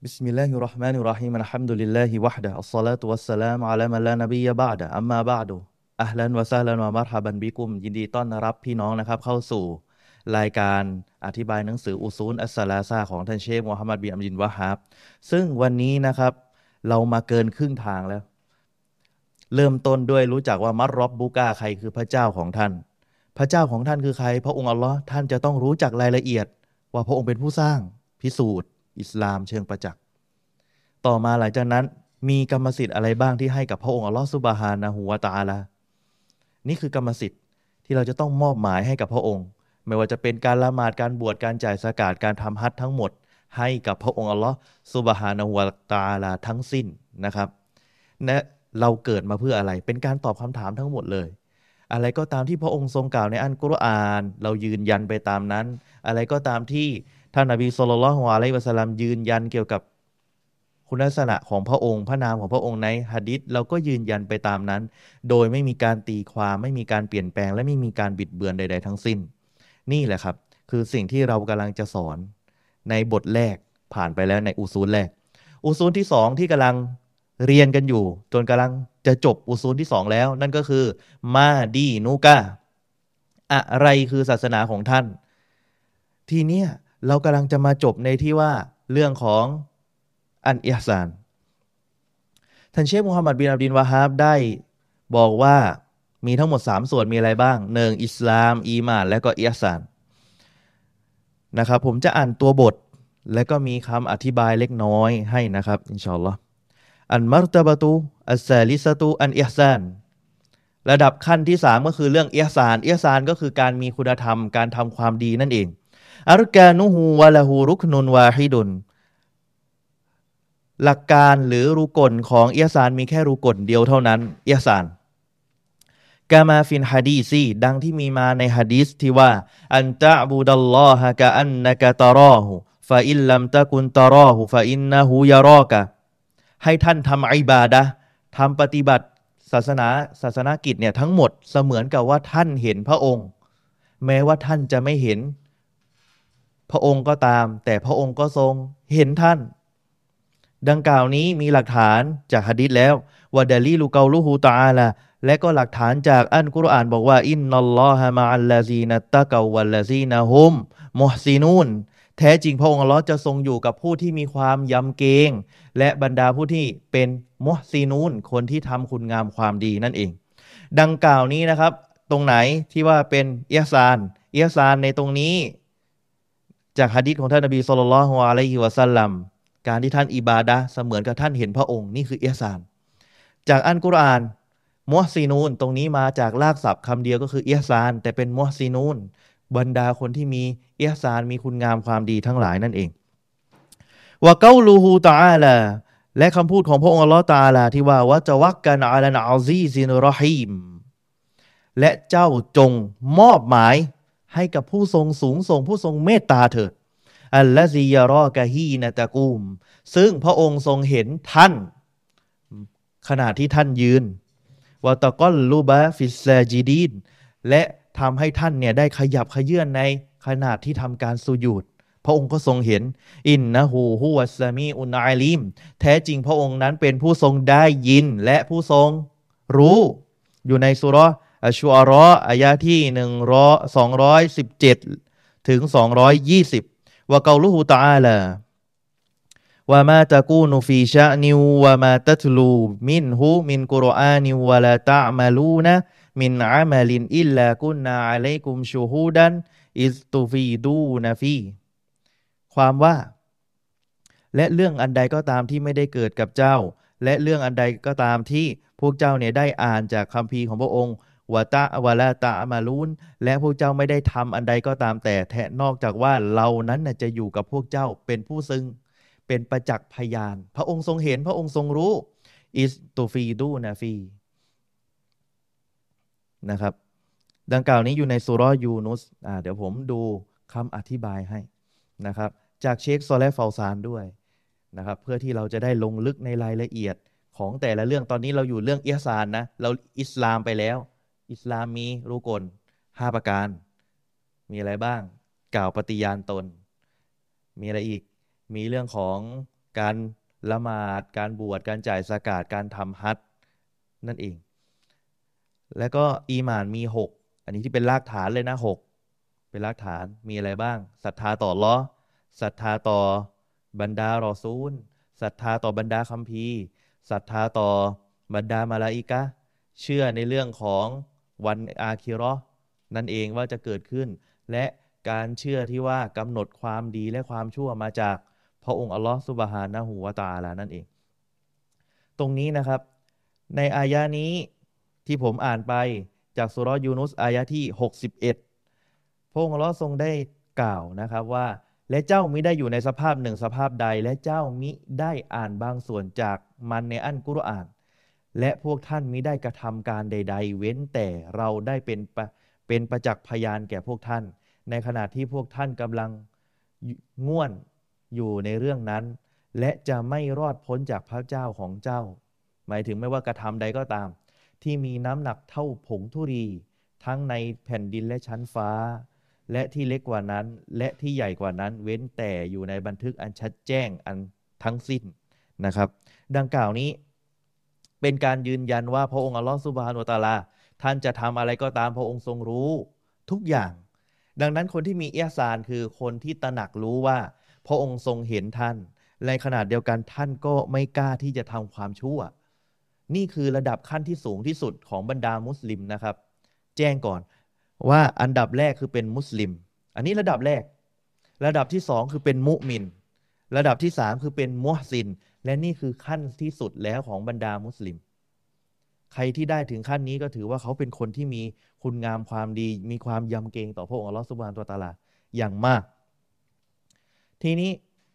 بسم الله الرحمن الرحيم الحمد لله وحده الصلاة والسلام على من لا نبي بعد أما بعدอัลลันวะซาลันวะมัรฮะบันบิกุมยินดีต้อนรับพี่น้องนะครับเข้าสู่รายการอธิบายหนังสืออุซูลอัสซะลาซาของท่านเชคมูฮัมหมัดบินอับดุลวะฮาบซึ่งวันนี้นะครับเรามาเกินครึ่งทางแล้วเริ่มต้นด้วยรู้จักว่ามัรรอบบุกาใครคือพระเจ้าของท่านพระเจ้าของท่านคือใครพระองค์อัลลอฮ์ท่านจะต้องรู้จักรายละเอียดว่าพระองค์เป็นผู้สร้างพิสูจน์อิสลามเชิงประจักษ์ต่อมาหลังจากนั้นมีกรรมสิทธิ์อะไรบ้างที่ให้กับพระองค์อัลลอฮ์ซุบฮานะฮูวะตะอาลานี่คือกรรมสิทธิ์ที่เราจะต้องมอบหมายให้กับพระองค์ไม่ว่าจะเป็นการละหมาดการบวชการจ่ายซะกาตการทำฮัจญ์ทั้งหมดให้กับพระองค์อัลลอฮ์ซุบฮานะฮูวะตะอาลาทั้งสิ้นนะครับและเราเกิดมาเพื่ออะไรเป็นการตอบคำถามทั้งหมดเลยอะไรก็ตามที่พระองค์ทรงกล่าวในอัลกุรอานเรายืนยันไปตามนั้นอะไรก็ตามที่ท่านนบีศ็อลลัลลอฮุอะลัยฮิวะซัลลัมยืนยันเกี่ยวกับคุณลักษณะของพระองค์พระนามของพระองค์ในหะดีษเราก็ยืนยันไปตามนั้นโดยไม่มีการตีความไม่มีการเปลี่ยนแปลงและไม่มีการบิดเบือนใดๆทั้งสิ้นนี่แหละครับคือสิ่งที่เรากำลังจะสอนในบทแรกผ่านไปแล้วในอุซูลแรกอุซูลที่สองที่กำลังเรียนกันอยู่จนกำลังจะจบอุซูลที่สองแล้วนั่นก็คือมาดีนูกาอะไรคือศาสนาของท่านทีเนี้ยเรากำลังจะมาจบในที่ว่าเรื่องของอันอิฮซานท่านเชคมูฮัมหมัดบินอับดุลวะฮาบได้บอกว่ามีทั้งหมด3ส่วนมีอะไรบ้าง1อิสลามอีหม่านและก็อิฮซานนะครับผมจะอ่านตัวบทและก็มีคำอธิบายเล็กน้อยให้นะครับอินชาอัลลอฮ์อันมัรตะบะตุอัสซาลิซะตุอันอิฮซานระดับขั้นที่3ก็คือเรื่องอิฮซานอิฮซานก็คือการมีคุณธรรมการทำความดีนั่นเองอัรกานุฮูวะละฮูรุกนุนวาฮิดุนหลักการหรือรุกลของอิฮซานมีแค่รุกลเดียวเท่านั้นอิฮซานกามาฟินฮะดีซีดังที่มีมาในหะดีษที่ว่าอันตะบุดัลลอฮะกะอันนะกะตะรอฮุฟะอินลัมตะกุนตะรอฮุฟะอินนะฮูยะรอกะให้ท่านทำอิบาดะห์ทำปฏิบัติศาสนกิจเนี่ยทั้งหมดเสมือนกับว่าท่านเห็นพระองค์แม้ว่าท่านจะไม่เห็นพระองค์ก็ตามแต่พระองค์ก็ทรงเห็นท่านดังกล่าวนี้มีหลักฐานจากหะดีษแล้วว่าดะลีลุกอลุฮูตะอาลาและก็หลักฐานจากอัลกุรอานบอกว่าอินนัลลอฮะมะอัลลาซีนัตตะกอวัลลาซีนะฮุมมุฮซินูนแท้จริงพระองค์อัลเลาะห์จะทรงอยู่กับผู้ที่มีความยำเกรงและบรรดาผู้ที่เป็นมุฮซินูนคนที่ทำคุณงามความดีนั่นเองดังกล่าวนี้นะครับตรงไหนที่ว่าเป็นอิฮซานในตรงนี้จากหะดีษของท่านนบีศ็อลลัลลอฮุอะลัยฮิวะซัลลัมการที่ท่านอิบาดะห์เสมือนกับท่านเห็นพระองค์นี่คืออิฮซานจากอัลกุรอานมุฮซินูนตรงนี้มาจากรากศัพท์คำเดียวก็คืออิฮซานแต่เป็นมุฮซินูนบรรดาคนที่มีอิฮซานมีคุณงามความดีทั้งหลายนั่นเองวะกอลูฮูตะอาลาและคำพูดของพระองค์อัลเลาะห์ตะอาลาที่ว่าวะตะวักกันอะลันอะซีซินรอฮีมและเจ้าจงมอบหมายให้กับผู้ทรงสูงส่งผู้ทรงเมตตาเถิดอัลลอซียารอกะฮีนะตะกูมซึ่งพระองค์ทรงเห็นท่านขณะที่ท่านยืนวะตะกอลลูบะฟิสซาจิดีนและทำให้ท่านเนี่ยได้ขยับเขยื้อนในขณะที่ทำการสุญูดพระองค์ก็ทรงเห็นอินนะฮูฮุวัสซามีอุนอาลิมแท้จริงพระองค์นั้นเป็นผู้ทรงได้ยินและผู้ทรงรู้อยู่ในซูเราะห์อัชชุอาเราะห์อายะห์ที่217ถึง220วะกอลูฮูตะอาลาวะมาตะกูนุฟีชะนิวะมาตัตลูมินฮูมินกุรอานิวะลาตะอ์มะลูนะมินอะมะลินอิลลากุนนาอะลัยกุมชูฮูดันอิสตุฟีดูนะฟีความว่าและเรื่องอันใดก็ตามที่ไม่ได้เกิดกับเจ้าและเรื่องอันใดก็ตามที่พวกเจ้าเนี่ยได้อ่านจากคัมภีร์ของพระองค์วะลาตะอ์มาลูนและพวกเจ้าไม่ได้ทำอันใดก็ตามแต่แท้นอกจากว่าเรานั้นจะอยู่กับพวกเจ้าเป็นผู้ซึ่งเป็นประจักษ์พยานพระองค์ทรงเห็นพระองค์ทรงรู้อิสตูฟีดูนะฟีนะครับดังกล่าวนี้อยู่ในซูเราะห์ยูนุสเดี๋ยวผมดูคำอธิบายให้นะครับจากเชคซอเลห์ฟาวซานด้วยนะครับเพื่อที่เราจะได้ลงลึกในรายละเอียดของแต่ละเรื่องตอนนี้เราอยู่เรื่องอิฮซานนะเราอิสลามไปแล้วอิสลามมีรุกล5ประการมีอะไรบ้างกล่าวปฏิญาณตนมีอะไรอีกมีเรื่องของการละหมาดการบวชการจ่ายซะกาตการทำฮัจญ์นั่นเองแล้วก็อีหม่านมี6อันนี้ที่เป็นรากฐานเลยนะ6เป็นรากฐานมีอะไรบ้างศรัทธาต่ออัลเลาะห์ศรัทธาต่อบรรดารอซูลศรัทธาต่อบรรดาคัมภีร์ศรัทธาต่อบรรดามลาอิกะฮ์เชื่อในเรื่องของวันอาคิเราะห์นั่นเองว่าจะเกิดขึ้นและการเชื่อที่ว่ากำหนดความดีและความชั่วมาจากพระองค์อัลลอฮฺซุบฮานะฮูวะตะอาลานั่นเองตรงนี้นะครับในอายะนี้ที่ผมอ่านไปจากสุเราะห์ยูนุสอายะที่61พระองค์อัลลอฮ์ทรงได้กล่าวนะครับว่าและเจ้ามิได้อยู่ในสภาพหนึ่งสภาพใดและเจ้ามิได้อ่านบางส่วนจากมันในอัลกุรอานและพวกท่านมิได้กระทำการใดๆเว้นแต่เราได้เป็นประจักษ์พยานแก่พวกท่านในขณะที่พวกท่านกำลังง่วนอยู่ในเรื่องนั้นและจะไม่รอดพ้นจากพระเจ้าของเจ้าหมายถึงไม่ว่ากระทำใดก็ตามที่มีน้ำหนักเท่าผงธุรีทั้งในแผ่นดินและชั้นฟ้าและที่เล็กกว่านั้นและที่ใหญ่กว่านั้นเว้นแต่อยู่ในบันทึกอันชัดแจ้งอันทั้งสิ้นนะครับดังกล่าวนี้เป็นการยืนยันว่าพระองค์อัลลอฮฺซุบฮานะฮูวะตะอาลาท่านจะทำอะไรก็ตามพระองค์ทรงรู้ทุกอย่างดังนั้นคนที่มีอิหซานคือคนที่ตระหนักรู้ว่าพระองค์ทรงเห็นท่านในขณะเดียวกันท่านก็ไม่กล้าที่จะทำความชั่วนี่คือระดับขั้นที่สูงที่สุดของบรรดามุสลิมนะครับแจ้งก่อนว่าอันดับแรกคือเป็นมุสลิมอันนี้ระดับแรกระดับที่2คือเป็นมุมินระดับที่3คือเป็นมุฮซินและนี่คือขั้นที่สุดแล้วของบรรดามุสลิมใครที่ได้ถึงขั้นนี้ก็ถือว่าเขาเป็นคนที่มีคุณงามความดีมีความยำเกรงต่อพระองค์อัลลอฮฺซุบฮานะฮูวะตะอาลาอย่างมากทีนี้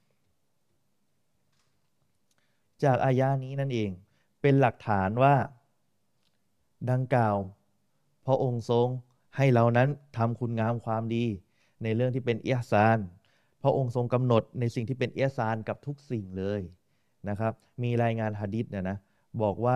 จากอายะนี้นั่นเองเป็นหลักฐานว่าดังกล่าวพระองค์ทรงให้เรานั้นทำคุณงามความดีในเรื่องที่เป็นอิหซานพระองค์ทรงกำหนดในสิ่งที่เป็นอิหซานกับทุกสิ่งเลยนะครับมีรายงานหะดีษเนี่ยนะบอกว่า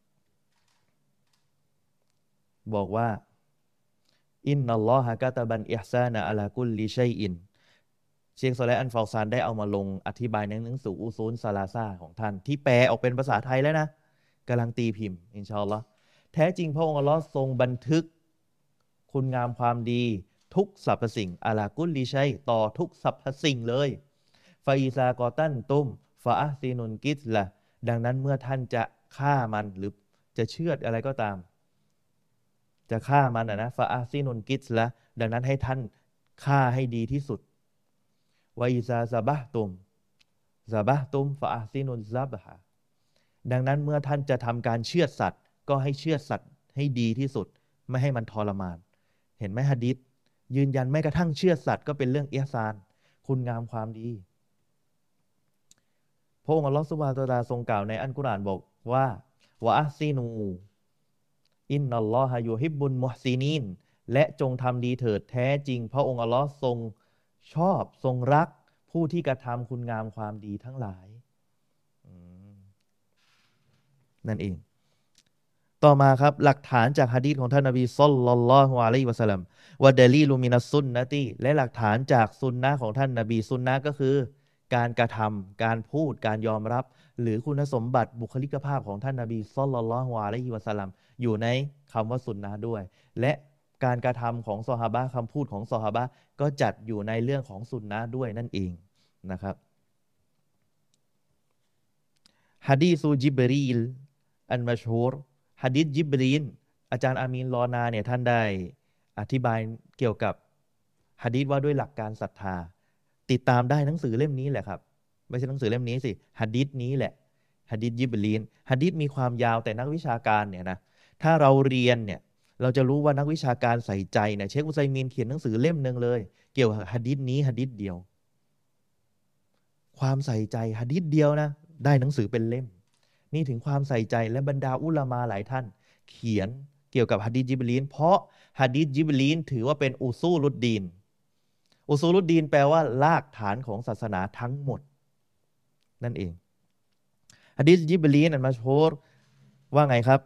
อินนัลลอฮะกะตะบันอิหซานะอะลากุลลิชัยอินเชคซอเลห์อัลฟาวซานได้เอามาลงอธิบายในหนังสืออุซูลซาลาซาของท่านที่แปลออกเป็นภาษาไทยแล้วนะกำลังตีพิมพ์อินชาอัลลอฮ์แท้จริงพระองค์อัลลอฮ์ทรงบันทึกคุณงามความดีทุกสรรพสิ่งอะลากุลลิชัยต่อทุกสรรพสิ่งเลยฟาอิซากอตันตุมฟาอัซีนุนกิสละดังนั้นเมื่อท่านจะฆ่ามันหรือจะเชือดอะไรก็ตามจะฆ่ามันนะฟาอัซีนุนกิสละดังนั้นให้ท่านฆ่าให้ดีที่สุดวะอิซาซาบะตุมฟาอัซีนุนซับฮะดังนั้นเมื่อท่านจะทำการเชือดสัตว์ก็ให้เชือดสัตว์ให้ดีที่สุดไม่ให้มันทรมานเห็นไหมหะดีษยืนยันแม้กระทั่งเชือดสัตว์ก็เป็นเรื่องอิหซานคุณงามความดีพระองค์อัลลอฮฺซุบฮานะฮูวะตะอาลาทรงกล่าวในอัลกุรอานบอกว่าวะอัซซีนูอินนัลลอฮะยูฮิบบุลมุฮซินีนและจงทำดีเถิดแท้จริงพระองค์อัลลอฮ์ทรงชอบทรงรักผู้ที่กระทำคุณงามความดีทั้งหลายนั่นเองต่อมาครับหลักฐานจากหะดีษของท่านนบีศ็อลลัลลอฮุอะลัยฮิวะซัลลัมวะดะลีลุมินัสซุนนะตีและหลักฐานจากซุนนะห์ของท่านนบีซุนนะห์ก็คือการกระทำการพูดการยอมรับหรือคุณสมบัติบุคลิกภาพของท่านนบีศ็อลลัลลอฮุอะลัยฮิวะซัลลัมอยู่ในคำว่าซุนนะห์ด้วยและการกระทำของซอฮาบะห์คำพูดของซอฮาบะห์ก็จัดอยู่ในเรื่องของซุนนะห์ด้วยนั่นเองนะครับหะดีษจิบรีลอันมัชฮูรหะดีษจิบรีลอาจารย์อามีนลอนาเนี่ยท่านได้อธิบายเกี่ยวกับหะดีษว่าด้วยหลักการศรัทธาติดตามได้หนังสือเล่มนี้แหละครับไม่ใช่หนังสือเล่มนี้สิหะดีษนี้แหละหะดีษจิบรีลหะดีษมีความยาวแต่นักวิชาการเนี่ยนะถ้าเราเรียนเนี่ยเราจะรู้ว่านักวิชาการใส่ใจเนี่ยเชคอุซัยมีนเขียนหนังสือเล่มนึงเลยเกี่ยวกับหะดีษนี้หะดีษเดียวความใส่ใจหะดีษเดียวนะได้หนังสือเป็นเล่มนี่ถึงความใส่ใจและบรรดาอุลามาหลายท่านเขียนเกี่ยวกับหะดีษจิบรีลเพราะหะดีษจิบรีลถือว่าเป็นอุซูลุดดีนอุซูลุดดีนแปลว่ารากฐานของศาสนาทั้งหมดนั่นเองหะดีษจิบรีลอันมัชฮูรว่าไงครับ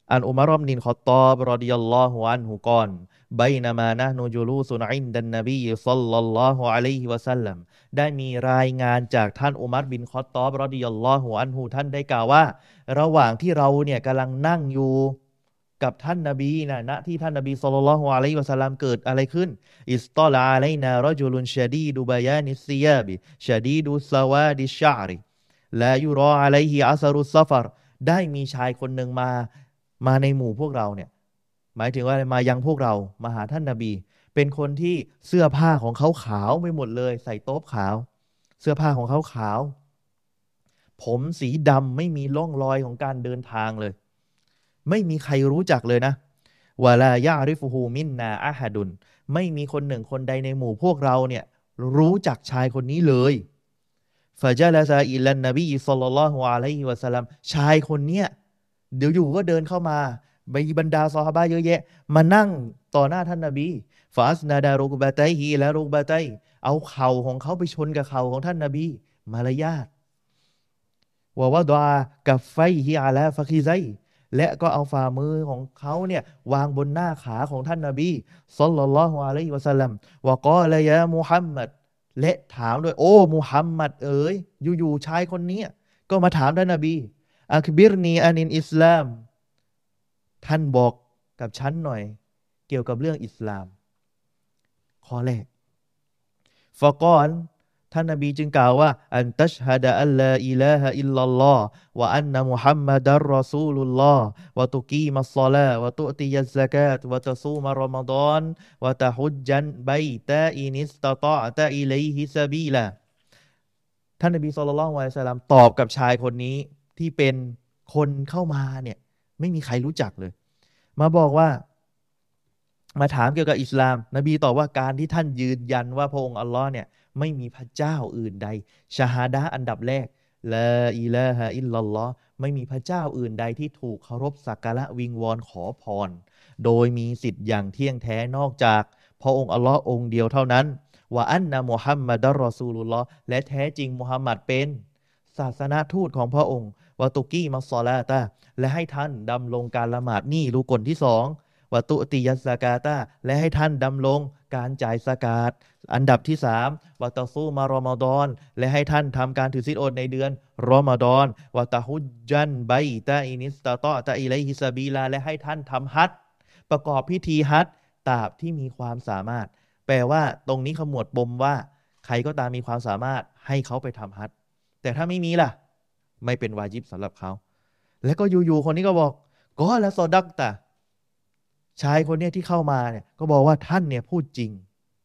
อันอุมารบินคอฏฏอบรอฎิยัลลอฮุอันฮุกอนบัยนามานะห์นูจุลูซุนอินดันนบีศ็อลลัลลอฮุอะลัยฮิวะซัลลัมได้มีรายงานจากท่านอุมัรบินคอฏฏอบรอฎิยัลลอฮุอันฮุท่านได้กล่าวว่าระหว่างที่เราเนี่ยกำลังนั่งอยู่กับท่านนบีนะณที่ท่านนบีศ็อลลัลลอฮุอะลัยฮิวะซัลลัมเกิดอะไรขึ้นอิสตอลาอะลัยนารอจุลุนชะดีดุบายานิสซิยาบิชะดีดุสวาดิชชะอริลายุรออะลัยฮิอัสรุสซะฟรได้มีชายคนหนึ่งมาในหมู่พวกเราเนี่ยหมายถึงว่ามายังพวกเรามาหาท่านนบีเป็นคนที่เสื้อผ้าของเขาขาวไม่หมดเลยใส่โต๊บขาวเสื้อผ้าของเขาขาวผมสีดำไม่มีร่องรอยของการเดินทางเลยไม่มีใครรู้จักเลยนะวะลายะริฟุฮูมินนาอะฮะดุนไม่มีคนหนึ่งคนใดในหมู่พวกเราเนี่ยรู้จักชายคนนี้เลยฟะญะลาซาอิลันนบีศ็อลลัลลอฮุอะลัยฮิวะซัลลัมชายคนเนี้ยเดี๋ยวอยู่ก็เดินเข้ามามีบรรดาซอฮาบะห์เยอะแยะมานั่งต่อหน้าท่านนบีฟาสนาดารุกบะตัยฮิและรุกบะตัยเอาเข่าของเขาไปชนกับเข่าของท่านนบีมารยาทวะวะดะกัฟไฟฮิอะลาฟะคิซัยและก็เอาฝ่ามือของเขาเนี่ยวางบนหน้าขาของท่านนบีศ็อลลัลลอฮุอะลัยฮิวะซัลลัมวะกอลยามุฮัมมัดและถามด้วยโอ้มุฮัมมัดเอ๋ยอยู่ๆชายคนนี้ก็มาถามท่านนบีอักบิรนีอานินอิสลามท่านบอกกับฉันหน่อยเกี่ยวกับเรื่องอิสลามข้อแรกฟะกอลท่านนบีจึงกล่าวว่าอันตัชฮะดะอัลลาอิลาฮะอิลลัลลอฮ์วะอันนะมุฮัมมัดัรรอซูลุลลอฮ์วะตุกีมัสศอลาวะตุอติยัซซะกาตวะตะซูมะรอมฎอนวะตะฮุจญันบัยตะอินิสตะตออตะอิลัยฮิซะบีลาท่านนบีศ็อลลัลลอฮุอะลัยฮิวะซัลลัมตอบกับชายคนนี้ที่เป็นคนเข้ามาเนี่ยไม่มีใครรู้จักเลยมาบอกว่ามาถามเกี่ยวกับอิสลามนบีตอบว่าการที่ท่านยืนยันว่าพระองค์อัลลอฮ์เนี่ยไม่มีพระเจ้าอื่นใดชะฮาดะห์อันดับแรกลาอิลาฮะอิลลัลลอฮ์ไม่มีพระเจ้าอื่นใดที่ถูกเคารพสักการะวิงวอนขอพรโดยมีสิทธิ์อย่างเที่ยงแท้นอกจากพระองค์อัลลอฮ์องค์เดียวเท่านั้นว่าอันนะมุฮัมมัดอัรรอซูลุลลอฮ์และแท้จริงมุฮัมมัดเป็นศาสนาทูตของพระองค์วะตุกีมัสศอลาตะและให้ท่านดำรงการละหมาดนี่รู้กลที่สองวะตุติยัสซะกาตะและให้ท่านดำรงการจ่ายซะกาตอันดับที่สามวะตะซูมารอมฎอนและให้ท่านทำการถือศีลอดในเดือนรอมฎอนวะตะฮุจญันบัยตะอินิสตะตอตะอิลัยฮิซะบีลาและให้ท่านทำฮัจญ์ประกอบพิธีฮัจญ์ตราบที่มีความสามารถแปลว่าตรงนี้ขมวดปมว่าใครก็ตามมีความสามารถให้เขาไปทำฮัจญ์แต่ถ้าไม่มีล่ะไม่เป็นวาญิบสำหรับเขาแล้วก็อยู่ๆคนนี้ก็บอกก็ละซอดักตะชายคนนี้ที่เข้ามาเนี่ยก็บอกว่าท่านเนี่ยพูดจริง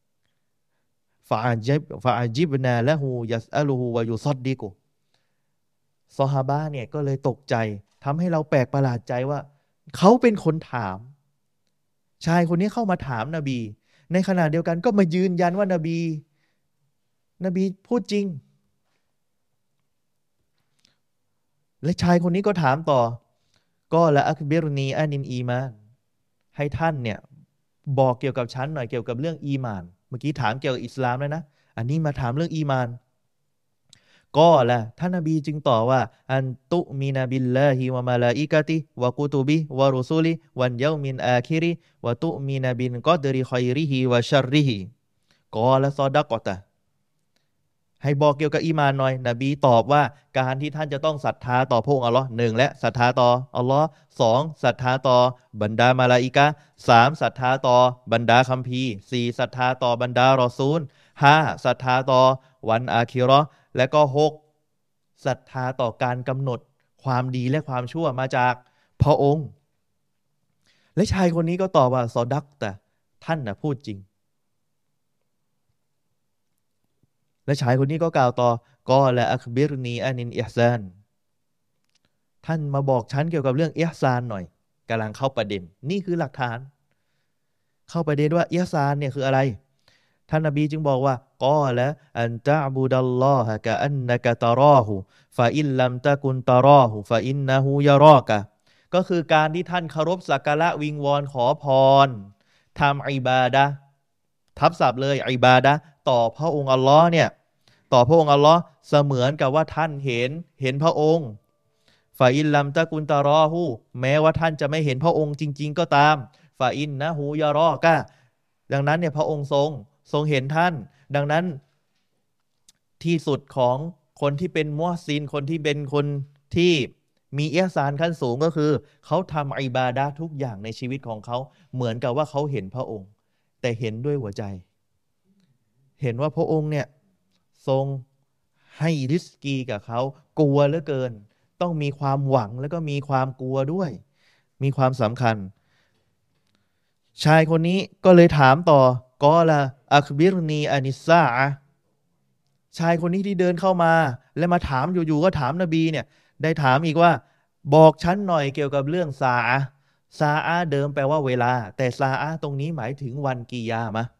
ฟะอาจิบนาละฮูยัสอะลูฮูวะยุซัดดิกุซอฮาบะห์เนี่ยก็เลยตกใจทำให้เราแปลกประหลาดใจว่าเขาเป็นคนถามชายคนนี้เข้ามาถามนบีในขณะเดียวกันก็มายืนยันว่านบีพูดจริงและชายคนนี้ก็ถามต่อก็ละอักบิรนีอานินอีมานให้ท่านเนี่ยบอกเกี่ยวกับฉันหน่อยเกี่ยวกับเรื่องอีมานเมื่อกี้ถามเกี่ยวกับอิสลามแล้วนะอันนี้มาถามเรื่องอีมานก็ละท่านนบีจึงตอบว่าอันตุมินาบิลลาฮิวะมาลาอิกะติวะกุตุบิวะรุซูลิวันเยามินอาคิริวะตุมินาบินกอดริค็อยริฮิวะชัรริฮิกอละซอดะกอตะให้บอกเกี่ยวกับอีมานหน่อยนบีตอบว่าการที่ท่านจะต้องศรัทธาต่อพระองค์อัลลอฮ์หนึ่งและศรัทธาต่ออัลลอฮ์สองศรัทธาต่อบรรดามาลาอิกะห์สามศรัทธาต่อบรรดาคัมภีร์สี่ศรัทธาต่อบรรดารอซูลห้าศรัทธาต่อวันอาคิเราะห์และก็หกศรัทธาต่อการกำหนดความดีและความชั่วมาจากพระองค์และชายคนนี้ก็ตอบว่าซอดักแต่ท่านนะพูดจริงและชายคนนี้ก็กล่าวต่อก็ละอักบิรนีอานินอิฮซานท่านมาบอกฉันเกี่ยวกับเรื่องอิฮซานหน่อยกำลังเข้าประเด็นนี่คือหลักฐานเข้าประเด็นว่าอิฮซานเนี่ยคืออะไรท่านนบีจึงบอกว่าก็ละอันตะบุดัลลอฮะกะอันนะกะตะรอฮูฟะอินลัมตะกุนตะรอฮูฟะอินนะฮูยะรอกะก็คือการที่ท่านเคารพสักการะวิงวอนขอพรทำอิบาดะห์ทับศัพท์เลยอิบาดะห์ต่อพระองค์อัลลอฮ์เนี่ยต่อพระองค์อัลลอฮ์เสมือนกับว่าท่านเห็นพระองค์ฟาอินลัมตะกุนตารอฮูแม้ว่าท่านจะไม่เห็นพระองค์จริงๆก็ตามฟาอินนะฮูยารอกะดังนั้นเนี่ยพระองค์ทรงเห็นท่านดังนั้นที่สุดของคนที่เป็นมุฮซินคนที่เป็นคนที่มีอิหซานขั้นสูงก็คือเขาทำอิบาดะห์ทุกอย่างในชีวิตของเขาเหมือนกับว่าเขาเห็นพระองค์แต่เห็นด้วยหัวใจเห็นว่าพระองค์เนี่ยทรงให้ริสกีกับเขากลัวเหลือเกินต้องมีความหวังแล้วก็มีความกลัวด้วยมีความสำคัญชายคนนี้ก็เลยถามต่อกอละอักบิรนีอานิสซาอะชายคนนี้ที่เดินเข้ามาและมาถามอยู่ๆก็ถามนบีเนี่ยได้ถามอีกว่าบอกฉันหน่อยเกี่ยวกับเรื่องซาอะซาอะเดิมแปลว่าเวลาแต่ซาอะตรงนี้หมายถึงวันกิยามะห์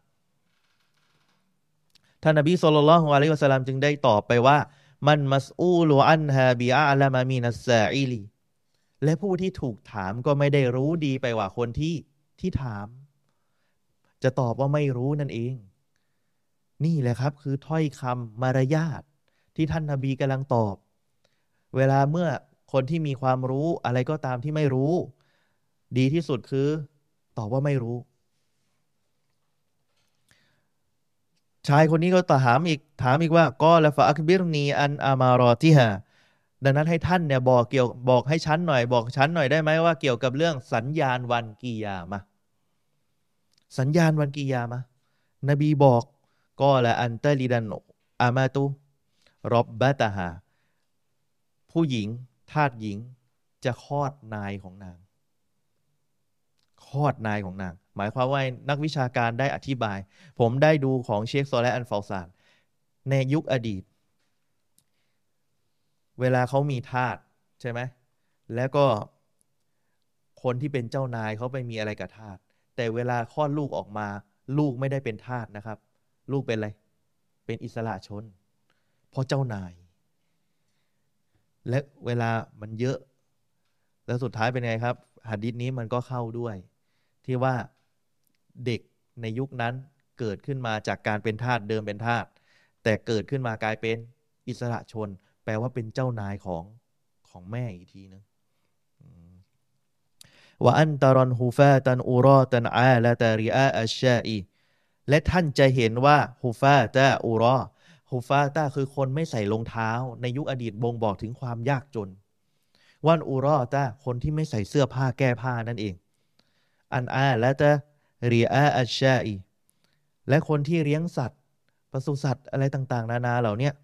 ท่านนบีศ็อลลัลลอฮุอะลัยฮิวะซัลลัมจึงได้ตอบไปว่ามันมัสอูลุอันฮาบิอาละมามินัสซาอิลีและผู้ที่ถูกถามก็ไม่ได้รู้ดีไปกว่าคนที่ถามจะตอบว่าไม่รู้นั่นเองนี่แหละครับคือถ้อยคำมารยาทที่ท่านนบีกำลังตอบเวลาเมื่อคนที่มีความรู้อะไรก็ตามที่ไม่รู้ดีที่สุดคือตอบว่าไม่รู้ชายคนนี้ก็ถามอีกว่าก็ละฟะอักบิรนีอันอามารอติฮาดังนั้นให้ท่านเนี่ยบอกให้ฉันหน่อยบอกฉันหน่อยได้ไหมว่าเกี่ยวกับเรื่องสัญญาณวันกิยามะห์สัญญาณวันกิยามะห์นบีบอกก็ละอันตะลิดันอามาตุรบบะตะฮาผู้หญิงทาสหญิงจะคลอดนายของนางคลอดนายของนางหมายความว่านักวิชาการได้อธิบายผมได้ดูของเชคซอและอันฟาซานในยุคอดีตเวลาเขามีทาสใช่ไหมแล้วก็คนที่เป็นเจ้านายเขาไปมีอะไรกับทาสแต่เวลาคลอดลูกออกมาลูกไม่ได้เป็นทาสนะครับลูกเป็นอะไรเป็นอิสระชนเพราะเจ้านายและเวลามันเยอะแล้วสุดท้ายเป็นไงครับหะดีษนี้มันก็เข้าด้วยที่ว่าเด็กในยุคนั้นเกิดขึ้นมาจากการเป็นทาสเดิมเป็นทาสแต่เกิดขึ้นมากลายเป็นอิสระชนแปลว่าเป็นเจ้านายของแม่อีกทีนึงว่าอันตรอนฮูฟาตันอูรอตันอาละตาริอาอัชชาอีและท่านจะเห็นว่าฮูฟาตาอูรอฮูฟาตาคือคนไม่ใส่รองเท้าในยุคอดีตบ่งบอกถึงความยากจนวันอูรอตาคนที่ไม่ใส่เสื้อผ้าแก้ผ้านั่นเองอันอาและตาริอาอัชชาอีและคนที่เลี้ยงสัตว์ปศุสัตว์อะไรต่างๆนานาเหล่านี้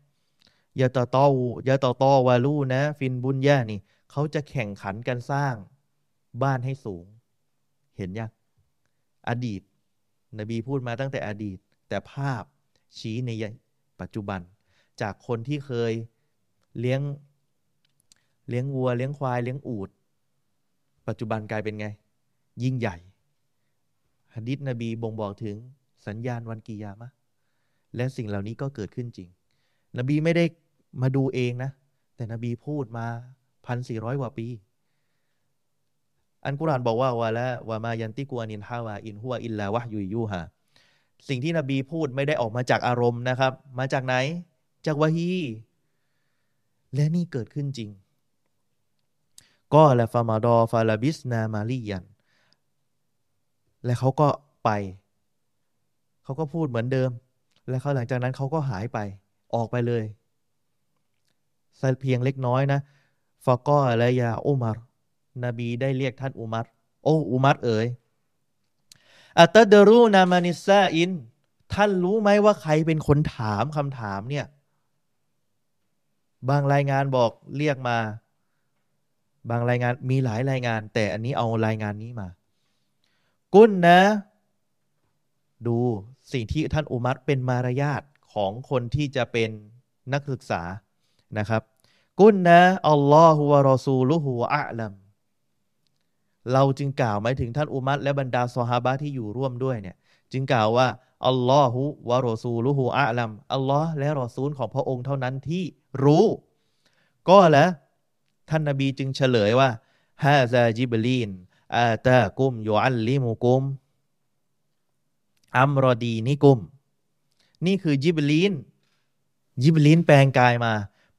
ยาตอวาลูนะฟินบุญญานี่เขาจะแข่งขันกันสร้างบ้านให้สูงเห็นยังอดีตนบีพูดมาตั้งแต่อดีตแต่ภาพชี้ในปัจจุบันจากคนที่เคยเลี้ยงวัวเลี้ยงควายเลี้ยงอูฐปัจจุบันกลายเป็นไงยิ่งใหญ่หะดีษนบีบ่งบอกถึงสัญญาณวันกิยามะห์และสิ่งเหล่านี้ก็เกิดขึ้นจริงนบีไม่ได้มาดูเองนะแต่นบีพูดมา1,400 กว่าปีอันกุรอานบอกว่าวะละวะมายันติกูอานินฮาวาอินฮุวะอิลลาวะฮยุยูฮาสิ่งที่นบีพูดไม่ได้ออกมาจากอารมณ์นะครับมาจากไหนจากวะฮีและนี่เกิดขึ้นจริงก็ละฟามาดอฟาลาบิสนามาลียันและเขาก็ไปเขาก็พูดเหมือนเดิมและเขาหลังจากนั้นเขาก็หายไปออกไปเลยเพียงเล็กน้อยนะฟะกอละยาอุมัรนบีได้เรียกท่านอุมัรโอ้อุมัรเอ๋ยอัตดรูนามานิซาอินท่านรู้ไหมว่าใครเป็นคนถามคำถามเนี่ยบางรายงานบอกเรียกมาบางรายงานมีหลายรายงานแต่อันนี้เอารายงานนี้มากุนนะดูสิ่งที่ท่านอุมัรเป็นมารยาทของคนที่จะเป็นนักศึกษานะครับกุนนะอัลลอฮุวะรอซูลุฮุอะลัมเราจึงกล่าวหมายถึงท่านอุมัรและบรรดาซอฮาบะห์ที่อยู่ร่วมด้วยเนี่ยจึงกล่าวว่าอัลลอฮุวะรอซูลุฮุอะลัมอัลลอฮ์และรอซูลของพระองค์เท่านั้นที่รู้ก็แล้วท่านนบีจึงเฉลยว่าฮาซาจิบลีนอาตากุมยูอัลลิมุกุมอัมรอดีนิกุมนี่คือจิบลีนแปลงกายมา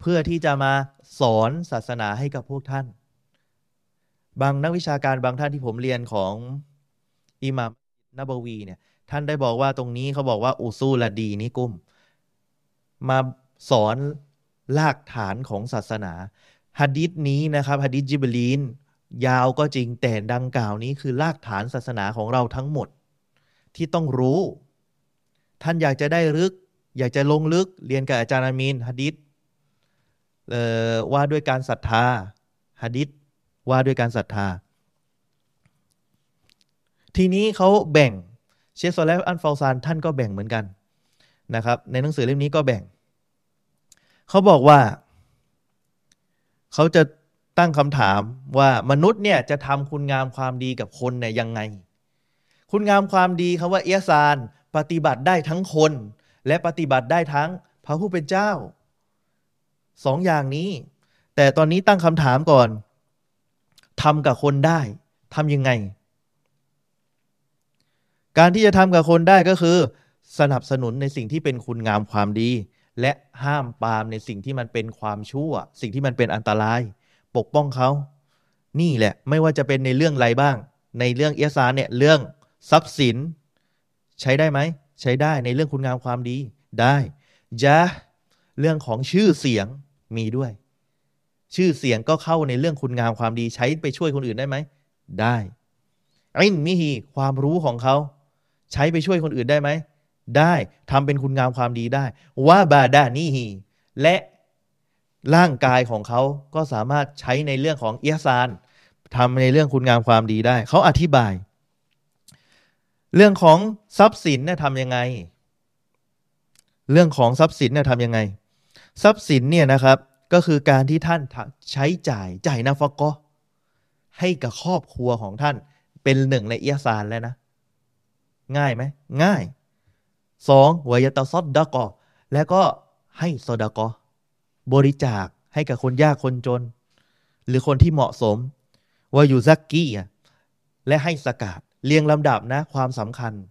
เพื่อที่จะมาสอนศาสนาให้กับพวกท่าน บางนักวิชาการบางท่านที่ผมเรียนของอิหม่ามนบวีเนี่ยท่านได้บอกว่าตรงนี้เขาบอกว่าอุซูลดีนิกุมมาสอนรากฐานของศาสนาหะดีษนี้นะครับหะดีษญิบรีลยาวก็จริงแต่ดังกล่าวนี้คือรากฐานศาสนาของเราทั้งหมดที่ต้องรู้ท่านอยากจะได้ลึกอยากจะลงลึกเรียนกับอาจารย์อามีนหะดีษว่าด้วยการศรัทธาหะดีษว่าด้วยการศรัทธาทีนี้เขาแบ่งเชค ซอเลห์ อัล ฟาวซานท่านก็แบ่งเหมือนกันนะครับในหนังสือเล่มนี้ก็แบ่งเขาบอกว่าเขาจะตั้งคำถามว่ามนุษย์เนี่ยจะทำคุณงามความดีกับคนเนี่ยยังไงคุณงามความดีคำว่าอิหซานปฏิบัติได้ทั้งคนและปฏิบัติได้ทั้งพระผู้เป็นเจ้าสองอย่างนี้แต่ตอนนี้ตั้งคำถามก่อนทำกับคนได้ทำยังไงการที่จะทำกับคนได้ก็คือสนับสนุนในสิ่งที่เป็นคุณงามความดีและห้ามปรามในสิ่งที่มันเป็นความชั่วสิ่งที่มันเป็นอันตรายปกป้องเขานี่แหละไม่ว่าจะเป็นในเรื่องอะไรบ้างในเรื่องอิหซานเนี่ยเรื่องทรัพย์สินใช้ได้ไหมใช้ได้ในเรื่องคุณงามความดีได้จะเรื่องของชื่อเสียงมีด้วยชื่อเสียงก็เข้าในเรื่องคุณงามความดีใช้ไปช่วยคนอื่นได้ไหมได้อิลมิฮีความรู้ของเขาใช้ไปช่วยคนอื่นได้ไหมได้ทำเป็นคุณงามความดีได้วะบาดานีฮีและร่างกายของเขาก็สามารถใช้ในเรื่องของอิหซานทำในเรื่องคุณงามความดีได้เขาอธิบายเรื่องของทรัพย์สินเนี่ยทำยังไงเรื่องของทรัพย์สินเนี่ยทำยังไงทรัพย์สินเนี่ยนะครับก็คือการที่ท่านใช้จ่ายนาฟะกอฮ์ให้กับครอบครัวของท่านเป็นหนึ่งในอิหซานแล้วนะง่ายไหมง่ายสองวายตะซอดดะกอแล้วก็ให้ซอดะกอบริจาคให้กับคนยากคนจนหรือคนที่เหมาะสมวายูซักกี้และให้สกาดเรียงลำดับนะความสำคัญ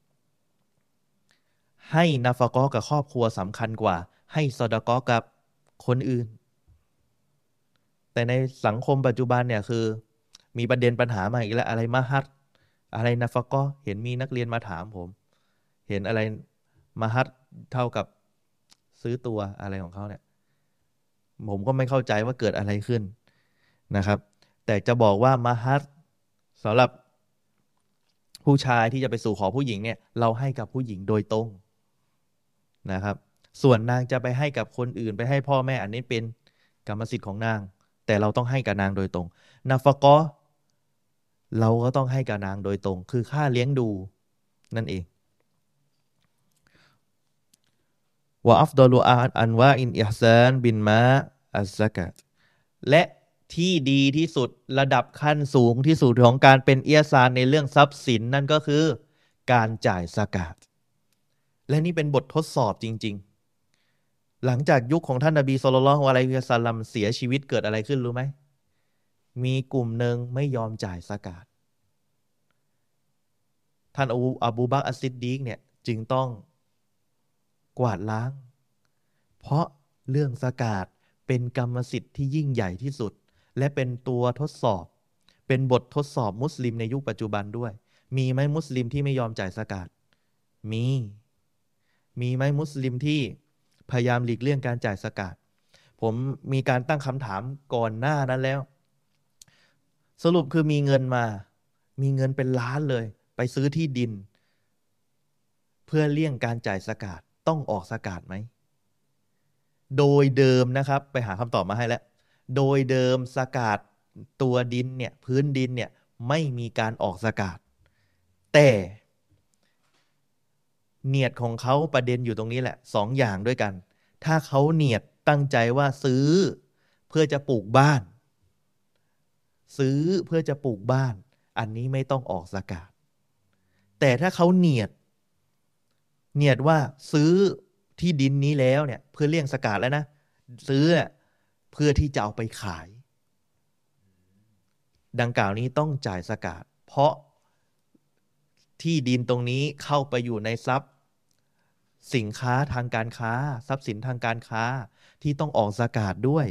ให้นาฟะกอกับครอบครัวสำคัญกว่าให้ซอดะกอกับคนอื่นแต่ในสังคมปัจจุบันเนี่ยคือมีประเด็นปัญหามาอีกแล้วอะไรมะฮัดอะไรนาฟะกอเห็นมีนักเรียนมาถามผมเห็นอะไรมะฮัดเท่ากับซื้อตัวอะไรของเขาเนี่ยผมก็ไม่เข้าใจว่าเกิดอะไรขึ้นนะครับแต่จะบอกว่ามะฮัดสำหรับผู้ชายที่จะไปสู่ขอผู้หญิงเนี่ยเราให้กับผู้หญิงโดยตรงนะครับส่วนนางจะไปให้กับคนอื่นไปให้พ่อแม่อันนี้เป็นกรรมสิทธิ์ของนางแต่เราต้องให้กับนางโดยตรงนาฟะกอเราก็ต้องให้กับนางโดยตรงคือค่าเลี้ยงดูนั่นเองวะอัฟดอลูอันวาอินอิห์ซานบินมาอัซซะกาตและที่ดีที่สุดระดับขั้นสูงที่สุดของการเป็นอิห์ซานในเรื่องทรัพย์สินนั่นก็คือการจ่ายซะกาตและนี่เป็นบททดสอบจริงๆหลังจากยุคของท่านนบีศ็อลลัลลอฮุอะลัยฮิวะซัลลัมเสียชีวิตเกิดอะไรขึ้นรู้ไหมมีกลุ่มหนึ่งไม่ยอมจ่ายซะกาตท่านอบูบักร อัสซิดดีกเนี่ยจึงต้องกวาดล้างเพราะเรื่องซะกาตเป็นกรรมสิทธิ์ที่ยิ่งใหญ่ที่สุดและเป็นตัวทดสอบเป็นบททดสอบมุสลิมในยุคปัจจุบันด้วยมีไหมมุสลิมที่ไม่ยอมจ่ายซะกาตมีไหมมุสลิมที่พยายามหลีกเลี่ยงการจ่ายซะกาตผมมีการตั้งคำถามก่อนหน้านั้นแล้วสรุปคือมีเงินมามีเงินเป็นล้านเลยไปซื้อที่ดินเพื่อเลี่ยงการจ่ายซะกาตต้องออกซะกาตไหมโดยเดิมนะครับไปหาคำตอบมาให้แล้วโดยเดิมซะกาตตัวดินเนี่ยพื้นดินเนี่ยไม่มีการออกซะกาตแต่เนียดของเขาประเด็นอยู่ตรงนี้แหละสองอย่างด้วยกันถ้าเขาเนียดตั้งใจว่าซื้อเพื่อจะปลูกบ้านซื้อเพื่อจะปลูกบ้านอันนี้ไม่ต้องออกซะกาตแต่ถ้าเขาเนียดว่าซื้อที่ดินนี้แล้วเนี่ยเพื่อเลี่ยงซะกาตแล้วนะซื้อเพื่อที่จะเอาไปขายดังกล่าวนี้ต้องจ่ายซะกาตเพราะที่ดินตรงนี้เข้าไปอยู่ในทรัพย์สินค้าทางการค้าทรัพย์สินทางการค้าที่ต้องออกซะกาตด้วย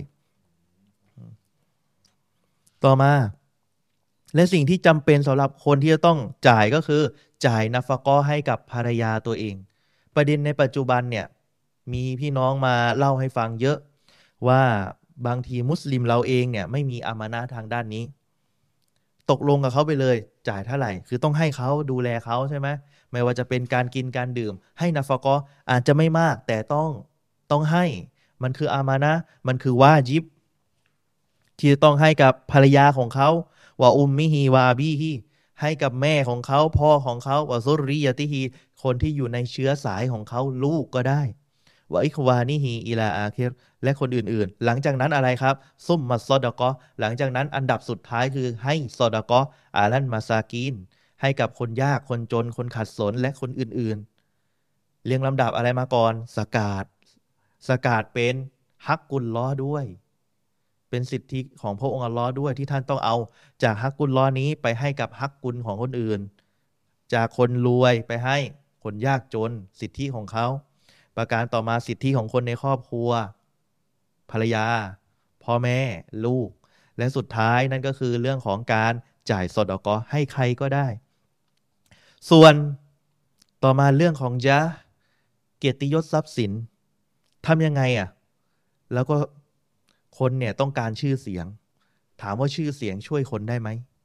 ต่อมาและสิ่งที่จำเป็นสำหรับคนที่จะต้องจ่ายก็คือจ่ายนัฟกะห์ให้กับภรรยาตัวเองประเด็นในปัจจุบันเนี่ยมีพี่น้องมาเล่าให้ฟังเยอะว่าบางทีมุสลิมเราเองเนี่ยไม่มีอามานะห์ทางด้านนี้ตกลงกับเขาไปเลยจ่ายเท่าไหร่คือต้องให้เขาดูแลเขาใช่ไหมไม่ว่าจะเป็นการกินการดื่มให้นัฟกะห์อาจจะไม่มากแต่ต้องให้มันคืออามานะห์มันคือวาญิบที่จะต้องให้กับภรรยาของเขาว่าอุมมิฮีวาอาบีฮีให้กับแม่ของเขาพ่อของเขาว่าซุรริยะติฮีคนที่อยู่ในเชื้อสายของเขาลูกก็ได้ว่าอิควานิฮีอิลาอาคิรและคนอื่นๆหลังจากนั้นอะไรครับซุมมัสซอดะกอหลังจากนั้นอันดับสุดท้ายคือให้ซอดะกออาลันมาซากีนให้กับคนยากคนจนคนขัดสนและคนอื่นๆเรียงลำดับอะไรมาก่อนสกาดเป็นฮักกุลล้อด้วยเป็นสิทธิของพระองค์อัลลอฮ์ด้วยที่ท่านต้องเอาจากฮักกุลล้อนี้ไปให้กับฮักกุลของคนอื่นจากคนรวยไปให้คนยากจนสิทธิของเขาประการต่อมาสิทธิของคนในครอบครัวภรรยาพ่อแม่ลูกและสุดท้ายนั่นก็คือเรื่องของการจ่ายซอดากอให้ใครก็ได้ส่วนต่อมาเรื่องของเกียรติยศทรัพย์สินทำยังไงอ่ะแล้วก็คนเนี่ยต้องการชื่อเสียงถามว่าชื่อเสียงช่วยคนได้ไหม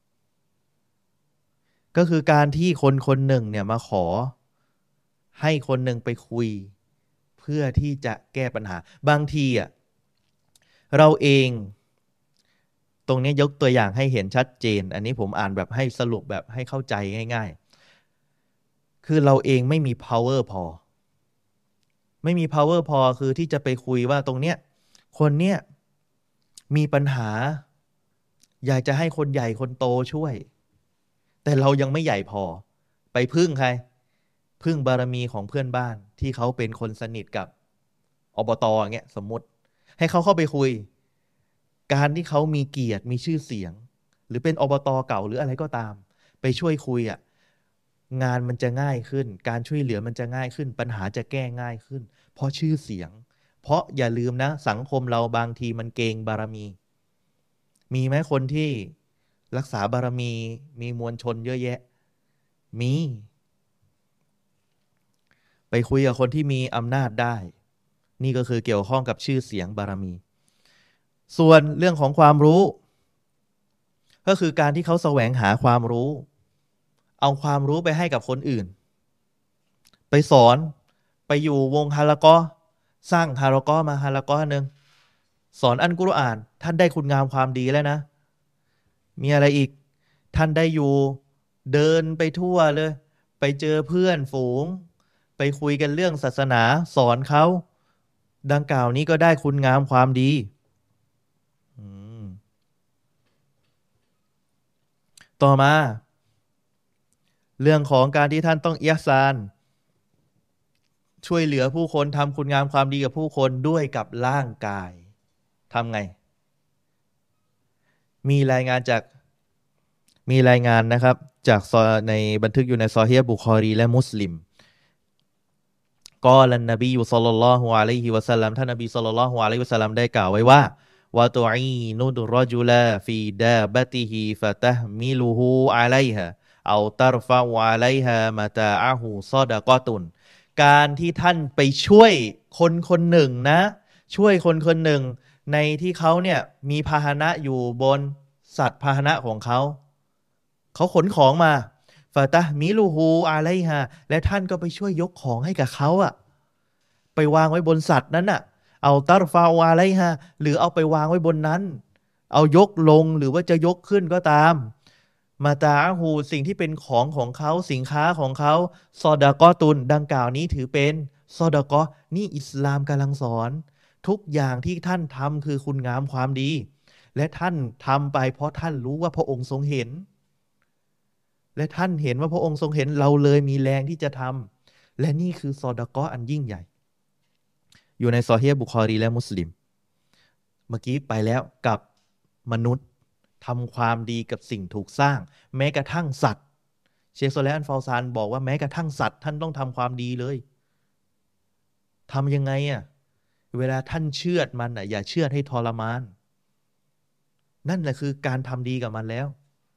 ก็คือการที่คนคนหนึ่งเนี่ยมาขอให้คนหนึ่งไปคุยเพื่อที่จะแก้ปัญหาบางทีอ่ะเราเองตรงนี้ยกตัวอย่างให้เห็นชัดเจนอันนี้ผมอ่านแบบให้สรุปแบบให้เข้าใจง่ายๆคือเราเองไม่มี power พอไม่มี power พอคือที่จะไปคุยว่าตรงเนี้ยคนเนี้ยมีปัญหาอยากจะให้คนใหญ่คนโตช่วยแต่เรายังไม่ใหญ่พอไปพึ่งใครพึ่งบารมีของเพื่อนบ้านที่เขาเป็นคนสนิทกับอบตอย่างเงี้ยสมมติให้เขาเข้าไปคุยการที่เขามีเกียรติมีชื่อเสียงหรือเป็นอบตเก่าหรืออะไรก็ตามไปช่วยคุยอ่ะงานมันจะง่ายขึ้นการช่วยเหลือมันจะง่ายขึ้นปัญหาจะแก้ง่ายขึ้นเพราะชื่อเสียงเพราะอย่าลืมนะสังคมเราบางทีมันเกรงบารมีมีไหมคนที่รักษาบารมีมีมวลชนเยอะแยะมีไปคุยกับคนที่มีอำนาจได้นี่ก็คือเกี่ยวข้องกับชื่อเสียงบารมีส่วนเรื่องของความรู้ก็คือการที่เขาแสวงหาความรู้เอาความรู้ไปให้กับคนอื่นไปสอนไปอยู่วงฮาลากอสร้างฮาลากอมาฮาลากอหนึ่งสอนอัลกุรอานท่านได้คุณงามความดีแล้วนะมีอะไรอีกท่านได้อยู่เดินไปทั่วเลยไปเจอเพื่อนฝูงไปคุยกันเรื่องศาสนาสอนเขาดังกล่าวนี้ก็ได้คุณงามความดีอืมต่อมาเรื่องของการที่ท่านต้องอิห์ซานช่วยเหลือผู้คนทำคุณงามความดีกับผู้คนด้วยกับร่างกายทำไงมีรายงานจากมีรายงานนะครับจากในบันทึกอยู่ในซอฮีฮ์บุคอรีและมุสลิมกอลันนบีศ็อลลัลลอฮุอะลัยฮิวะซัลลัมท่านนบีศ็อลลัลลอฮุอะลัยฮิวะซัลลัมได้กล่าวไว้ว่าวะตุอีนุดรจุลาฟีดาบะติฮิฟะตะฮมิลุฮูอะลัยฮาเอาตัรฟะอะลัยฮามะตาอะฮูซอดะกอตุนการที่ท่านไปช่วยคนคนหนึ่งนะช่วยคนคนหนึ่งในที่เขาเนี่ยมีพาหนะอยู่บนสัตว์พาหนะของเขาขนของมาฟาตะมิลูฮูอาไลฮาและท่านก็ไปช่วยยกของให้กับเขาอะไปวางไว้บนสัตว์นั้นอะเอาตารฟาวาไลฮาหรือเอาไปวางไว้บนนั้นเอายกลงหรือว่าจะยกขึ้นก็ตามมาตาหูสิ่งที่เป็นของเขาสินค้าของเขาซอดากอตุนดังกล่าวนี้ถือเป็นซอดากอนี่อิสลามกำลังสอนทุกอย่างที่ท่านทำคือคุณงามความดีและท่านทำไปเพราะท่านรู้ว่าพระองค์ทรงเห็นและท่านเห็นว่าพระองค์ทรงเห็นเราเลยมีแรงที่จะทำและนี่คือซอดากออันยิ่งใหญ่อยู่ในซอฮีฮ์บุคอรีและมุสลิมเมื่อกี้ไปแล้วกับมนุษย์ทำความดีกับสิ่งถูกสร้างแม้กระทั่งสัตว์เชคโซเลห์อัลฟาวซานบอกว่าแม้กระทั่งสัตว์ท่านต้องทำความดีเลยทำยังไงอ่ะเวลาท่านเชือดมันอย่าเชือดให้ทรมานนั่นแหละคือการทำดีกับมันแล้ว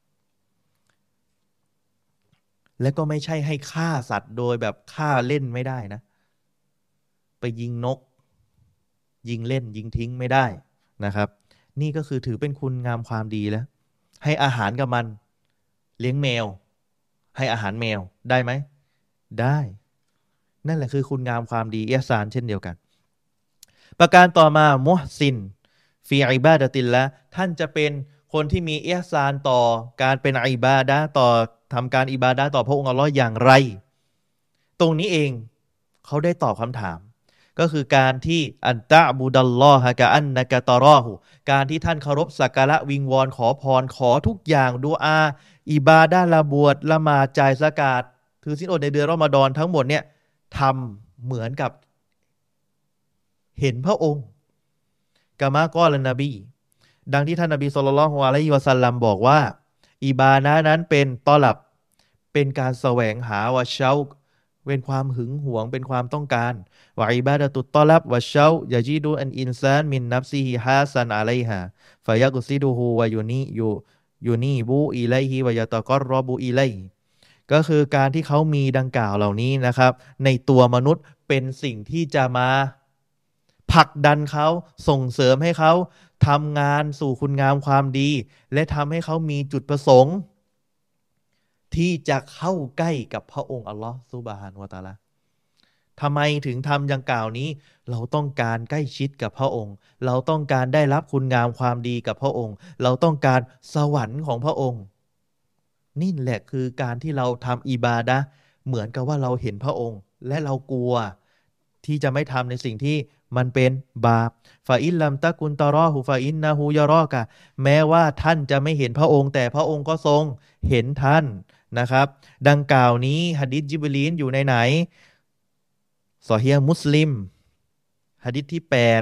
และก็ไม่ใช่ให้ฆ่าสัตว์โดยแบบฆ่าเล่นไม่ได้นะไปยิงนกยิงเล่นยิงทิ้งไม่ได้นะครับนี่ก็คือถือเป็นคุณงามความดีแล้วให้อาหารกับมันเลี้ยงแมวให้อาหารแมวได้ไหมได้นั่นแหละคือคุณงามความดีอิหซานเช่นเดียวกันประการต่อมามุฮซินฟีอิบาดะติลละท่านจะเป็นคนที่มีอิหซานต่อการเป็นอิบาดะห์ต่อทำการอิบาดะห์ต่อพระองค์อัลลอฮ์อย่างไรตรงนี้เองเขาได้ตอบคำถามก็คือการที่อันตะบูดัลลอฮะกะอันนะกะตารอหูการที่ท่านเคารพสักการะวิงวอนขอพรขอทุกอย่างดุอาอิบาดะห์ละบวชละหมาดจ่ายซะกาตถือศีลอดในเดือนรอมฎอนทั้งหมดเนี่ยทำเหมือนกับเห็นพระองค์กามากอลนบีดังที่ท่านนบีศ็อลลัลลอฮุอะลัยฮิวะซัลลัมบอกว่าอิบาดะห์นั้นเป็นตอลับเป็นการแสวงหาวะเชาเป็นความหึงหวงเป็นความต้องการวะอิบาดะตุตตอลับวะเชายะจีดูอันอินซานมินนัฟซิฮิฮาซันอะลัยฮาฟะยักซิดุฮูวะยูนีบูอิลัยฮิวะยะตะกอรรบูอิลัยก็คือการที่เขามีดังกล่าวเหล่านี้นะครับในตัวมนุษย์เป็นสิ่งที่จะมาผลักดันเขาส่งเสริมให้เขาทำงานสู่คุณงามความดีและทำให้เขามีจุดประสงค์ที่จะเข้าใกล้กับพระองค์อัลลอฮ์ซุบฮานะฮูวะตะอาลาทำไมถึงทำอย่างกล่าวนี้เราต้องการใกล้ชิดกับพระองค์เราต้องการได้รับคุณงามความดีกับพระองค์เราต้องการสวรรค์ของพระองค์นี่แหละคือการที่เราทำอิบาดะห์เหมือนกับว่าเราเห็นพระองค์และเรากลัวที่จะไม่ทำในสิ่งที่มันเป็นบาปฟาอินลัมตะกุนตารอหูฟาอินนะฮูยารอกะแม้ว่าท่านจะไม่เห็นพระองค์แต่พระองค์ก็ทรงเห็นท่านนะครับดังกล่าวนี้หะดีษญิบรีลอยู่ในไหนซอฮีฮ์มุสลิมหะดีษที่8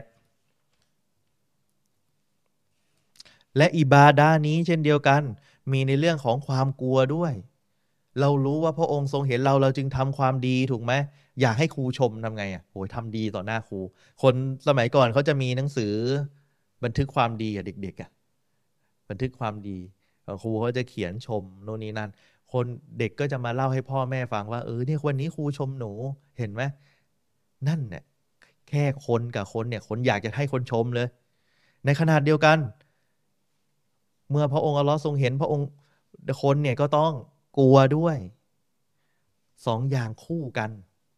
และอิบาดะห์นี้เช่นเดียวกันมีในเรื่องของความกลัวด้วยเรารู้ว่าพระองค์ทรงเห็นเราจึงทำความดีถูกไหมอยากให้ครูชมทำไงโอ้ยทำดีต่อหน้าครูคนสมัยก่อนเขาจะมีหนังสือบันทึกความดีเด็กๆบันทึกความดีครูเขาจะเขียนชมโน่นนี่นั่นคนเด็กก็จะมาเล่าให้พ่อแม่ฟังว่าเนี่ยวันนี้ครูชมหนูเห็นไหมนั่นเนี่ยแค่คนกับคนเนี่ยคนอยากจะให้คนชมเลยในขนาดเดียวกันเมื่อพระองค์อัลเลาะห์ทรงเห็นพระองค์คนเนี่ยก็ต้องกลัวด้วยสองอย่างคู่กัน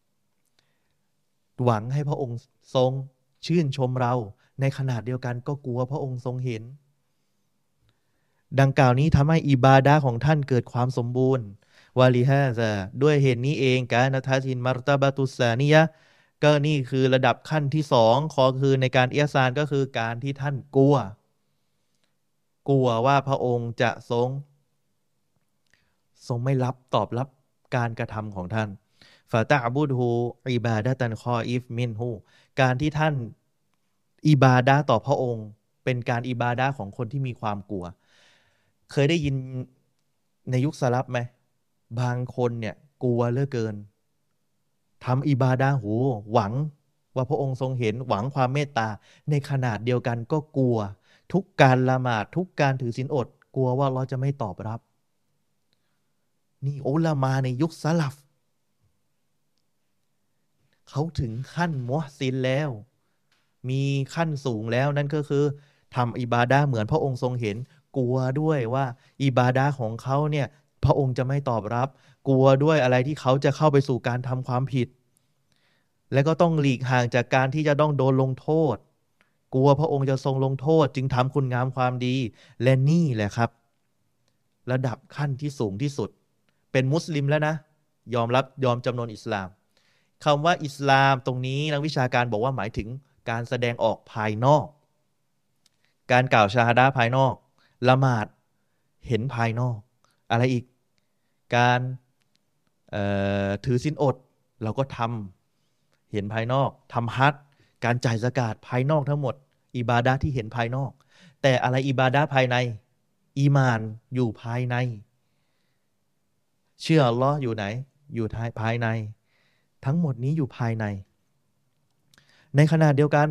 หวังให้พระองค์ทรงชื่นชมเราในขนาดเดียวกันก็กลัวพระองค์ทรงเห็นดังกล่าวนี้ทำให้อิบาดะห์ของท่านเกิดความสมบูรณ์วาลิฮาซาด้วยเหตุนี้เองการนะทัซินมัรตะบะตุสซานียะก็นี่คือระดับขั้นที่สองขอคือในการอิหซานก็คือการที่ท่านกลัวว่าพระองค์จะทรงไม่ตอบรับการกระทำของท่านฟาตะบุดฮูอิบาดะตันคออิฟมินฮูการที่ท่านอิบาดะต่อพระองค์เป็นการอิบาดะของคนที่มีความกลัวเคยได้ยินในยุคสลับไหมบางคนเนี่ยกลัวเหลือเกินทำอิบาดะห์หวังว่าพระองค์ทรงเห็นหวังความเมตตาในขนาดเดียวกันก็กลัวทุกการละหมาดทุกการถือศีลอดกลัวว่าเราจะไม่ตอบรับนี่อุลามาในยุคสลับเขาถึงขั้นมุฮซินแล้วมีขั้นสูงแล้วนั่นก็คือทำอิบาดะห์เหมือนพระองค์ทรงเห็นกลัวด้วยว่าอิบาดะห์ของเขาเนี่ยพระองค์จะไม่ตอบรับกลัวด้วยอะไรที่เขาจะเข้าไปสู่การทำความผิดและก็ต้องหลีกห่างจากการที่จะต้องโดนลงโทษกลัวพระองค์จะทรงลงโทษจึงทำคุณงามความดีและนี่แหละครับระดับขั้นที่สูงที่สุดเป็นมุสลิมแล้วนะยอมจำนนอิสลามคำว่าอิสลามตรงนี้นักวิชาการบอกว่าหมายถึงการแสดงออกภายนอกการกล่าวชาฮาดะห์ภายนอกละหมาดเห็นภายนอกอะไรอีกการถือศีลอดเราก็ทำเห็นภายนอกทำฮัจญ์การจ่ายซะกาตภายนอกทั้งหมดอิบาดะห์ที่เห็นภายนอกแต่อะไรอิบาดะห์ภายในอีมานอยู่ภายในเชื่ออัลลอฮ์อยู่ไหนอยู่ภายในทั้งหมดนี้อยู่ภายในในขณะเดียวกัน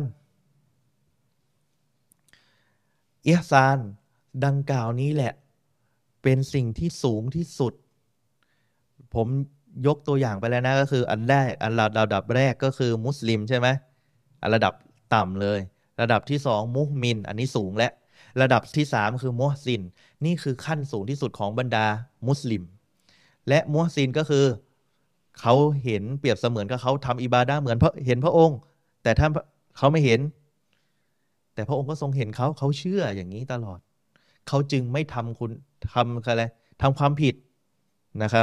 อิห์ซานดังกล่าวนี้แหละเป็นสิ่งที่สูงที่สุดผมยกตัวอย่างไปแล้วนะก็คืออันแรกอันระดับแรกก็คือมุสลิมใช่ไหมอันระดับต่ำเลยระดับที่สองมุมินอันนี้สูงและระดับที่สามคือมุฮซินนี่คือขั้นสูงที่สุดของบรรดามุสลิมและมุฮซินก็คือเขาเห็นเปรียบเสมือนกับเขาทำอิบาดะห์เหมือนเห็นพระองค์แต่ถ้าเขาไม่เห็นแต่พระองค์ก็ทรงเห็นเขาเชื่ออย่างนี้ตลอดเขาจึงไม่ทำอะไรทำความผิดนะครับ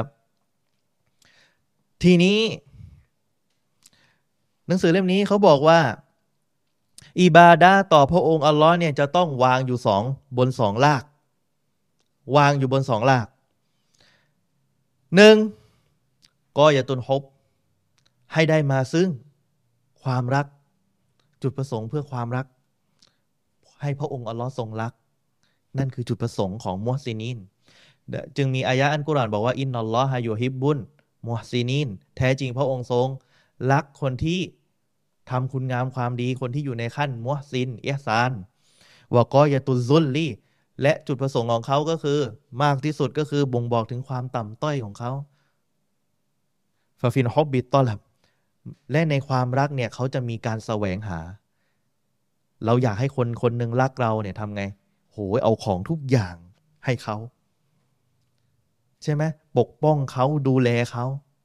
ทีนี้หนังสือเล่มนี้เขาบอกว่าอิบาดะห์ต่อพระองค์อัลลอฮ์เนี่ยจะต้องวางอยู่บนสองรากวางอยู่บนสองรากหนึ่งก็อย่าตุนฮบให้ได้มาซึ่งความรักจุดประสงค์เพื่อความรักให้พระองค์อัลลอฮ์ทรงรักนั่นคือจุดประสงค์ของมุฮซินีนจึงมีอายะอันกุรอานบอกว่าอินนัลลอฮะยูฮิบบุนมุฮซินีนแท้จริงพระองค์ทรงรักคนที่ทำคุณงามความดีคนที่อยู่ในขั้นมุฮซินอิห์ซานวะกอยะตุซุลลีและจุดประสงค์ของเขาก็คือมากที่สุดก็คือบ่งบอกถึงความต่ำต้อยของเขาฟาฟินฮอบบิตตอลับและในความรักเนี่ยเขาจะมีการแสวงหาเราอยากให้คนคนหนึ่งรักเราเนี่ยทำไงโหยเอาของทุกอย่างให้เขาใช่ไหมปกป้องเขาดูแลเขา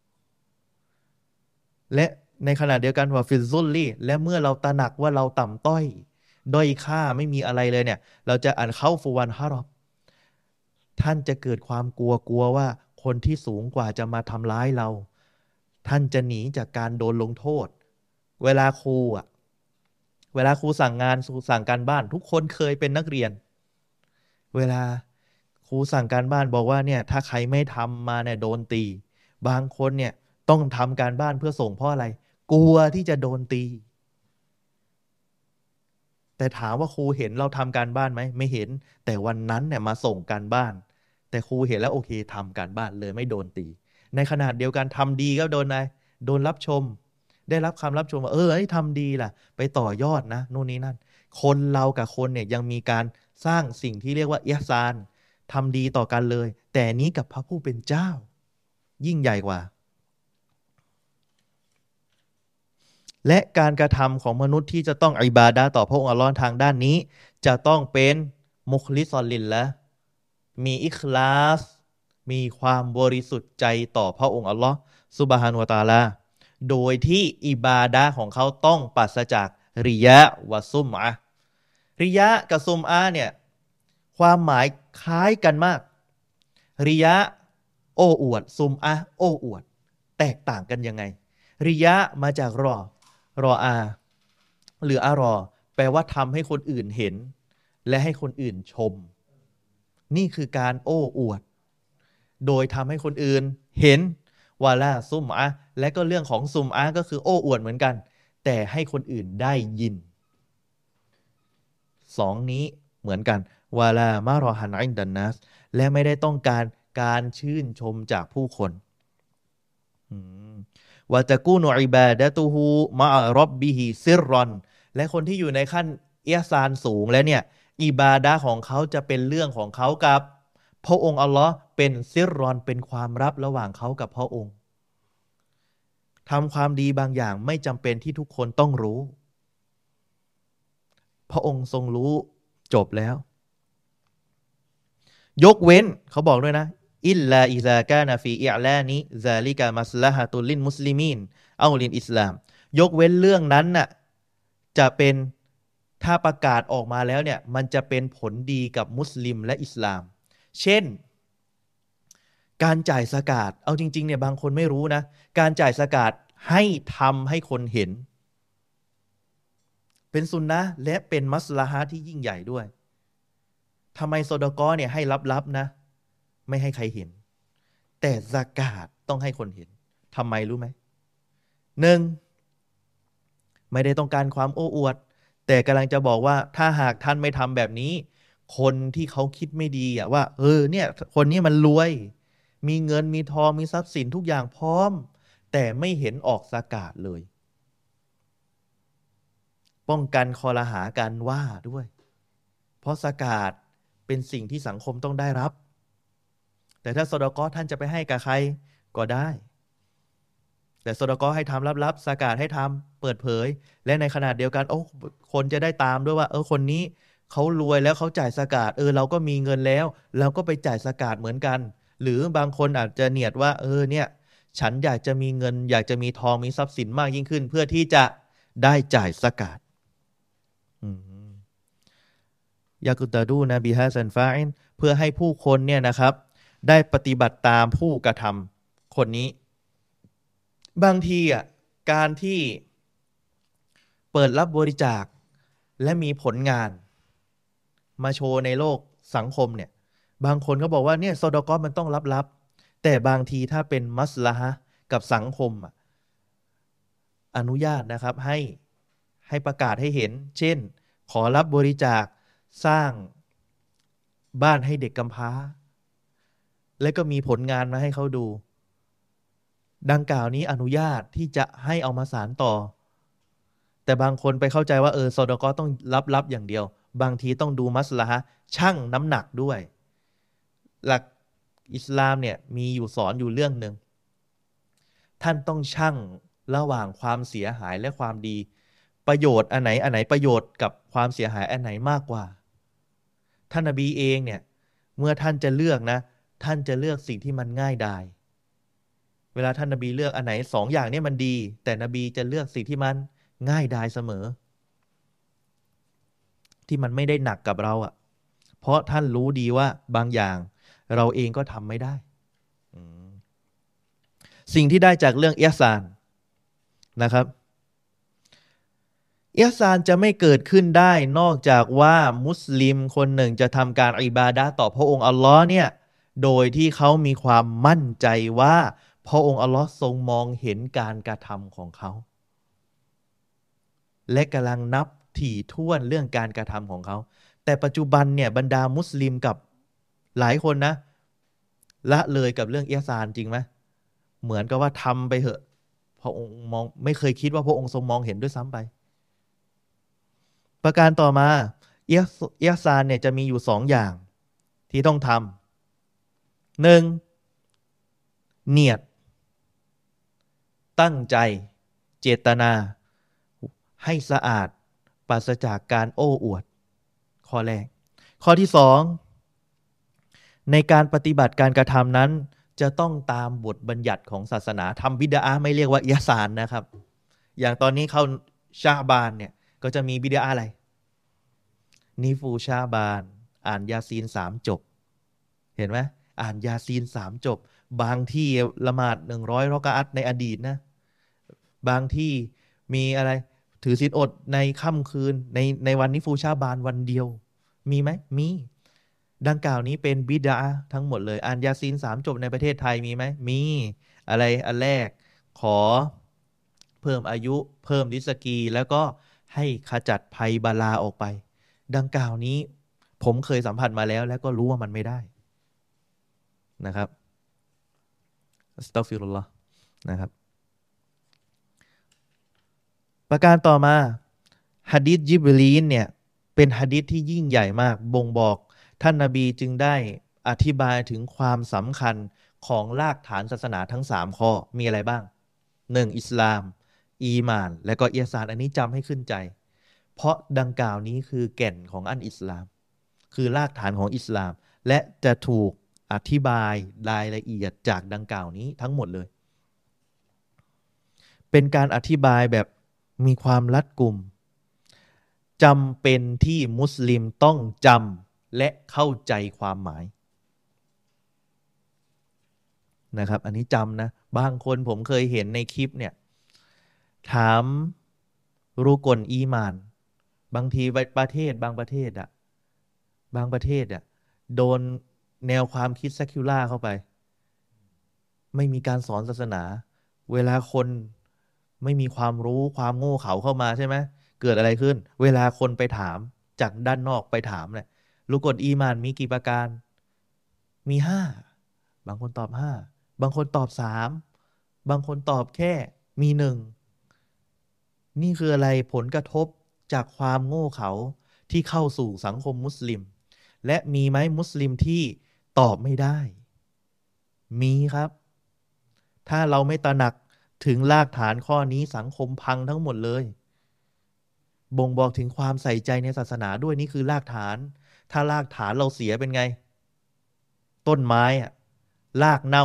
และในขณะเดียวกันว่าฟิซุลลี่และเมื่อเราตระหนักว่าเราต่ำต้อยด้อยค่าไม่มีอะไรเลยเนี่ยเราจะอ่านเข้าฟูวันฮารอบท่านจะเกิดความกลัวว่าคนที่สูงกว่าจะมาทำร้ายเราท่านจะหนีจากการโดนลงโทษเวลาครูสั่งงานสั่งการบ้านทุกคนเคยเป็นนักเรียนเวลาครูสั่งการบ้านบอกว่าเนี่ยถ้าใครไม่ทำมาเนี่ยโดนตีบางคนเนี่ยต้องทำการบ้านเพื่อส่งเพราะอะไรกลัวที่จะโดนตีแต่ถามว่าครูเห็นเราทำการบ้านไหมไม่เห็นแต่วันนั้นเนี่ยมาส่งการบ้านแต่ครูเห็นแล้วโอเคทำการบ้านเลยไม่โดนตีในขนาดเดียวกันทำดีก็โดนอะไรโดนรับชมได้รับคำรับชมว่าทำดีล่ะไปต่อยอดนะนู่นนี่นั่นคนเรากับคนเนี่ยยังมีการสร้างสิ่งที่เรียกว่าอิห์ซานทำดีต่อกันเลยแต่นี้กับพระผู้เป็นเจ้ายิ่งใหญ่กว่าและการกระทำของมนุษย์ที่จะต้องอิบาดะห์ต่อพระองค์อัลลอฮ์ทางด้านนี้จะต้องเป็นมุคลิศลิลละมีอิคลาสมีความบริสุทธิ์ใจต่อพระองค์อัลลอฮ์ซุบฮานะฮูวะตะอาลาโดยที่อิบาดะห์ของเขาต้องปราศจากริยะวะซุมอะห์ริยะกับซุมอะห์เนี่ยความหมายคล้ายกันมากริยะโอ้อวดซุมอะห์โอ้อวดแตกต่างกันยังไงริยะมาจากรออาหรืออารอแปลว่าทำให้คนอื่นเห็นและให้คนอื่นชมนี่คือการโอ้อวดโดยทำให้คนอื่นเห็นวาลาซุมอะและก็เรื่องของซุมอะก็คือโอ้อวดเหมือนกันแต่ให้คนอื่นได้ยินสองนี้เหมือนกันวาลามารอฮันอินดันนัสและไม่ได้ต้องการชื่นชมจากผู้คนวะตะกูนุอิบาดะตุฮูมะอะร็อบบิฮิซิรรอนและคนที่อยู่ในขั้นอิห์ซานสูงแล้วเนี่ยอิบาดะห์ของเขาจะเป็นเรื่องของเขากับพระองค์อัลลอฮ์เป็นซิรรอนเป็นความลับระหว่างเขากับพระองค์ทำความดีบางอย่างไม่จำเป็นที่ทุกคนต้องรู้พระองค์ทรงรู้จบแล้วยกเว้นเขาบอกด้วยนะอิลลาอิซากานะฟีอิอลานิซาลิกามัสลาฮะตุลลินมุสลิมีนเอาลินอิสลามยกเว้นเรื่องนั้นน่ะจะเป็นถ้าประกาศออกมาแล้วเนี่ยมันจะเป็นผลดีกับมุสลิมและอิสลามเช่นการจ่ายซะกาตเอาจริงๆเนี่ยบางคนไม่รู้นะการจ่ายซะกาตให้ทำให้คนเห็นเป็นซุนนะห์และเป็นมัสลาฮะห์ที่ยิ่งใหญ่ด้วยทำไมซอดากอเนี่ยให้ลับๆนะไม่ให้ใครเห็นแต่ซะกาตต้องให้คนเห็นทำไมรู้ไหมหนึ่งไม่ได้ต้องการความโอ้อวดแต่กำลังจะบอกว่าถ้าหากท่านไม่ทำแบบนี้คนที่เขาคิดไม่ดีอะว่าเนี่ยคนนี้มันรวยมีเงินมีทองมีทรัพย์สินทุกอย่างพร้อมแต่ไม่เห็นออกซะกาตเลยป้องกันคอรหากันว่าด้วย เพราะซะกาตเป็นสิ่งที่สังคมต้องได้รับ แต่ถ้าซอดากอท่านจะไปให้กับใครก็ได้ แต่ซอดากอให้ทำลับๆซะกาตให้ทำเปิดเผย และในขณะเดียวกันคนจะได้ตามด้วยว่าคนนี้เขารวยแล้วเขาจ่ายซะกาตเราก็มีเงินแล้วเราก็ไปจ่ายซะกาตเหมือนกัน หรือบางคนอาจจะเนียดว่าเนี่ยฉันอยากจะมีเงิน อยากจะมีทองมีทรัพย์สินมากยิ่งขึ้น เพื่อที่จะได้จ่ายซะกาตยากุตาดูนะบิฮะซันฟาอินเพื่อให้ผู้คนเนี่ยนะครับได้ปฏิบัติตามผู้กระทำคนนี้บางทีการที่เปิดรับบริจาคและมีผลงานมาโชว์ในโลกสังคมเนี่ยบางคนก็บอกว่าเนี่ยซอดากอมันต้องลับๆแต่บางทีถ้าเป็นมัสละฮะกับสังคมอนุญาตนะครับให้ประกาศให้เห็นเช่นขอรับบริจาคสร้างบ้านให้เด็กกำพร้าและก็มีผลงานมาให้เขาดูดังกล่าวนี้อนุญาตที่จะให้เอามาสานต่อแต่บางคนไปเข้าใจว่าซอดากอต้องลับอย่างเดียวบางทีต้องดูมัสละฮะชั่งน้ำหนักด้วยหลักอิสลามเนี่ยมีอยู่สอนอยู่เรื่องหนึ่งท่านต้องชั่งระหว่างความเสียหายและความดีประโยชน์อันไหนประโยชน์กับความเสียหายอันไหนมากกว่าท่านนบีเองเนี่ยเมื่อท่านจะเลือกนะท่านจะเลือกสิ่งที่มันง่ายดายเวลาท่านนบีเลือกอันไหนสองอย่างนี้มันดีแต่นบีจะเลือกสิ่งที่มันง่ายดายเสมอที่มันไม่ได้หนักกับเราเพราะท่านรู้ดีว่าบางอย่างเราเองก็ทำไม่ได้สิ่งที่ได้จากเรื่องอิหซานนะครับอิหซานจะไม่เกิดขึ้นได้นอกจากว่ามุสลิมคนหนึ่งจะทำการอิบาดะห์ต่อพระองค์อัลลอฮ์เนี่ยโดยที่เขามีความมั่นใจว่าพระองค์อัลลอฮ์ทรงมองเห็นการกระทำของเขาและกำลังนับถี่ถ้วนเรื่องการกระทำของเขาแต่ปัจจุบันเนี่ยบรรดามุสลิมกับหลายคนนะละเลยกับเรื่องอิหซานจริงไหมเหมือนกับว่าทำไปเหอะพระองค์มองไม่เคยคิดว่าพระองค์ทรงมองเห็นด้วยซ้ำไปประการต่อมาอิหซานเนี่ยจะมีอยู่2 อย่างที่ต้องทำหนึ่งเนียดตั้งใจเจตนาให้สะอาดปราศจากการโอ้อวดข้อแรกข้อที่2ในการปฏิบัติการกระทำนั้นจะต้องตามบทบัญญัติของศาสนาทำบิดาไม่เรียกว่าอิหซานนะครับอย่างตอนนี้เข้าชาบานเนี่ยก็จะมีบิดาอะไรนิฟูชาบานอ่านยาซีน3 จบเห็นไหมอ่านยาซีน3 จบบางที่ละหมาด100 รอกะอัตในอดีตนะบางที่มีอะไรถือศีลอดในค่ำคืนในวันนิฟูชาบานวันเดียวมีไหมมีดังกล่าวนี้เป็นบิดาทั้งหมดเลยอ่านยาซีน3 จบในประเทศไทยมีไหมมีอะไรอันแรกขอเพิ่มอายุเพิ่มริสกีแล้วก็ให้ขจัดภัยบาลาออกไปดังกล่าวนี้ผมเคยสัมผัสมาแล้วก็รู้ว่ามันไม่ได้นะครับอัสตัฆฟิรุลลอฮ์นะครับประการต่อมาหะดีษญิบรีลเนี่ยเป็นหะดีษที่ยิ่งใหญ่มากบ่งบอกท่านนบีจึงได้อธิบายถึงความสำคัญของรากฐานศาสนาทั้ง3 ข้อมีอะไรบ้าง1อิสลามอีมานและก็อิหซานอันนี้จำให้ขึ้นใจเพราะดังกล่าวนี้คือแก่นของอันอิสลามคือรากฐานของอิสลามและจะถูกอธิบายรายละเอียดจากดังกล่าวนี้ทั้งหมดเลยเป็นการอธิบายแบบมีความรัดกุมจำเป็นที่มุสลิมต้องจำและเข้าใจความหมายนะครับอันนี้จำนะบางคนผมเคยเห็นในคลิปเนี่ยถามรุกลอีมานบางทีประเทศบางประเทศบางประเทศโดนแนวความคิดเซคิวล่าเข้าไปไม่มีการสอนศาสนาเวลาคนไม่มีความรู้ความโง่เขลาเข้ามาใช่ไหมเกิดอะไรขึ้นเวลาคนไปถามจากด้านนอกไปถามเนี่ยรุกลอีมานมีกี่ประการมี5บางคนตอบ5บางคนตอบ3บางคนตอบแค่มี1นี่คืออะไรผลกระทบจากความโง่เขลาที่เข้าสู่สังคมมุสลิมและมีไหมมุสลิมที่ตอบไม่ได้มีครับถ้าเราไม่ตระหนักถึงรากฐานข้อนี้สังคมพังทั้งหมดเลยบ่งบอกถึงความใส่ใจในศาสนาด้วยนี่คือรากฐานถ้ารากฐานเราเสียเป็นไงต้นไม้อะรากเน่า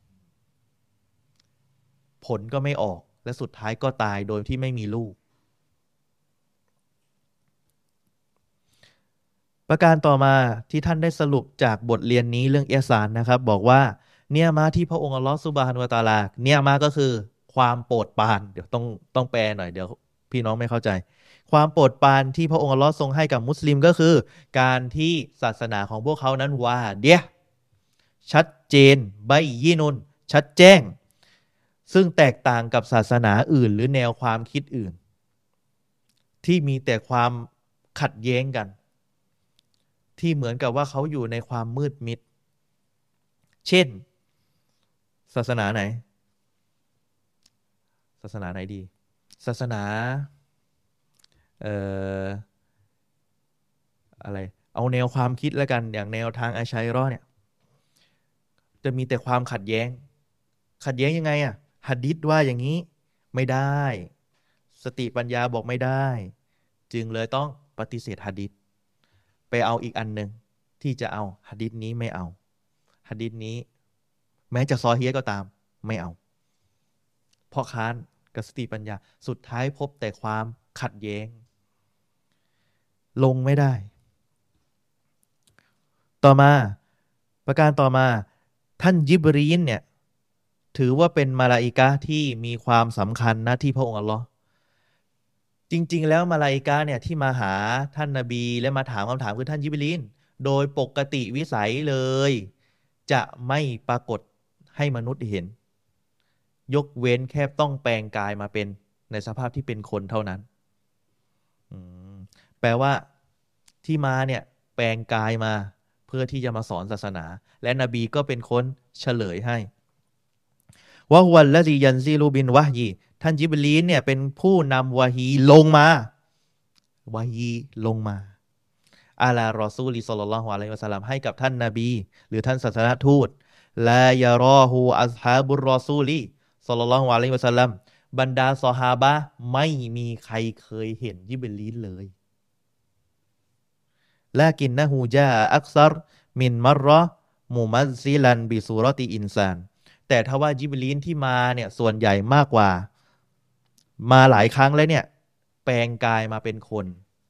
ผลก็ไม่ออกและสุดท้ายก็ตายโดยที่ไม่มีลูกประการต่อมาที่ท่านได้สรุปจากบทเรียนนี้เรื่องอิหซานนะครับบอกว่าเนี่ยมาที่พระองค์อัลลอฮฺซุบฮานะฮูวะตะอาลาเนี่ยมาก็คือความโปรดปรานเดี๋ยวต้องแปลหน่อยเดี๋ยวพี่น้องไม่เข้าใจความโปรดปรานที่พระองค์อัลลอฮฺทรงให้กับมุสลิมก็คือการที่ศาสนาของพวกเขานั้นว่าเดียชัดเจนใบยี่นุนชัดแจ้งซึ่งแตกต่างกับศาสนาอื่นหรือแนวความคิดอื่นที่มีแต่ความขัดแย้งกันที่เหมือนกับว่าเขาอยู่ในความมืดมิดเช่นศาสนาไหนศาสนาไหนดีศาสนาเอ่ออะไรเอาแนวความคิดแล้วกันอย่างแนวทางอัชชัยรอเนี่ยจะมีแต่ความขัดแย้งยังไงอ่ะหะดีษว่าอย่างนี้ไม่ได้สติปัญญาบอกไม่ได้จึงเลยต้องปฏิเสธหะดีษไปเอาอีกอันหนึ่งที่จะเอาหะดีษนี้ไม่เอาหะดีษนี้แม้จะซอฮีฮ์ก็ตามไม่เอาเพราะค้านกับสติปัญญาสุดท้ายพบแต่ความขัดแย้งลงไม่ได้ต่อมาประการต่อมาท่านยิบรีนเนี่ยถือว่าเป็นมาลาอิกะห์ที่มีความสำคัญนะที่พระองค์อัลลอฮ์จริงๆแล้วมาลาอิกะห์เนี่ยที่มาหาท่านนบีและมาถามคำถามคือท่านยิบรีนโดยปกติวิสัยเลยจะไม่ปรากฏให้มนุษย์เห็นยกเว้นแค่ต้องแปลงกายมาเป็นในสภาพที่เป็นคนเท่านั้นแปลว่าที่มาเนี่ยแปลงกายมาเพื่อที่จะมาสอนศาสนาและนบีก็เป็นคนเฉลยให้วะฮุวัลละซียันซิลูบินวะฮีท่านจิบรีลเนี่ยเป็นผู้นำวะฮีลงมาวะฮีลงมาอาลารอซูลิศ็อลลัลลอฮุอะลัยฮิวะซัลลัมให้กับท่านนบีหรือท่านศาสนทูตลายารอฮูอัศฮาบุรรอซูลีศ็อลลัลลอฮุอะลัยฮิวะซัลลัมบรรดาซอฮาบะห์ไม่มีใครเคยเห็นจิบรีลเลยลากินนะฮูจาอักซัรมินมัรเราะห์มุมัซซิลันบิซูเราะติอินซานแต่ถ้าว่าจิบรีลที่มาเนี่ยส่วนใหญ่มากกว่ามาหลายครั้งแล้วเนี่ยแปลงกายมาเป็นคน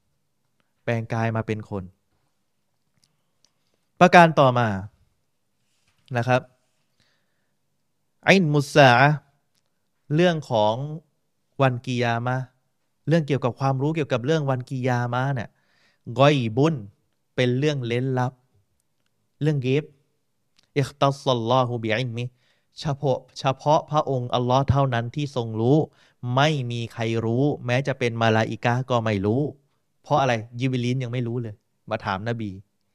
ประการต่อมานะครับอินมุสซาอะห์เรื่องของวันกิยามะห์เรื่องเกี่ยวกับความรู้เกี่ยวกับเรื่องวันกิยามะห์เนี่ยกอยบุนเป็นเรื่องเล้นลับเรื่องเกฟอิคตัศซัลลอฮุบิอิลมิเฉพาะพระองค์อัลลอฮ์เท่านั้นที่ทรงรู้ไม่มีใครรู้แม้จะเป็นมาลาอิกะห์ก็ไม่รู้เพราะอะไรยิบรีลยังไม่รู้เลยมาถามนบี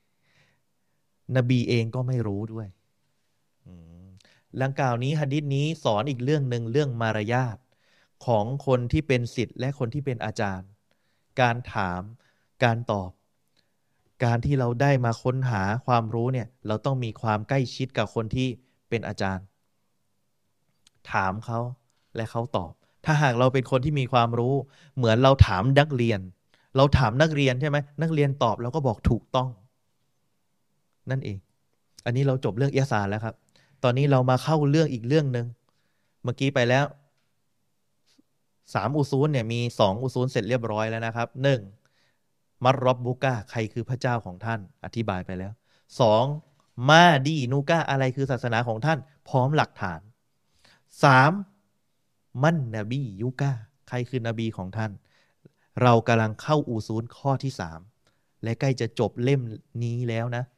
เองก็ไม่รู้ด้วยดังกล่าวนี้หะดีษนี้สอนอีกเรื่องหนึ่งเรื่องมารยาทของคนที่เป็นศิษย์และคนที่เป็นอาจารย์การถามการตอบการที่เราได้มาค้นหาความรู้เนี่ยเราต้องมีความใกล้ชิดกับคนที่เป็นอาจารย์ถามเขาและเขาตอบถ้าหากเราเป็นคนที่มีความรู้เหมือนเราถามนักเรียนใช่ไหมนักเรียนตอบเราก็บอกถูกต้องนั่นเองอันนี้เราจบเรื่องอิหซานแล้วครับตอนนี้เรามาเข้าเรื่องอีกเรื่องหนึ่งเมื่อกี้ไปแล้ว3อุซูลเนี่ยมี2อุซูลเสร็จเรียบร้อยแล้วนะครับ1มัรร็อบบุกะใครคือพระเจ้าของท่านอธิบายไปแล้ว2มาดีนูกะอะไรคือศาสนาของท่านพร้อมหลักฐาน3มันนบียุกะใครคือนบีของท่านเรากำลังเข้าอุซูลข้อที่3และใกล้จะจบเล่มนี้แล้วนะ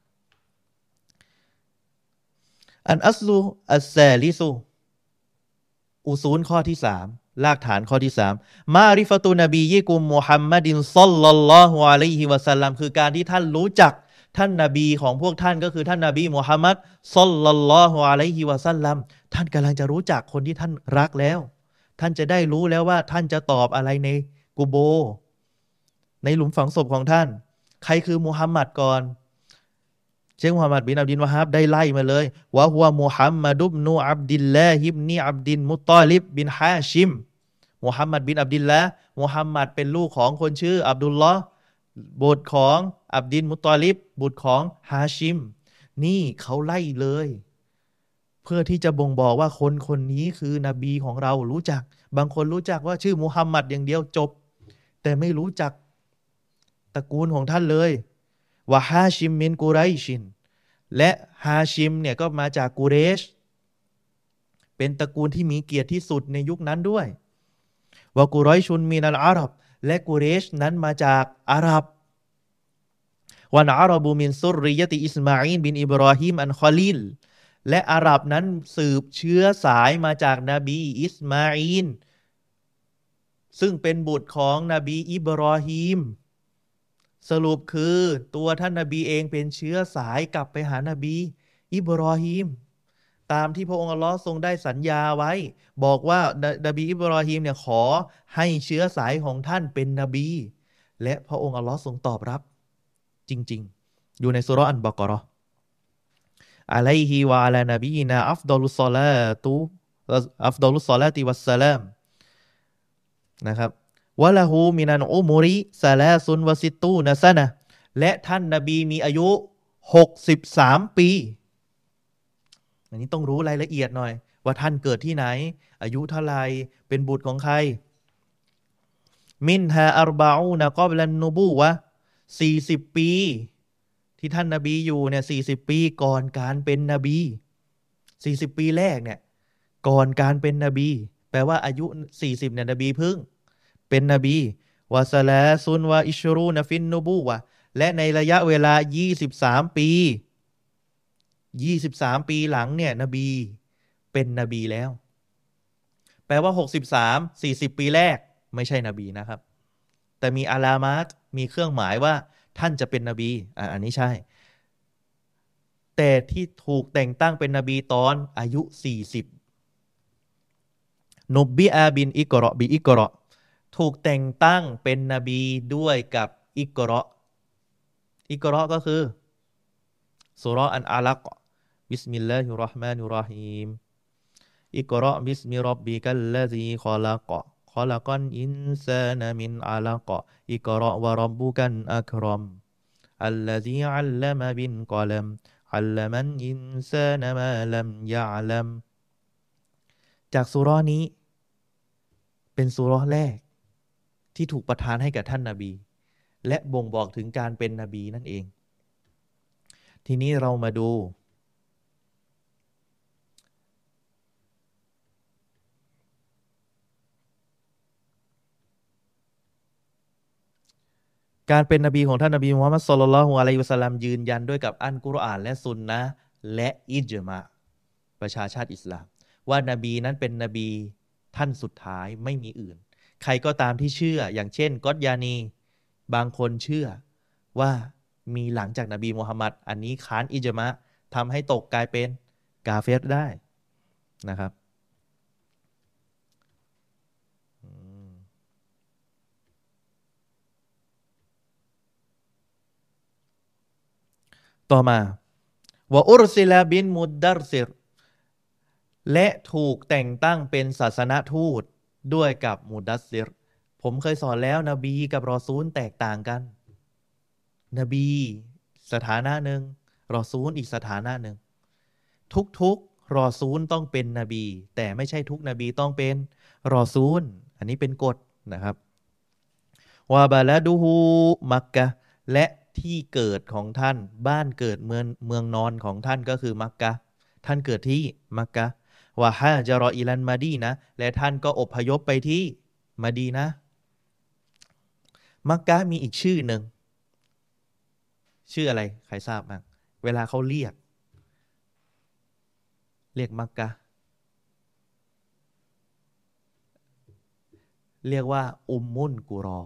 อันอัสลูอัสซาลิซูอุซูลข้อที่3รากฐานข้อที่3มาริฟะตุนบียิกุมมุฮัมมัดินศ็อลลัลลอฮุอะลัยฮิวะซัลลัมคือการที่ท่านรู้จักท่านนบีของพวกท่านก็คือท่านนบีมุฮัมมัดศ็อลลัลลอฮุอะลัยฮิวะซัลลัมท่านกำลังจะรู้จักคนที่ท่านรักแล้วท่านจะได้รู้แล้วว่าท่านจะตอบอะไรในกุโบร์ในหลุมฝังศพของท่านใครคือมุฮัมมัดก่อนเชคมุฮัมมัดบินอับดินวะฮับได้ไล่มาเลยวะฮุวะมุฮัมมัดบินอับดิลลาฮิบนีอับดินมุตตอลิบบินฮาชิมมุฮัมมัดบินอับดิลละมุฮัมมัดเป็นลูกของคนชื่ออับดุลลอฮ์บุตรของอับดินมุตตอลิบบุตรของฮาชิมนี่เขาไล่เลยเพื่อที่จะบ่งบอกว่าคนคนนี้คือนบีของเรารู้จักบางคนรู้จักว่าชื่อมุฮัมมัดอย่างเดียวจบแต่ไม่รู้จักตระกูลของท่านเลยวะฮาชิมมินกุไรชินและฮาชิมเนี่ยก็มาจากกุเรชเป็นตระกูลที่มีเกียรติที่สุดในยุคนั้นด้วยวะกุไรชุนมินัลอาหรับและกุเรชนั้นมาจากอาหรับวันอาหรับูมินซุรริยติอิสมาอีลบินอิบรอฮิมอันคอลิลและอาหรับนั้นสืบเชื้อสายมาจากนบีอิสมาอีลซึ่งเป็นบุตรของนบีอิบรอฮิมสรุปคือตัวท่านนบีเองเป็นเชื้อสายกลับไปหานบีอิบรอฮิมตามที่พระองค์อัลลอฮ์ทรงได้สัญญาไว้บอกว่านบีอิบรอฮิมเนี่ยขอให้เชื้อสายของท่านเป็นนบีและพระองค์อัลลอฮ์ทรงตอบรับจริงๆอยู่ในซูเราะห์อันบะเกาะเราะห์อะลัยฮิวะอะลานบีนาอัฟฎอลุศศอลาติวัสสลามนะครับวะละฮูมินันอุมุริซาลาซุนวะซิตตูนะซะนะและท่านนบีมีอายุ63ปีอันนี้ต้องรู้รายละเอียดหน่อยว่าท่านเกิดที่ไหนอายุเท่าไหร่เป็นบุตรของใครมินฮาอัรบะอูนะกอบลันนูบูวะ40ปีที่ท่านนบีอยู่เนี่ย40ปีก่อนการเป็นนบี40ปีแรกเนี่ยก่อนการเป็นนบีแปลว่าอายุ40เนี่ยนบีเพิ่งเป็นนบีวะซะลาซุนวะอิชรูนฟินนูบูวะและในระยะเวลา23ปี23ปีหลังเนี่ยนบีเป็นนบีแล้วแปลว่า63 40ปีแรกไม่ใช่นบีนะครับแต่มีอาลามาตมีเครื่องหมายว่าท่านจะเป็นนบีอันนี้ใช่แต่ที่ถูกแต่งตั้งเป็นนบีตอนอายุ40นุบบิอาบินอิกรอบิอิกรอถูกแต่งตั้งเป็นนบีด้วยกับอิกรอก็คือซูเราะห์อันอาลักบิสมิลลาฮิรเราะห์มานิรเราะฮีมอิกรอบิสมิร็อบบิกัลลซีคอลักขอลักันอินซานะมินอาลักอิกรอวะร็อบบุกันอักรอมอัลลซีอัลลัมบินกอลัมอัลลัมันอินซานะมาลัมยะอลัมจากซูเราะห์นี้เป็นซูเราะห์แรกที่ถูกประทานให้กับท่านนบีและบ่งบอกถึงการเป็นนบีนั่นเองทีนี้เรามาดูการเป็นนบีของท่านนบีมุฮัมมัดศ็อลลัลลอฮุอะลัยฮิวะซัลลัมยืนยันด้วยกับอัลกุรอานและซุนนะห์และอิจมะประชาชาติอิสลามว่านบีนั้นเป็นนบีท่านสุดท้ายไม่มีอื่นใครก็ตามที่เชื่ออย่างเช่นกอฎยานีบางคนเชื่อว่ามีหลังจากนบีมุฮัมมัดอันนี้ค้านอิจมะทำให้ตกกลายเป็นกาเฟรได้นะครับต่อมาวะอุรซิลาบินมุดดัรซิรและถูกแต่งตั้งเป็นศาสนทูตด้วยกับมุดดัรซิรผมเคยสอนแล้วนบีกับรอซูลแตกต่างกันนบีสถานะหนึ่งรอซูลอีกสถานะหนึ่งทุกรอซูลต้องเป็นนบีแต่ไม่ใช่ทุกนบีต้องเป็นรอซูลอันนี้เป็นกฎนะครับวาบาลาดูฮูมักกะและที่เกิดของท่านบ้านเกิดเมืองนอนของท่านก็คือมักกะท่านเกิดที่มักกะวะฮะจารออิลันมาดีนะและท่านก็อพยพไปที่มาดีนะมักกะมีอีกชื่อหนึ่งชื่ออะไรใครทราบบ้างเวลาเขาเรียกมักกะเรียกว่าอุมมุนกุร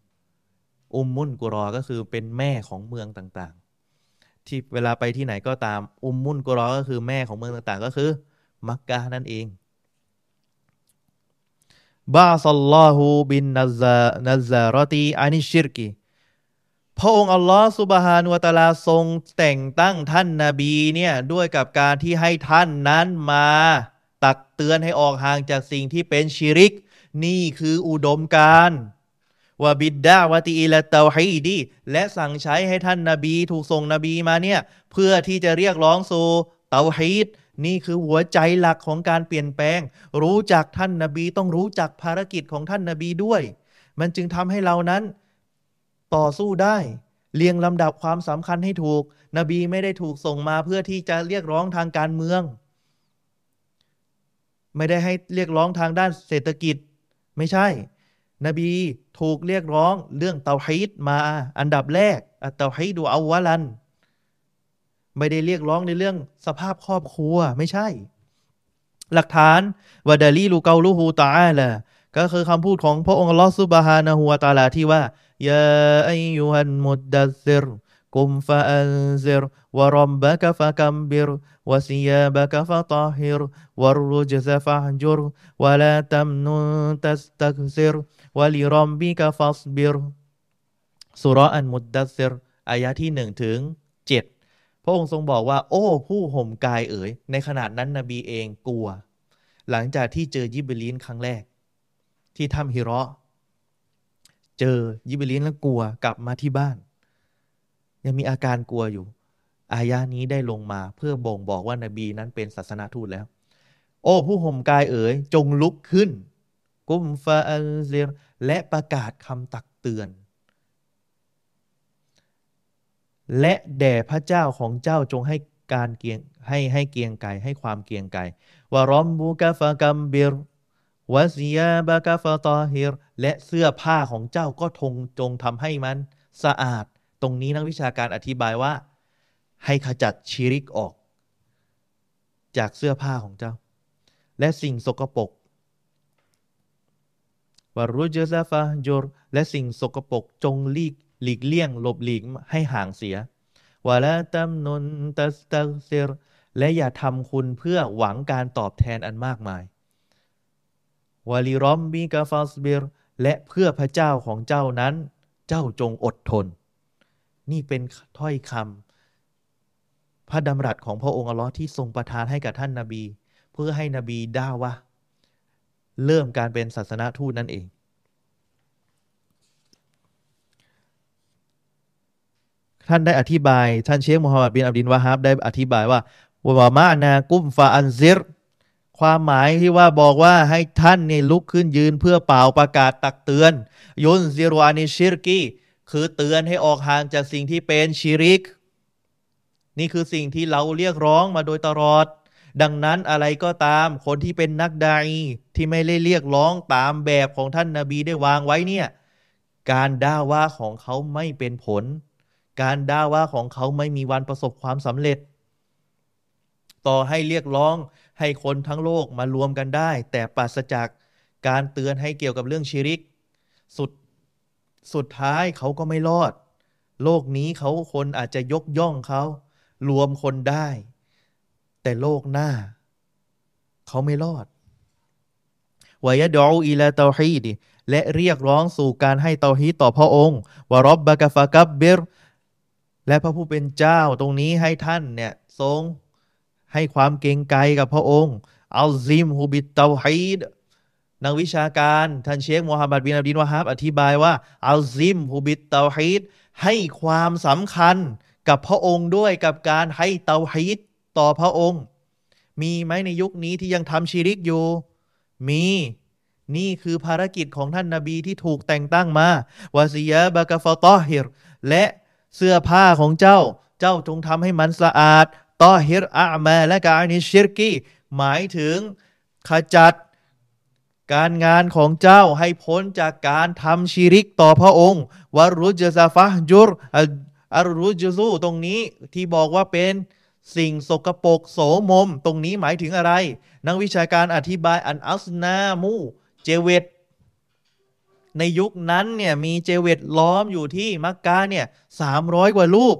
อก็คือเป็นแม่ของเมืองต่างๆที่เวลาไปที่ไหนก็ตามอุมมุนกุรอก็คือแม่ของเมืองต่างๆก็คือมักกะนั่นเองบาซัลลอฮูบินนัซารอตีอานิชิรกีพระองค์อัลลอฮ์ซุบฮานุวะตะอาลาทรงแต่งตั้งท่านนบีเนี่ยด้วยกับการที่ให้ท่านนั้นมาตักเตือนให้ออกห่างจากสิ่งที่เป็นชิริกนี่คืออุดมการณ์วะบิดดาวะติอิละเตาฮีดีและสั่งใช้ให้ท่านนบีถูกส่งนบีมาเนี่ยเพื่อที่จะเรียกร้องสู่เตาฮีดนี่คือหัวใจหลักของการเปลี่ยนแปลงรู้จักท่านนบีต้องรู้จักภารกิจของท่านนบีด้วยมันจึงทำให้เรานั้นต่อสู้ได้เรียงลำดับความสำคัญให้ถูกนบีไม่ได้ถูกส่งมาเพื่อที่จะเรียกร้องทางการเมืองไม่ได้ให้เรียกร้องทางด้านเศรษฐกิจไม่ใช่นบีถูกเรียกร้องเรื่องเตาฮีดมาอันดับแรกอัตเตาฮีดูเอาวะลันไม่ได้เรียกร้องในเรื่องสภาพครอบครัวไม่ใช่หลักฐานวะดาลีลูเกาลูฮูตะอาลาก็คือคำพูดของพระองค์อัลลอฮฺซุบฮานะฮูวะตะอาลาที่ว่ายาอัยยูฮันมุดดัซซิรกุมฟะอันซิรวะร็อบบะกะฟะกัมบิรวะซิยาบะกะฟะฏอฮิรวัรรุจซะฟะฮจุรวะลาตัมนุนตัสตักซิรวะลิร็อบบิกะฟัศบิรซูเราะห์อันมุดดัซซิรอายะที่1ถึง7พระองค์ทรงบอกว่าโอ้ผู้ห่มกายเอ๋ยในขณะนั้นนบีเองกลัวหลังจากที่เจอยิบรีลครั้งแรกที่ถ้ำฮิเราะห์เจอยิบรีลแล้วกลัวกลับมาที่บ้านยังมีอาการกลัวอยู่อายะนี้ได้ลงมาเพื่อบ่งบอกว่านบีนั้นเป็นศาสนทูตแล้วโอ้ผู้ห่มกายเอ๋ยจงลุกขึ้นกุมฟาอันซิรและประกาศคำตักเตือนและแด่พระเจ้าของเจ้าจงให้การเกียงให้เกียงไกรให้ความเกียงไกรวะรอมบุกะฟะกัมบิรวะซิยาบะกะฟะตอฮิรและเสื้อผ้าของเจ้าก็จงทำให้มันสะอาดตรงนี้นักวิชาการอธิบายว่าให้ขจัดชิริกออกจากเสื้อผ้าของเจ้าและสิ่งสกปรกวะรุจซะฟะจุรและสิ่งสกปรกจงหลีกเลี่ยงหลบหลีกให้ห่างเสียวะลาตัมนุนตัสตักซิรและอย่าทำคุณเพื่อหวังการตอบแทนอันมากมายวะลิรอมบิกะฟัสบิรและเพื่อพระเจ้าของเจ้านั้นเจ้าจงอดทนนี่เป็นถ้อยคำพระดำรัสของพระองค์อัลเลาะห์ที่ทรงประทานให้กับท่านนบีเพื่อให้นบีด่าวะห์เริ่มการเป็นศาสนทูตนั่นเองท่านได้อธิบายท่านเชคมูฮัมหมัดบินอับดิลวะฮับได้อธิบายว่าวะมะนากุมฟาอันซิรความหมายที่ว่าบอกว่าให้ท่านนี่ลุกขึ้นยืนเพื่อเป่าประกาศตักเตือนยุนซิรวานิชิรกีคือเตือนให้ออกห่างจากสิ่งที่เป็นชิริกนี่คือสิ่งที่เราเรียกร้องมาโดยตลอดดังนั้นอะไรก็ตามคนที่เป็นนักดาอีที่ไม่ได้เรียกร้องตามแบบของท่านนบีได้วางไว้เนี่ยการด่าว่าของเขาไม่เป็นผลการด่าว่าของเขาไม่มีวันประสบความสำเร็จต่อให้เรียกร้องให้คนทั้งโลกมารวมกันได้แต่ปราศจากการเตือนให้เกี่ยวกับเรื่องชิริกสุดสุดท้ายเขาก็ไม่รอดโลกนี้เขาคนอาจจะยกย่องเขารวมคนได้แต่โลกหน้าเขาไม่รอดวะยะดูอิลาเตาฮีดและเรียกร้องสู่การให้เตาฮีดต่อพระองค์วะร็อบบะกะฟะกับบรและพระผู้เป็นเจ้าตรงนี้ให้ท่านเนี่ยทรงให้ความเกรงไกรกับพระองค์อัลซิมฮูบิตเตาฮีดนักวิชาการท่านเชคมูฮัมหมัดบินอับดิลวะฮับอธิบายว่าอัลซิมฮูบิตเตาฮีดให้ความสำคัญกับพระองค์ด้วยกับการให้เตาฮีดต่อพระองค์มีไหมในยุคนี้ที่ยังทำชิริกอยู่มีนี่คือภารกิจของท่านนบีที่ถูกแต่งตั้งมาวาซิยาบะกะฟะตอฮิรและเสื้อผ้าของเจ้าจงทำให้มันสะอาดตอฮิรอะมาและกานิชิรกีหมายถึงขจัดการงานของเจ้าให้พ้นจากการทำชิริกต่อพระองค์วะรุจซะฟะจุรอัรรุจซูตรงนี้ที่บอกว่าเป็นสิ่งสกปรกโสมมตรงนี้หมายถึงอะไรนักวิชาการอธิบายอันอัสนามูเจเวตในยุคนั้นเนี่ยมีเจเวตล้อมอยู่ที่มักกะเนี่ย300กว่ารูป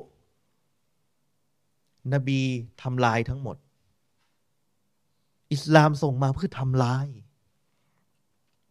นบีทำลายทั้งหมดอิสลามส่งมาเพื่อทำลาย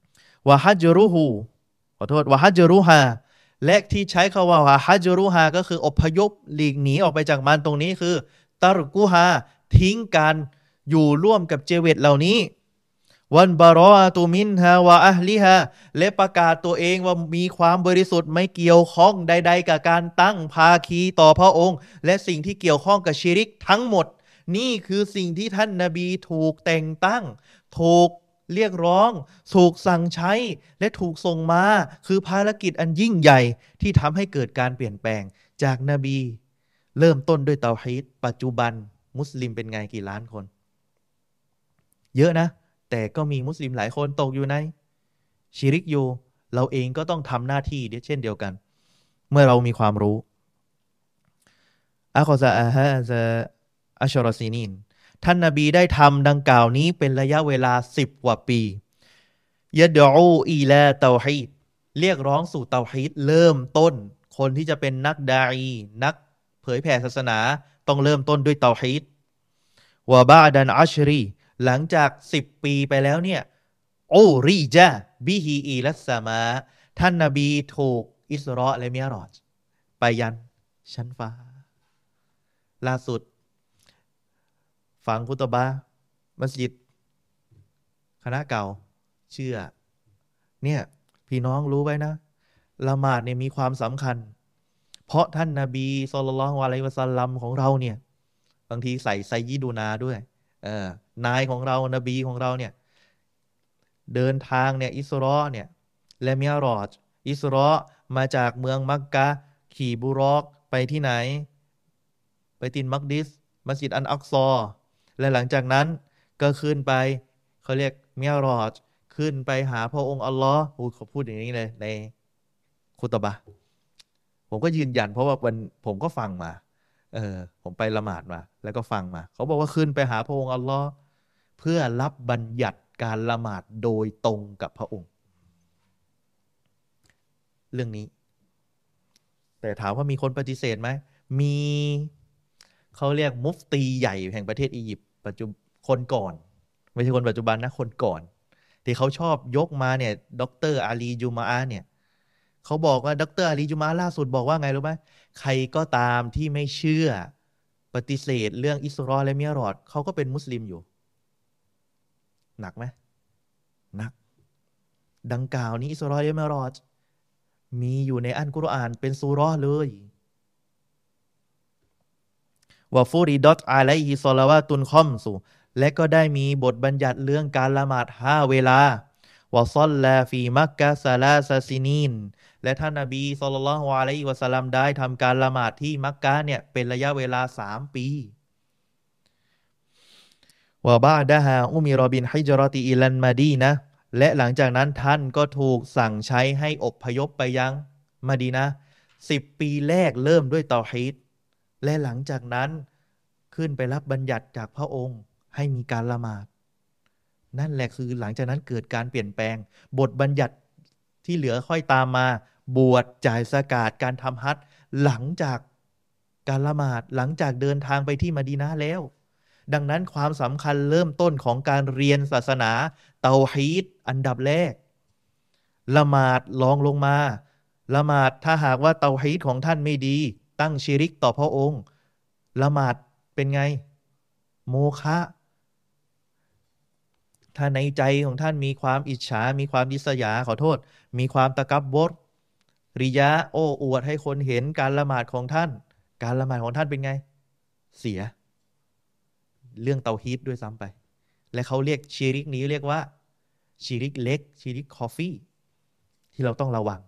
วะฮัจรุฮูขอโทษวะฮัจรุฮาและที่ใช้คำว่าวะฮัจรุฮาก็คืออพยพหลีกหนีออกไปจากมันตรงนี้คือตารกุฮาทิ้งการอยู่ร่วมกับเจเวตเหล่านี้วันบารออะตุมินฮาวะอะฮลิฮาและประกาศตัวเองว่ามีความบริสุทธิ์ไม่เกี่ยวข้องใดๆกับการตั้งภาคีต่อพระองค์และสิ่งที่เกี่ยวข้องกับชิริกทั้งหมดนี่คือสิ่งที่ท่านนบีถูกแต่งตั้งถูกเรียกร้องถูกสั่งใช้และถูกส่งมาคือภารกิจอันยิ่งใหญ่ที่ทำให้เกิดการเปลี่ยนแปลงจากนบีเริ่มต้นด้วยเตาฮีดปัจจุบันมุสลิมเป็นไงกี่ล้านคนเยอะนะแต่ก็มีมุสลิมหลายคนตกอยู่ในชิริกอยู่เราเองก็ต้องทำหน้าที่เช่นเดียวกันเมื่อเรามีความรู้อัคซาอาฮะซาอัชรอซีนินท่านนบีได้ทำดังกล่าวนี้เป็นระยะเวลา10 กว่าปียะดอูอีลาเตาฮีดเรียกร้องสู่เตาฮีดเริ่มต้นคนที่จะเป็นนักดาอีนักเผยแผ่ศาสนาต้องเริ่มต้นด้วยเตาฮีดวะบะดันอัชรีหลังจาก10 ปีไปแล้วเนี่ยโอรีจาบิฮีอีลัสสมาท่านนบีถูกอิสรอและมิอ์รอจไปยันชั้นฟ้าล่าสุดฝังคุตบะมัสยิดคณะเก่าเชื่อเนี่ยพี่น้องรู้ไว้นะละหมาดเนี่ยมีความสำคัญเพราะท่านนบีศ็อลลัลลอฮุอะลัยฮิวะซัลลัมของเราเนี่ยบางทีใส่ไซยิดูนาด้วยนายของเรานบีของเราเนี่ยเดินทางเนี่ยอิสรอเนี่ยและมิอ์รอจอิสรอมาจากเมืองมักกะขี่บุรอกไปที่ไหนไปตินมักดิสมัสยิดอันอักซอและหลังจากนั้นก็ขึ้นไปเขาเรียกมิอ์รอจขึ้นไปหาพระองค์อัลลอฮ์เขาพูดอย่างนี้เลยในคุตบะห์ผมก็ยืนยันเพราะว่าผมก็ฟังมาผมไปละหมาดมาแล้วก็ฟังมาเขาบอกว่าขึ้นไปหาพระองค์อัลลอฮ์เพื่อรับบัญญัติการละหมาดโดยตรงกับพระองค์เรื่องนี้แต่ถามว่ามีคนปฏิเสธไหมมีเขาเรียกมุฟตีใหญ่แห่งประเทศอียิปต์ปัจจุบันคนก่อนไม่ใช่คนปัจจุบันนะคนก่อนที่เขาชอบยกมาเนี่ยดรอาลีจูมาอะเนี่ยเขาบอกว่าดรอาลีจูมาอะล่าสุดบอกว่าไงรู้ไหมใครก็ตามที่ไม่เชื่อปฏิเสธเรื่องอิสรอและมิอ์รอจเขาก็เป็นมุสลิมอยู่หนักไหมหนักดังกล่าวนี้อิสรอและมิอ์รอจมีอยู่ในอัลกุรอานเป็นซูเราะห์เลยวะฟูริดอตอะลัยฮิศอลาวาตุนคอมซูและก็ได้มีบทบัญญัติเรื่องการละหมาด5 เวลาวะศ็อลลาฟีมักกะซะลาซะซินีนและท่านนบีศ็อลลัลลอฮุอะลัยฮิวะซัลลัมได้ทำการละหมาดที่มักกะเนี่ยเป็นระยะเวลา3 ปีวะบะดะฮาอุมิรอบินฮิจเราะติอิลันมะดีนะห์และหลังจากนั้นท่านก็ถูกสั่งใช้ให้อพยพไปยังมะดีนะห์10 ปีแรกเริ่มด้วยเตาฮีดและหลังจากนั้นขึ้นไปรับบัญญัติจากพระองค์ให้มีการละหมาดนั่นแหละคือหลังจากนั้นเกิดการเปลี่ยนแปลงบทบัญญัติที่เหลือค่อยตามมาบวชจ่ายซะกาตการทำฮัจญ์หลังจากการละหมาดหลังจากเดินทางไปที่มะดีนะห์แล้วดังนั้นความสำคัญเริ่มต้นของการเรียนศาสนาเตาฮีดอันดับแรกละหมาดรองลงมาละหมาดถ้าหากว่าเตาฮีดของท่านไม่ดีตั้งชิริกต่อพระองค์ละหมาดเป็นไงโมฆะถ้าในใจของท่านมีความอิจฉามีความริษยาขอโทษมีความตะกับบรริยะโอ้อวดให้คนเห็นการละหมาดของท่านการละหมาดของท่านเป็นไงเสียเรื่องเตาฮีดด้วยซ้ำไปและเขาเรียกชิริกนี้เรียกว่าชิริกเล็กชิริกคอฟฟี่ที่เราต้องระวัง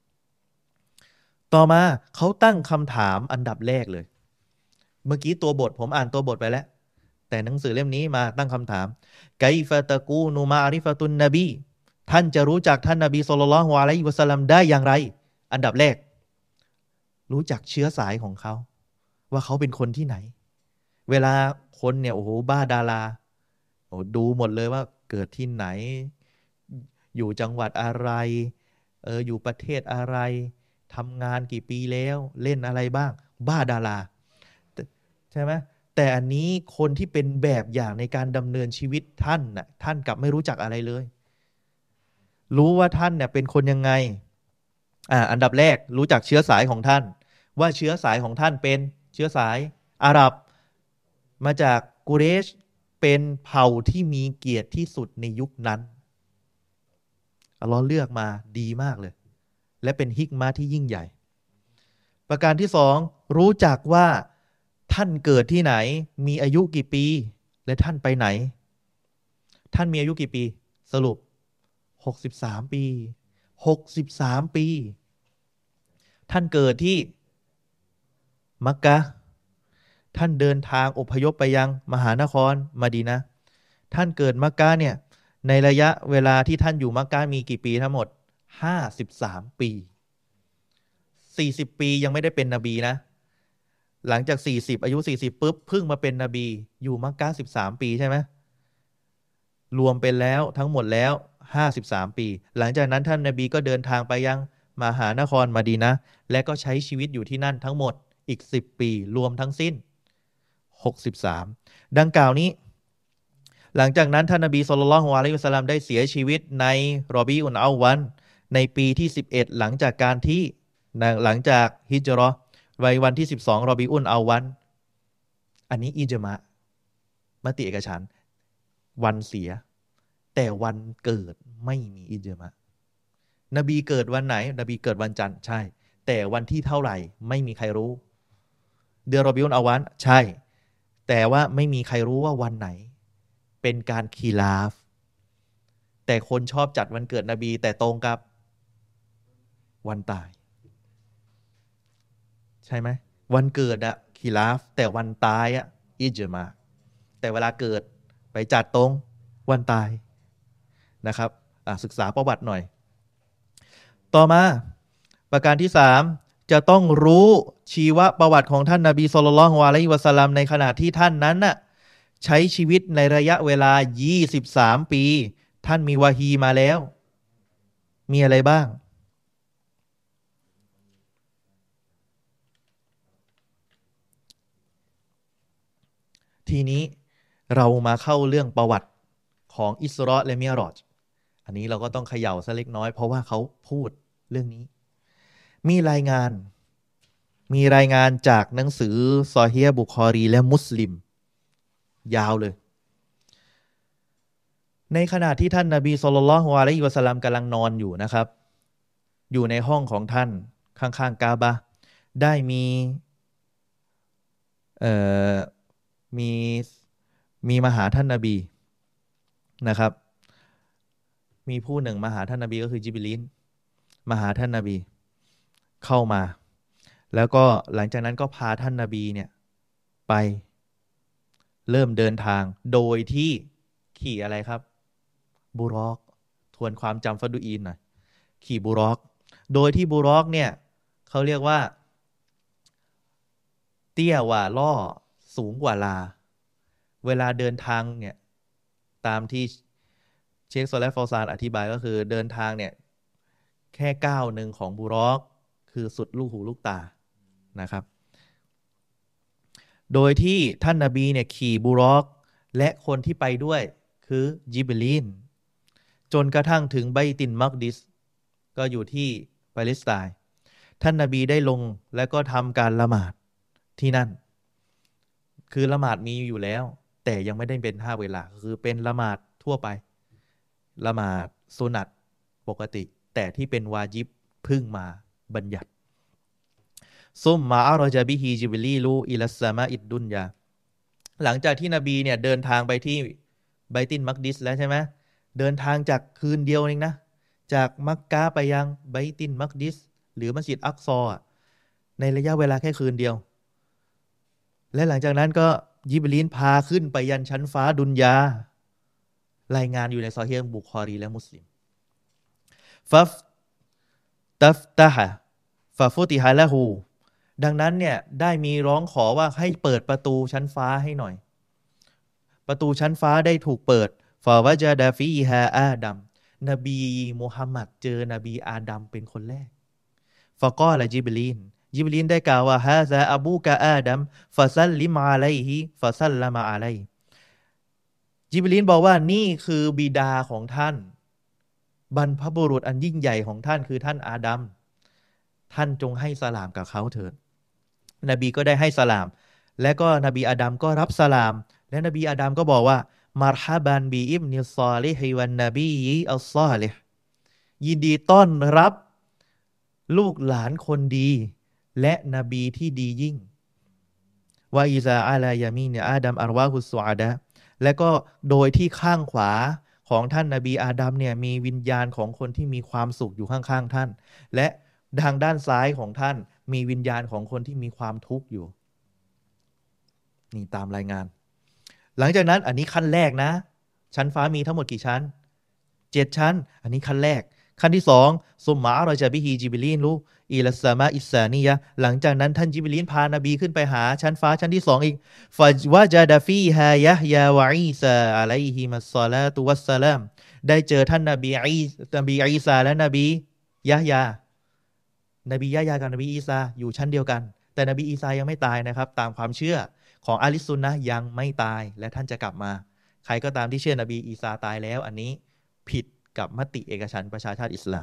ต่อมาเขาตั้งคำถามอันดับแรกเลยเมื่อกี้ตัวบทผมอ่านตัวบทไปแล้วแต่หนังสือเล่มนี้มาตั้งคำถามไกฟะตะกูนูมาริฟะตุนนบีท่านจะรู้จักท่านนบีศ็อลลัลลอฮุอะลัยฮิวะซัลลัมได้อย่างไรอันดับแรกรู้จักเชื้อสายของเขาว่าเขาเป็นคนที่ไหนเวลาคนเนี่ยโอ้โหบ้าดาราโอ้ดูหมดเลยว่าเกิดที่ไหนอยู่จังหวัดอะไรอยู่ประเทศอะไรทำงานกี่ปีแล้วเล่นอะไรบ้างบ้าดาราใช่ไหมแต่อันนี้คนที่เป็นแบบอย่างในการดำเนินชีวิตท่านน่ะท่านกลับไม่รู้จักอะไรเลยรู้ว่าท่านเนี่ยเป็นคนยังไงอันดับแรกรู้จักเชื้อสายของท่านว่าเชื้อสายของท่านเป็นเชื้อสายอาหรับมาจากกุเรชเป็นเผ่าที่มีเกียรติที่สุดในยุคนั้นอัลเลาะห์เลือกมาดีมากเลยและเป็นฮิกมะห์ที่ยิ่งใหญ่ประการที่สองรู้จักว่าท่านเกิดที่ไหนมีอายุกี่ปีและท่านไปไหนท่านมีอายุกี่ปีสรุป63 ปี63 ปีท่านเกิดที่มักกะฮ์ท่านเดินทางอพยพไปยังมหานครมะดีนะห์ท่านเกิดมักกะฮ์เนี่ยในระยะเวลาที่ท่านอยู่มักกะฮ์มีกี่ปีทั้งหมด53 ปี40 ปียังไม่ได้เป็นนบีนะหลังจาก40อายุ40ปุ๊บเพิ่งมาเป็นนบีอยู่มักกะฮ์13 ปีใช่ไหมรวมเป็นแล้วทั้งหมดแล้ว53 ปีหลังจากนั้นท่านนบีก็เดินทางไปยังมหานครมะดีนะห์และก็ใช้ชีวิตอยู่ที่นั่นทั้งหมดอีก10 ปีรวมทั้งสิ้น63ดังกล่าวนี้หลังจากนั้นท่านนบีศ็อลลัลลอฮุอะลัยฮิวะซัลลัมได้เสียชีวิตในรอบีอุลเอาวัลในปีที่11หลังจากการที่หลังจากฮิจเราะห์วันที่12รอบีอุลเอาวัลอันนี้อิจมะห์มติเอกฉันท์วันเสียแต่วันเกิดไม่มีอิจมะห์นบีเกิดวันไหนนบีเกิดวันจันทร์ใช่แต่วันที่เท่าไหร่ไม่มีใครรู้เดือนรอบิอุลเอาวัลใช่แต่ว่าไม่มีใครรู้ว่าวันไหนเป็นการคีลาฟแต่คนชอบจัดวันเกิดนบีแต่ตรงกับวันตายใช่ไหมวันเกิดอะคีลาฟแต่วันตายอะอิจมาแต่เวลาเกิดไปจัดตรงวันตายนะครับศึกษาประวัติหน่อยต่อมาประการที่3จะต้องรู้ชีวประวัติของท่านนบีศ็อลลัลลอฮุอะลัยฮิวะซัลลัมในขณะที่ท่านนั้นน่ะใช้ชีวิตในระยะเวลา23 ปีท่านมีวะฮีมาแล้วมีอะไรบ้างทีนี้เรามาเข้าเรื่องประวัติของอิสรอและมิอรอจอันนี้เราก็ต้องเขย่าสักเล็กน้อยเพราะว่าเขาพูดเรื่องนี้มีรายงานจากหนังสือซอฮีฮ์บุคอรีและมุสลิมยาวเลยในขณะที่ท่านนบีศ็อลลัลลอฮุอะลัยฮิวะซัลลัมกำลังนอนอยู่นะครับอยู่ในห้องของท่านข้างๆกาบะห์ได้มีมีมาหาท่านนบีนะครับมีผู้หนึ่งมาหาท่านนบีก็คือจิบรีลมาหาท่านนบีเข้ามาแล้วก็หลังจากนั้นก็พาท่านนบีเนี่ยไปเริ่มเดินทางโดยที่ขี่อะไรครับบุรอกทวนความจำฟัดดูอีนหน่อยขี่บุรอกโดยที่บุรอกเนี่ยเขาเรียกว่าเตี้ยกว่าล่อสูงกว่าลาเวลาเดินทางเนี่ยตามที่เชคโซเลฟฟอซานอธิบายก็คือเดินทางเนี่ยแค่ก้าวหนึ่งของบุรอกคือสุดลูกหูลูกตานะครับโดยที่ท่านนบีเนี่ยขี่บุรอกและคนที่ไปด้วยคือจิบรีลจนกระทั่งถึงไบตุลมักดิสก็อยู่ที่ปาเลสไตน์ท่านนบีได้ลงและก็ทำการละหมาดที่นั่นคือละหมาดมีอยู่แล้วแต่ยังไม่ได้เป็น5 เวลาคือเป็นละหมาดทั่วไปละหมาดสุนัตปกติแต่ที่เป็นวาญิบพึ่งมาบัญญัติซุมมาอัรจบิฮีจิบรีลูอิลัสซามาอิดดุนยาหลังจากที่นบีเนี่ยเดินทางไปที่ไบตุลมักดิสแล้วใช่ไหมเดินทางจากคืนเดียวเองนะจากมักกะฮ์ไปยังไบตุลมักดิสหรือมัสยิดอักซอในระยะเวลาแค่คืนเดียวและหลังจากนั้นก็ยิบรีลพาขึ้นไปยันชั้นฟ้าดุนยารายงานอยู่ในซอฮีฮ์บุคอรีและมุสลิมฟัฟตัฟตะฮะฟะฟุติฮะละฮูดังนั้นเนี่ยได้มีร้องขอว่าให้เปิดประตูชั้นฟ้าให้หน่อยประตูชั้นฟ้าได้ถูกเปิดฟาวะจาดาฟีฮาอาดัมนบีมุฮัมมัดเจอนบีอาดัมเป็นคนแรกฟะกอละจิบรีลได้กล่าวว่าฮาซาอบูกะอาดัมฟะซัลลิมอะลัยฮิฟะซัลลัมอะลัยจิบรีลบอกว่านี่คือบิดาของท่านบรรพบุรุษอันยิ่งใหญ่ของท่านคือท่านอาดัมท่านจงให้สลามกับเขาเถิดนบีก็ได้ให้สลามและก็นบีอาดัมก็รับสลามและนบีอาดัมก็บอกว่ามารฮาบันบีอิบนิซอลิฮิวันนบีอัลซอลิฮยินดีต้อนรับลูกหลานคนดีและนบีที่ดียิ่งวะอิซาอาลายามีนอาดัมอารวาฮุสซออาดะและก็โดยที่ข้างขวาของท่านนบีอาดัมเนี่ยมีวิญญาณของคนที่มีความสุขอยู่ข้างๆท่านและทางด้านซ้ายของท่านมีวิญญาณของคนที่มีความทุกข์อยู่นี่ตามรายงานหลังจากนั้นอันนี้ขั้นแรกนะชั้นฟ้ามีทั้งหมดกี่ชั้น7ชั้นอันนี้ขั้นแรกขั้นที่2ซุมมาเราจะบิฮีจิบลีนรู้อิลัสซามาอิสซานียะหลังจากนั้นท่านจิบลีนพานบีขึ้นไปหาชั้นฟ้าชั้นที่2อีกฟะวะจาดะฟีฮายะฮยาวะอีซาอะลัยฮิมัสศอลาตุวัสสลามได้เจอท่านนบีอีซาและนบียะฮยานบียะฮยากับนบีอีซาอยู่ชั้นเดียวกันแต่นบีอีซายังไม่ตายนะครับตามความเชื่อของอะลิซุนนะห์ยังไม่ตายและท่านจะกลับมาใครก็ตามที่เชื่อนบีอีซาตายแล้วอันนี้ผิดกับมติเอกฉันท์ประชาชาติอิสลาม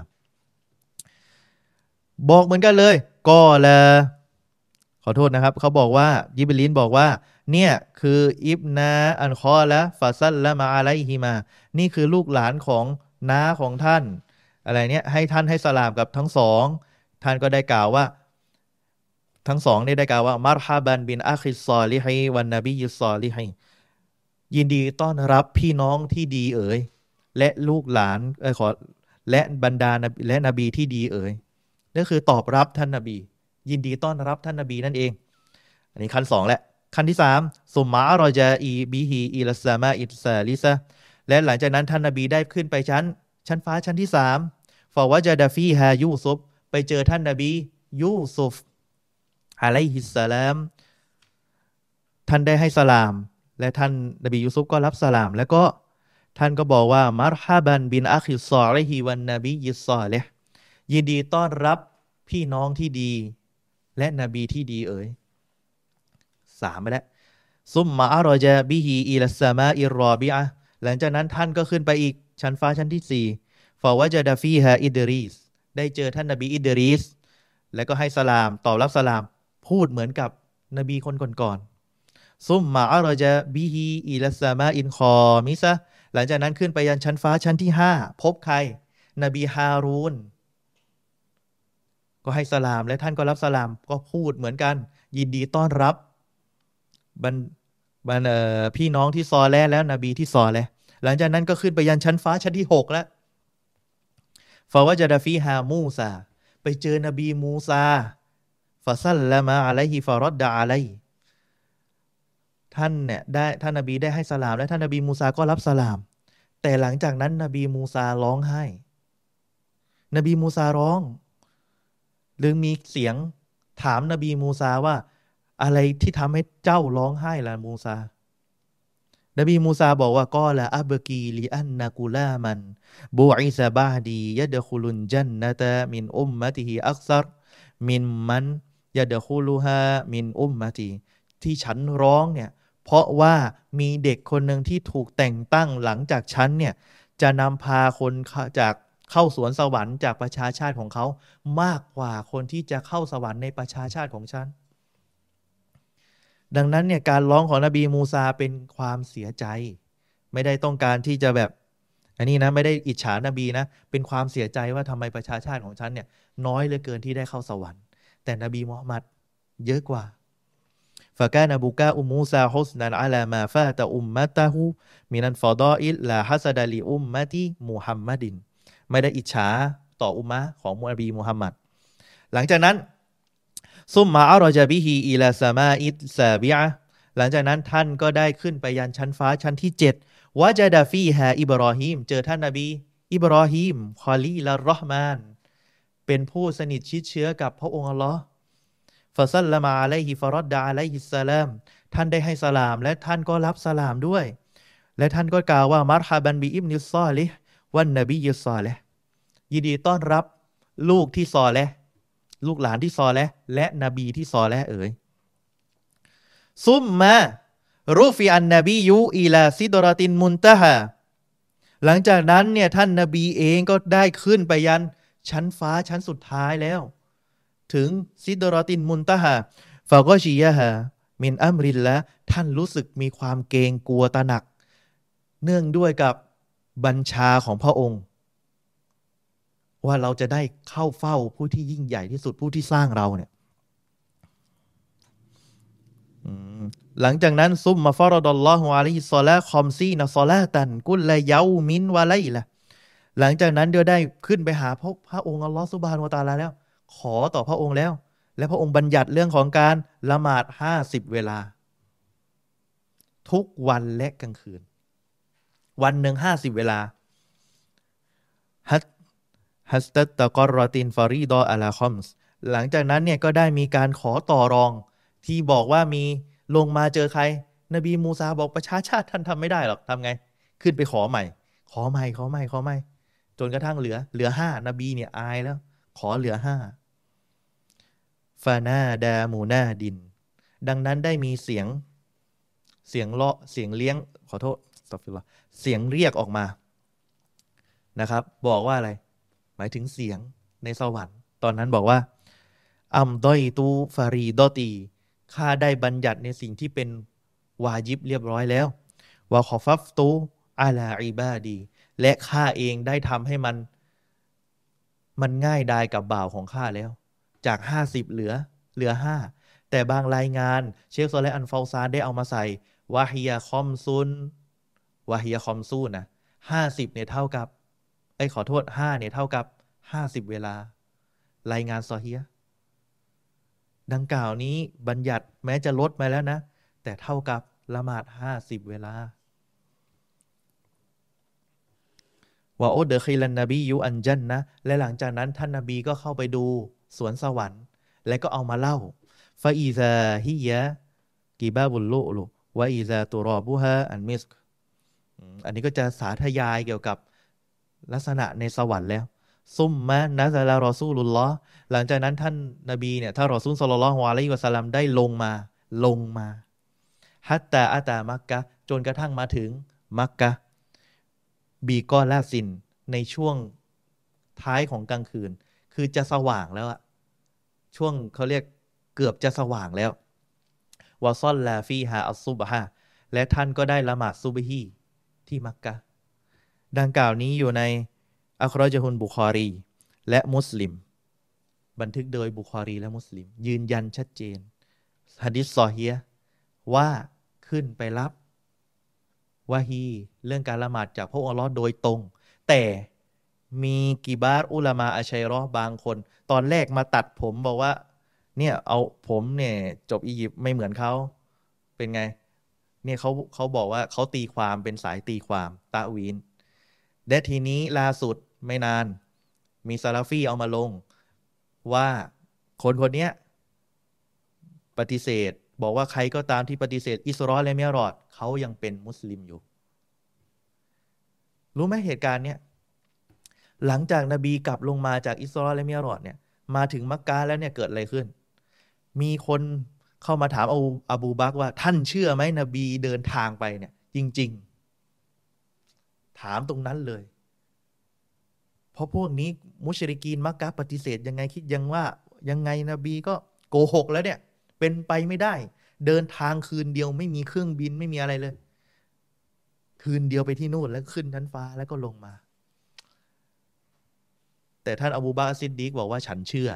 บอกเหมือนกันเลยก็ละขอโทษนะครับเขาบอกว่ายิบลินบอกว่าเนี่ยคืออิบนาอันคอละฟาซัลละมาอะลัยฮิมานี่คือลูกหลานของน้าของท่านอะไรเนี่ยให้ท่านให้สลามกับทั้งสองท่านก็ได้กล่าวว่าทั้งสองได้กล่าวว่ามารฮาบันบินอาคิสซอลิฮีวันนบียิซอลิฮียินดีต้อนรับพี่น้องที่ดีเอ๋ยและลูกหลานขอและบรรดาและนบีที่ดีเอ๋ยนั่นคือตอบรับท่านนบียินดีต้อนรับท่านนบีนั่นเองอันนี้ขั้น2และขั้นที่3ซุมมาเราจะอีบิฮีอิลัสซามาอิสซาลิซะและหลังจากนั้นท่านนบีได้ขึ้นไปชั้นฟ้าชั้นที่3ฟาวะจาดะฟีฮายูซุฟไปเจอท่านนบียูซุฟอะลัยฮิสสลามท่านได้ให้สลามและท่านนบียูซุฟก็รับสลามแล้วก็ท่านก็บอกว่ามารฮาบันบินอาคิสซอลิฮิวันนบียิสซอลิฮยินดีต้อนรับพี่น้องที่ดีและนบีที่ดีเอ๋ย3ไปแล้วซุมมาอัรจะบิฮีอิลัสซามาอิรรอบิอะห์หลังจากนั้นท่านก็ขึ้นไปอีกชั้นฟ้าชั้นที่4ฟาวะจาดะฟีฮาอิดรีสได้เจอท่านนบีอิดรีสแล้วก็ให้สลามตอบรับสลามพูดเหมือนกับนบีคนก่อนๆซุมมาอัรจะบิฮีอิลัสซามาอินคอมิซะหลังจากนั้นขึ้นไปยังชั้นฟ้าชั้นที่5พบใครนบีฮารูนก็ให้สลามและท่านก็รับสลามก็พูดเหมือนกันยินดีต้อนรับบรรพี่น้องที่ซอแลแล้วนบีที่ซอแลหลังจากนั้นก็ขึ้นไปยันชั้นฟ้าชั้นที่6แล้วฟาวะจาดะฟีฮามูซาไปเจอนบีมูซาฟะซัลละมาอะลัยฮิฟารอดดะอะลัยท่านเนี่ยได้ท่านนบีได้ให้สลามและท่านนบีมูซาก็รับสลามแต่หลังจากนั้นนบีมูซาร้องไห้นบีมูซาร้องหรือมีเสียงถามนบีมูซาว่าอะไรที่ทำให้เจ้าร้องไห้ล่ะมูซานบีมูซาบอกว่าก็ละอับกีลิอันนะกุลามันบูอิซาบาดียะดะคุลุนจันนะตะมินอุมมะติฮิอักซัรมินมันยะดะคุลุฮามินอุมมะติที่ฉันร้องเนี่ยเพราะว่ามีเด็กคนหนึ่งที่ถูกแต่งตั้งหลังจากฉันเนี่ยจะนำพาคนจากเข้าสวนสวรรค์จากประชาชาติของเขามากกว่าคนที่จะเข้าสวรรค์ในประชาชาติของฉันดังนั้นเนี่ยการร้องของนบีมูซาเป็นความเสียใจไม่ได้ต้องการที่จะแบบอันนี้นะไม่ได้อิจฉานบีนะเป็นความเสียใจว่าทำไมประชาชาติของฉันเนี่ยน้อยเหลือเกินที่ได้เข้าสวรรค์แต่นบีมุฮัมมัดเยอะกว่าฟะกานะบุกาอุมูซาฮุสนันอะลามาฟาตะอุมมะตะฮูมินันฟอฎออิลลาฮัสดะลิอุมมะติมุฮัมมัดินไม่ได้อิจฉาต่ออุมมะของนบีมุฮัมมัดหลังจากนั้นซุมมาอัรจะบิฮีอิลาซามาอิซาบิอะหลังจากนั้นท่านก็ได้ขึ้นไปยันชั้นฟ้าชั้นที่7วะจาดะฟีฮาอิบรอฮีมเจอท่านนบีอิบรอฮีมคอลีลรอห์มานเป็นผู้สนิทชิดเชื้อกับพระองค์อัลลอฮ์ฟะซัลละมาอะลัยฮิฟารอดดะอะลัยฮิสสลามท่านได้ให้สลามและท่านก็รับสลามด้วยและท่านก็กล่าวว่ามารฮาบันบิอิบนิซอลิฮวันนบียิซอลิฮยินดีต้อนรับลูกที่ซอลิฮลูกหลานที่ซอและนบีที่ซอและเอ๋ยซุมมารูฟิอันนบียูอิลาซิดรตินมุนตะฮาหลังจากนั้นเนี่ยท่านนบีเองก็ได้ขึ้นไปยันชั้นฟ้าชั้นสุดท้ายแล้วถึงซิดรอตินมุนตะฮาฟะกอชียะฮามินอัมรินละท่านรู้สึกมีความเกรงกลัวตระหนักเนื่องด้วยกับบัญชาของพระองค์ว่าเราจะได้เข้าเฝ้าผู้ที่ยิ่งใหญ่ที่สุดผู้ที่สร้างเราเนี่ยหลังจากนั้นซุมมาฟารดอลลอฮุอะลัยฮิศศอลาคอมซีนะศอลาตันกุลละเยามินวะไลละหลังจากนั้นเดี๋ยวได้ขึ้นไปหาพระองค์อัลลอฮฺซุบฮานะฮูวะตะอาลาแล้วขอต่อพระองค์แล้วและพระองค์บัญญัติเรื่องของการละหมาด50เวลาทุกวันและกลางคืนวันหนึ่ง50เวลาฮัสตัตตะกอรอตินฟารีดออะลาคอมส์หลังจากนั้นเนี่ยก็ได้มีการขอต่อรองที่บอกว่ามีลงมาเจอใครนบีมูซาบอกประชาชาติท่านทำไม่ได้หรอกทำไงขึ้นไปขอใหม่จนกระทั่งเหลือ5นบีเนี่ยอายแล้วขอเหลือ5ฟานาดามูนาดินดังนั้นได้มีเสียงเลาะเสียงเลี้ยงขอโทษเสียงเรียกออกมานะครับบอกว่าอะไรหมายถึงเสียงในสวรรค์ตอนนั้นบอกว่าอัมดอยตูฟารีดอตีข้าได้บัญญัติในสิ่งที่เป็นวาญิบเรียบร้อยแล้ววะขอฟัฟตูอาลาอิบาดีและข้าเองได้ทำให้มันง่ายดายกับบ่าวของข้าแล้วจาก50เหลือ5แต่บางรายงานเชคโซเลอันฟาซานได้เอามาใส่วะฮิยาคอมซุนนะ50เนี่ยเท่ากับขอโทษ5เนี่ยเท่ากับ50เวลารายงานซอฮีฮ์ดังกล่าวนี้บัญญัติแม้จะลดมาแล้วนะแต่เท่ากับละหมาด50เวลาวะอุดคิลันนบียุอันจันนะและหลังจากนั้นท่านนบีก็เข้าไปดูสวนสวรรค์และก็เอามาเล่าฟาอีซาฮิยะกิบาบุลลุลุวะอีซาตุรอบุฮาอันมิสกอันนี้ก็จะสาธยายเกี่ยวกับลักษณะในสวรรค์แล้วซุมมะนะซะลารอซูลุลลอฮ์หลังจากนั้นท่านนบีเนี่ยถ้ารอซูลศ็อลลัลลอฮุอะลัยฮิวะซัลลัมได้ลงมาฮัตตาอะตามักกะจนกระทั่งมาถึงมักกะบีกอลาซินในช่วงท้ายของกลางคืนคือจะสว่างแล้วอะช่วงเขาเรียกเกือบจะสว่างแล้ววะซอลลาฟีฮาอัสซุบฮะและท่านก็ได้ละหมาดซุบฮีที่มักกะดังกล่าวนี้อยู่ในอัครอจฮุนบุคอรีและมุสลิมบันทึกโดยบุคอรีและมุสลิมยืนยันชัดเจนหะดีษซอฮีฮ์ว่าขึ้นไปรับวะฮีเรื่องการละหมาดจากพระองค์อัลเลาะห์โดยตรงแต่มีกิบาร์อุลามะอัชชัยเราะห์บางคนตอนแรกมาตัดผมบอกว่าเนี่ยเอาผมเนี่ยจบอียิปต์ไม่เหมือนเขาเป็นไงเนี่ยเขาบอกว่าเขาตีความเป็นสายตีความตะวีนและทีนี้ล่าสุดไม่นานมีซาลาฟีเอามาลงว่าคนนี้ปฏิเสธบอกว่าใครก็ตามที่ปฏิเสธอิสรอและมิอรอจเขายังเป็นมุสลิมอยู่รู้ไหมเหตุการณ์เนี้ยหลังจากนบีกลับลงมาจากอิสรอและมิอรอจเนี่ยมาถึงมักกะแล้วเนี่ยเกิดอะไรขึ้นมีคนเข้ามาถามอบูบักรว่าท่านเชื่อไหมนบีเดินทางไปเนี่ยจริงๆถามตรงนั้นเลยเพราะพวกนี้มุชริกีนมักกะปฏิเสธยังไงคิดยังไงนบีก็โกหกแล้วเนี่ยเป็นไปไม่ได้เดินทางคืนเดียวไม่มีเครื่องบินไม่มีอะไรเลยคืนเดียวไปที่นู่นแล้วขึ้นชั้นฟ้าแล้วก็ลงมาแต่ท่านอบูบักรซิดดีกบอกว่าฉันเชื่อ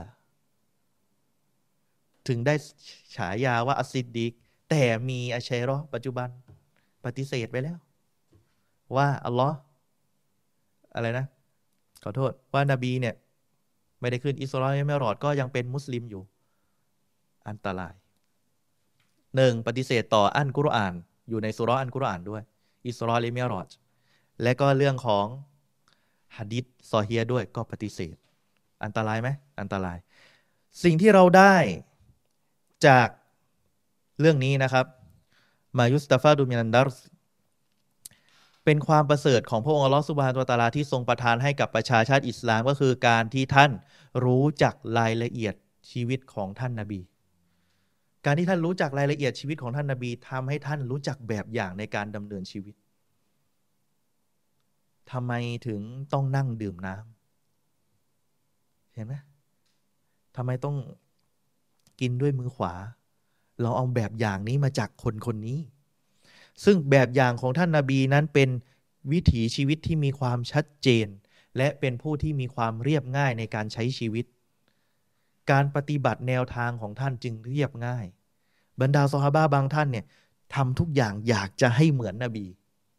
ถึงได้ฉายาว่าอัสซิดดีกแต่มีอัชชัยเราะห์ปัจจุบันปฏิเสธไปแล้วว่าอัลลอฮ์อะไรนะขอโทษว่านบีเนี่ยไม่ได้ขึ้นอิสราเอลไม่รอดก็ยังเป็นมุสลิมอยู่อันตราย1ปฏิเสธต่ออัลกุรอานอยู่ในสุเราะห์อัลกุรอานด้วยอิสราเอลไม่รอดและก็เรื่องของหะดีษซอฮีฮ์ด้วยก็ปฏิเสธอันตรายไหมอันตรายสิ่งที่เราได้จากเรื่องนี้นะครับมายุสตาฟาดูมินันดัรสเป็นความประเสริฐของพระองค์อัลลอฮฺซุบฮานะฮูวะตะอาลาที่ทรงประทานให้กับประชาชาติอิสลามก็คือการที่ท่านรู้จักรายละเอียดชีวิตของท่านนบีการที่ท่านรู้จักรายละเอียดชีวิตของท่านนบีทำให้ท่านรู้จักแบบอย่างในการดำเนินชีวิตทำไมถึงต้องนั่งดื่มน้ำเห็นไหมทำไมต้องกินด้วยมือขวาเราเอาแบบอย่างนี้มาจากคนคนนี้ซึ่งแบบอย่างของท่านนบีนั้นเป็นวิถีชีวิตที่มีความชัดเจนและเป็นผู้ที่มีความเรียบง่ายในการใช้ชีวิตการปฏิบัติแนวทางของท่านจึงเรียบง่ายบรรดาซอฮาบะห์บางท่านเนี่ยทำทุกอย่างอยากจะให้เหมือนนบี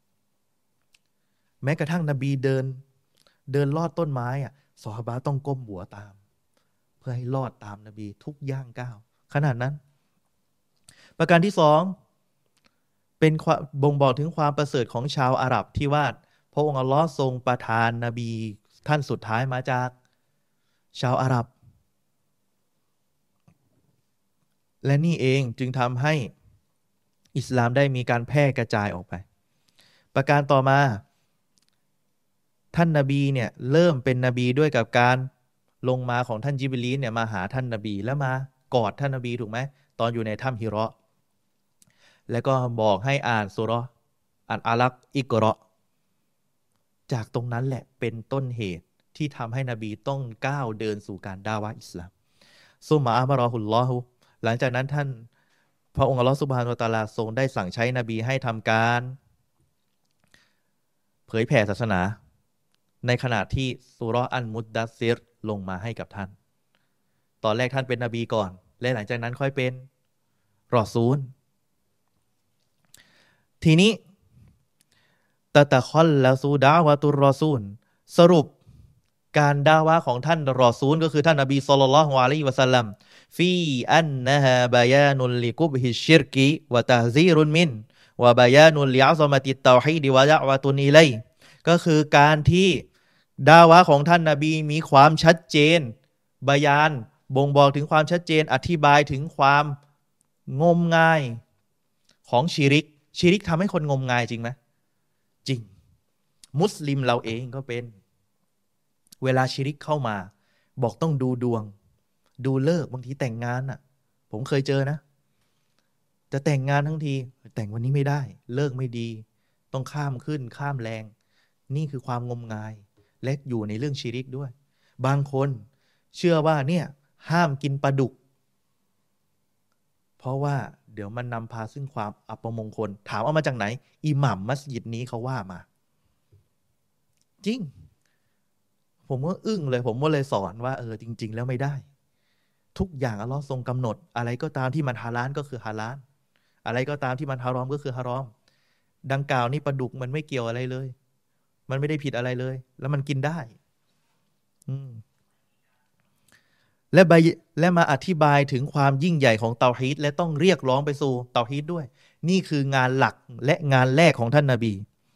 แม้กระทั่งนบีเดินลอดต้นไม้อะซอฮาบะห์ต้องก้มหัวตามเพื่อให้ลอดตามนบีทุกย่างก้าวขนาดนั้นประการที่สองเป็นบ่งบอกถึงความประเสริฐของชาวอาหรับที่ว่าพระองค์อัลลอฮ์ทรงประทานนบีท่านสุดท้ายมาจากชาวอาหรับและนี่เองจึงทำให้อิสลามได้มีการแพร่กระจายออกไปประการต่อมาท่านนบีเนี่ยเริ่มเป็นนบีด้วยกับการลงมาของท่านญิบรีลเนี่ยมาหาท่านนบีแล้วมากอดท่านนบีถูกไหมตอนอยู่ในถ้ำฮิเราะห์แล้วก็บอกให้อ่านซูเราะห์อัลอาลักอิกเราะห์จากตรงนั้นแหละเป็นต้นเหตุที่ทำให้นบีต้องก้าวเดินสู่การดาวะห์อิสลามซุมมะอัมรอฮุลลอฮุหลังจากนั้นท่านพระองค์อัลลอฮฺซุบฮานะฮูวะตะอาลาทรงได้สั่งใช้นบีให้ทำการเผยแผ่ศาสนาในขณะที่ซูเราะห์อันมุดดัสซิรลงมาให้กับท่านตอนแรกท่านเป็นนบีก่อนและหลังจากนั้นค่อยเป็นรอซูลทีนี้ตะคอลละซูดาวะตุรรอซูลสรุปการดาวะของท่านรอซูลก็คือท่านนบีศ็อลลัลลอฮุอะลัยฮิวะซัลลัมฟีอันนะฮาบะยานุลลิกุบฮิชชิรกิวะตะฮซีรุนมินวะบะยานุลลิอะซอมะติตเตาฮีดวะดะอวะตุนอิลัยก็คือการที่ดาวะของท่านนบีมีความชัดเจนบะยานบ่งบอกถึงความชัดเจนอธิบายถึงความงมงายของชิริกทำให้คนงมงายจริงไหมจริงมุสลิมเราเองก็เป็นเวลาชิริกเข้ามาบอกต้องดูดวงดูเลิกบางทีแต่งงานน่ะผมเคยเจอนะจะแต่งงานทั้งทีแต่งวันนี้ไม่ได้เลิกไม่ดีต้องข้ามขึ้นข้ามแรงนี่คือความงมงายและอยู่ในเรื่องชิริกด้วยบางคนเชื่อว่าเนี่ยห้ามกินปลาดุกเพราะว่าเดี๋ยวมันนำพาซึ่งความอัปมงคลถามเอามาจากไหนอิหมัมมัสยิดนี้เขาว่ามาจริงผมก็อึ้งเลยผมก็เลยสอนว่าจริงๆแล้วไม่ได้ทุกอย่างอัลลอฮ์ทรงกำหนดอะไรก็ตามที่มันฮาลาลก็คือฮาลาลอะไรก็ตามที่มันฮารอมก็คือฮารอมดังกล่าวนี่ปลาดุกมันไม่เกี่ยวอะไรเลยมันไม่ได้ผิดอะไรเลยแล้วมันกินได้และมาอธิบายถึงความยิ่งใหญ่ของเตาฮีดและต้องเรียกร้องไปสู่เตาฮีดด้วยนี่คืองานหลักและงานแรกของท่านนบี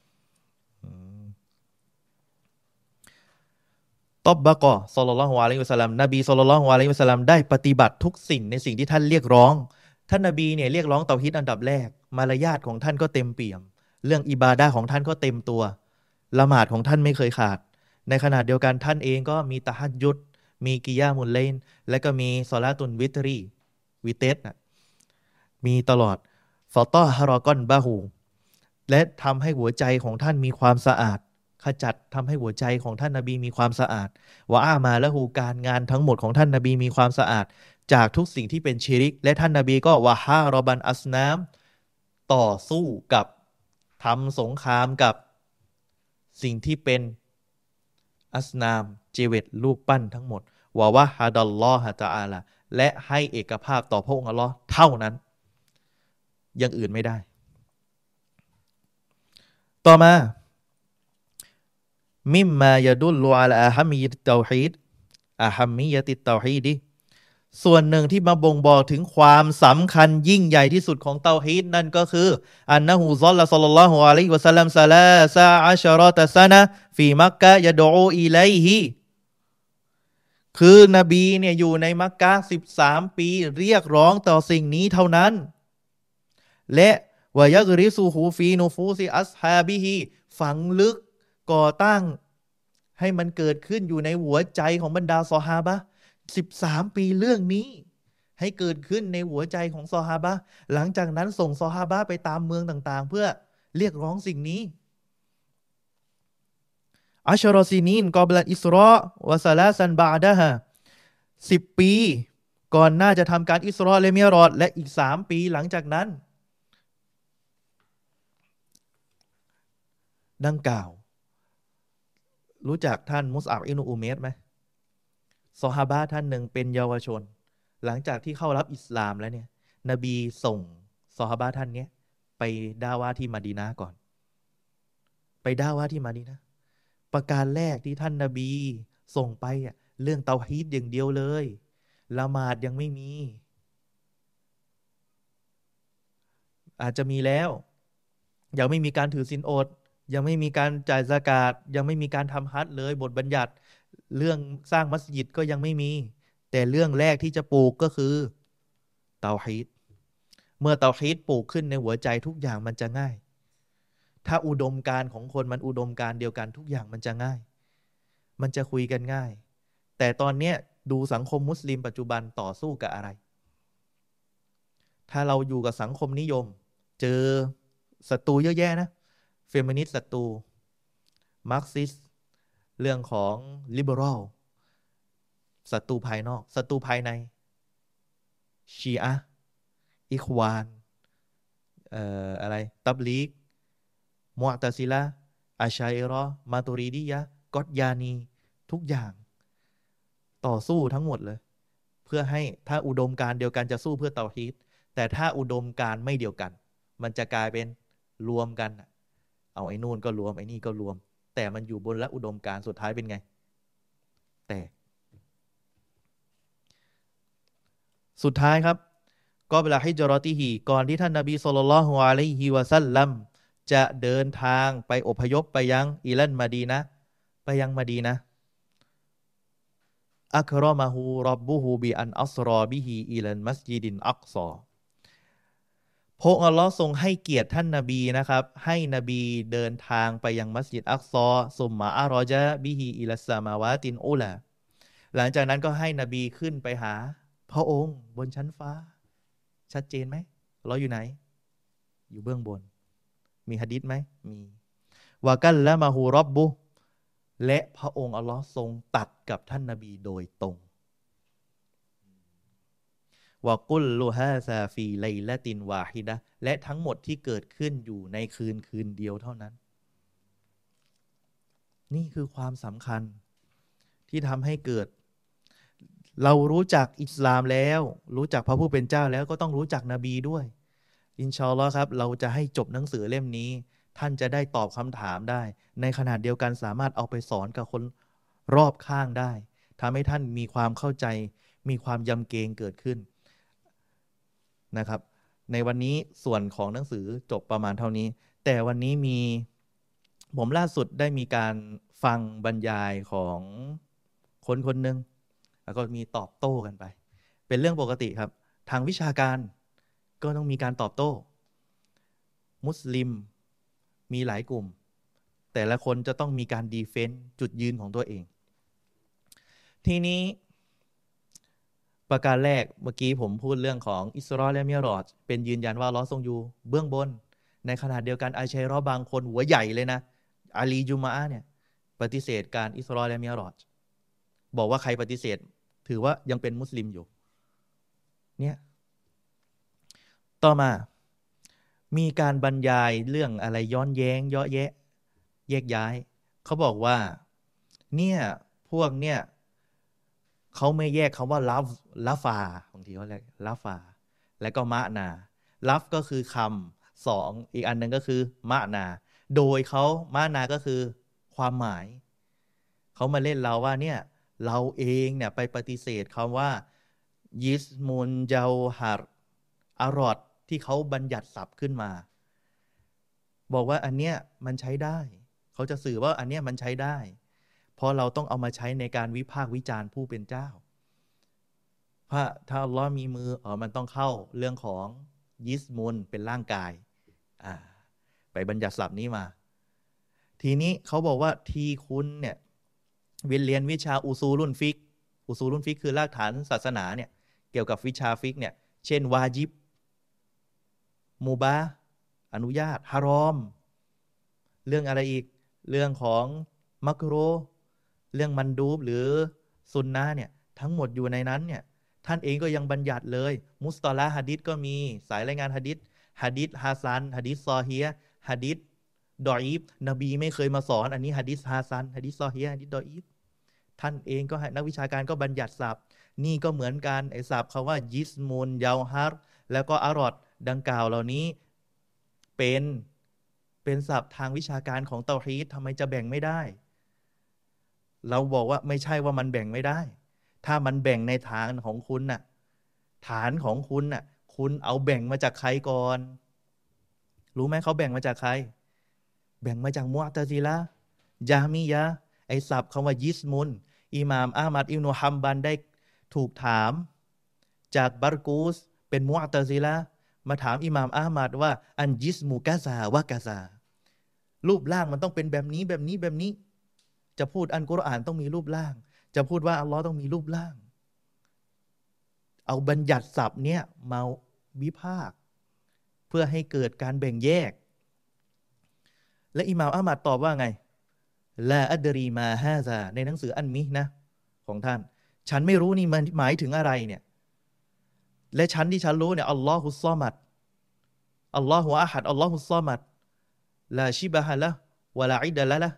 ตบบะกอศ็อลลัลลอฮุอะลัยฮิวะซัลลัมนบีศ็อลลัลลอฮุอะลัยฮิวะซัลลัมได้ปฏิบัติทุกสิ่งในสิ่งที่ท่านเรียกร้องท่านนบีเนี่ยเรียกร้องเตาฮีดอันดับแรกมารยาทของท่านก็เต็มเปี่ยมเรื่องอิบาดะห์ของท่านก็เต็มตัวละหมาดของท่านไม่เคยขาดในขณะเดียวกันท่านเองก็มีตะฮัจญุดมีกิยามุลไลล์และก็มีศอลาตุนวิตรีวิเตสนะมีตลอดฟอตอฮารอกอนบะฮูและทำให้หัวใจของท่านมีความสะอาดขจัดทำให้หัวใจของท่านนบีมีความสะอาดวะอามาละหูการงานทั้งหมดของท่านนบีมีความสะอาดจากทุกสิ่งที่เป็นชิริกและท่านนบีก็วะฮารอบันอัสนามต่อสู้กับทำสงครามกับสิ่งที่เป็นอัสนามเจเวตรูปปั้นทั้งหมดวะฮะดัลลอฮะตะอาลาและให้เอกภาพต่อพระองค์อัลลอฮ์เท่านั้นอย่างอื่นไม่ได้ต่อมามิมมายะดุลลุอะลาอะฮัมมิยะติตเตาฮีดอะฮัมมิยะติตเตาฮีดส่วนหนึ่งที่มาบ่งบอกถึงความสำคัญยิ่งใหญ่ที่สุดของเตาฮีดนั่นก็คืออันนะฮูศ็อลลัลลอฮุอะลัยฮิวะซัลลัมซะลาซะอัชเราะตะซะนะฟีมักกะยะดูอิลัยฮิคือนบีเนี่ยอยู่ในมักกะฮ์13 ปีเรียกร้องต่อสิ่งนี้เท่านั้นและวะยักริซูฮูฟีนูฟูซิอัศฮาบิฮิฝังลึกก่อตั้งให้มันเกิดขึ้นอยู่ในหัวใจของบรรดาซอฮาบะห์13 ปีเรื่องนี้ให้เกิดขึ้นในหัวใจของซอฮาบะห์หลังจากนั้นส่งซอฮาบะห์ไปตามเมืองต่างๆเพื่อเรียกร้องสิ่งนี้อัชรอซีนีนกอบลันอิสรอวะซาลาซันบาดะฮะ10 ปีก่อนหน้าจะทำการอิสรอและมิอรอจและอีก3 ปีหลังจากนั้นดังกล่าวรู้จักท่านมุสอับอิบนุอุเมรไหมซอฮาบะห์ท่านหนึ่งเป็นเยาวชนหลังจากที่เข้ารับอิสลามแล้วเนี่ยนบีส่งซอฮาบะห์ท่านเนี้ยไปดาวาที่มะดีนะห์ก่อนไปดาวาที่มะดีนะห์ประการแรกที่ท่านนบีส่งไปเรื่องเตาฮีดอย่างเดียวเลยละหมาดยังไม่มีอาจจะมีแล้วยังไม่มีการถือศีลอดยังไม่มีการจ่ายซะกาตยังไม่มีการทำฮัจญ์เลยบทบัญญัติเรื่องสร้างมัสยิดก็ยังไม่มีแต่เรื่องแรกที่จะปลูกก็คือเตาฮีดเมื่อเตาฮีดปลูกขึ้นในหัวใจทุกอย่างมันจะง่ายถ้าอุดมการณ์ของคนมันอุดมการณ์เดียวกันทุกอย่างมันจะง่ายมันจะคุยกันง่ายแต่ตอนเนี้ยดูสังคมมุสลิมปัจจุบันต่อสู้กับอะไรถ้าเราอยู่กับสังคมนิยมเจอศัตรูเยอะแยะนะเฟมินิสต์ศัตรูมาร์กซิสเรื่องของลิเบอรัลศัตรูภายนอกศัตรูภายในชีอะห์อิควานอะไรตับลีกมุอ์ตะซิละห์อัชชัยเราะห์มาตุริดียะห์กอฏยานีทุกอย่างต่อสู้ทั้งหมดเลยเพื่อให้ถ้าอุดมการณ์เดียวกันจะสู้เพื่อเตาฮีดแต่ถ้าอุดมการณ์ไม่เดียวกันมันจะกลายเป็นรวมกันเอาไอ้นู่นก็รวมไอ้นี่ก็รวมแต่มันอยู่บนละอุดมการณ์สุดท้ายเป็นไงแต่สุดท้ายครับก็เวลาฮิจเราะติฮีก่อนที่ท่านนบีศ็อลลัลลอฮุอะลัยฮิวะซัลลัมจะเดินทางไปอพยพไปยังอิลันมะดีนะห์ไปยังมะดีนะห์อักรอมะฮูร็อบบุฮูบิอันอัศรอบิฮิอิลันมัสยิดินอักซอพระองค์อัลลอฮ์ทรงให้เกียรติท่านนบีนะครับให้นบีเดินทางไปยังมัสยิดอักซอซุมมาอารอจาบิฮิอิลัสสามาวาตินอุลาหลังจากนั้นก็ให้นบีขึ้นไปหาพระองค์บนชั้นฟ้าชัดเจนไหมเราอยู่ไหนอยู่เบื้องบนมีหะดีษไหมมีวากันละมาฮูร็อบบุและพระองค์อัลลอฮ์ทรงตัดกับท่านนบีโดยตรงวะกุลลูฮาซาฟีไลละตินวาฮิดะและทั้งหมดที่เกิดขึ้นอยู่ในคืนเดียวเท่านั้นนี่คือความสำคัญที่ทำให้เกิดเรารู้จักอิสลามแล้วรู้จักพระผู้เป็นเจ้าแล้วก็ต้องรู้จักนบีด้วยอินชาอัลลอฮ์ครับเราจะให้จบหนังสือเล่มนี้ท่านจะได้ตอบคำถามได้ในขณะเดียวกันสามารถเอาไปสอนกับคนรอบข้างได้ทำให้ท่านมีความเข้าใจมีความยำเกรงเกิดขึ้นนะครับในวันนี้ส่วนของหนังสือจบประมาณเท่านี้แต่วันนี้มีผมล่าสุดได้มีการฟังบรรยายของคนคนหนึ่งแล้วก็มีตอบโต้กันไปเป็นเรื่องปกติครับทางวิชาการก็ต้องมีการตอบโต้มุสลิมมีหลายกลุ่มแต่ละคนจะต้องมีการดีเฟนต์จุดยืนของตัวเองทีนี้ประการแรกเมื่อกี้ผมพูดเรื่องของอิสรอและมิอรอจเป็นยืนยันว่าอัลเลาะห์ทรงอยู่เบื้องบนในขณะเดียวกันอัยชัยเราะห์บางคนหัวใหญ่เลยนะอาลีจุมะอะห์เนี่ยปฏิเสธการอิสรอและมิอรอจบอกว่าใครปฏิเสธถือว่ายังเป็นมุสลิมอยู่เนี่ยต่อมามีการบรรยายเรื่องอะไรย้อนแย้งเยาะแยะแยกย้ายเขาบอกว่าเนี่ยพวกเนี่ยเขาไม่แยกคำว่าลาฟาบางทีเขาเรียกลาฟาและก็มะนาลัฟก็คือคำสองอีกอันหนึ่งก็คือมะนาโดยเขามะนาก็คือความหมายเขามาเล่นเราว่าเนี่ยเราเองเนี่ยไปปฏิเสธคำว่ายิสมุนเจาฮัรอารอดที่เขาบัญญัติศัพท์ขึ้นมาบอกว่าอันเนี้ยมันใช้ได้เขาจะสื่อว่าอันเนี้ยมันใช้ได้เพราะเราต้องเอามาใช้ในการวิพากษ์วิจารณ์ผู้เป็นเจ้าเพราะถ้าอัลเลาะห์มีมือมันต้องเข้าเรื่องของยิสมุนเป็นร่างกายไปบัญญัติศัพท์นี้มาทีนี้เขาบอกว่าทีคุณเนี่ยเรียนวิชาอุซูลุนฟิกคือรากฐานศาสนาเนี่ยเกี่ยวกับวิชาฟิกเนี่ยเช่นวาญิบมูบาอนุญาตฮารอมเรื่องอะไรอีกเรื่องของมักโรเรื่องมันดูบหรือซุนนะเนี่ยทั้งหมดอยู่ในนั้นเนี่ยท่านเองก็ยังบัญญัติเลยมุสตอละหะดีษก็มีสายรายงานหะดีษฮาซันหะดีษซอฮีฮ์หะดีษดออีฟนบีไม่เคยมาสอนอันนี้หะดีษฮาซันหะดีษซอฮีฮ์หะดีษดออีฟท่านเองก็นักวิชาการก็บัญญัติศัพท์นี่ก็เหมือนกันไอ้ศัพท์คำว่ายิสมุนยาวฮัรแล้วก็อารอดดังกล่าวเหล่านี้เป็นศัพท์ทางวิชาการของเตาฮีดทำไมจะแบ่งไม่ได้เราบอกว่าไม่ใช่ว่ามันแบ่งไม่ได้ ถ้ามันแบ่งในฐานของคุณน่ะฐานของคุณน่ะคุณเอาแบ่งมาจากใครก่อนรู้ไหมเขาแบ่งมาจากใครแบ่งมาจากมุอ์ตะซิละห์ญะมียะห์ไอ้ศัพท์คำว่ายิสมุนอิหม่ามอะห์มัดอิบนุฮัมบัลได้ถูกถามจากบารกูสเป็นมุอ์ตะซิละห์มาถามอิหม่ามอะห์มัดว่าอันยิสมุกะซาวะกะซารูปร่างมันต้องเป็นแบบนี้แบบนี้แบบนี้จะพูดอันกุรอานต้องมีรูปร่างจะพูดว่าอัลลอฮ์ต้องมีรูปร่างเอาบัญญัติศัพท์เนี่ยมาวิพากษ์เพื่อให้เกิดการแบ่งแยกและอิหม่ามอะห์มัดตอบว่าไงลาอัดรีมาฮาซาในหนังสืออันมินะของท่านฉันไม่รู้นี่มันหมายถึงอะไรเนี่ยและฉันที่ฉันรู้เนี่ยอัลลอฮุซซอมัดอัลลอฮุอะฮัดอัลลอฮุซซอมัดลาชิบะฮะละวะลาอิดะละ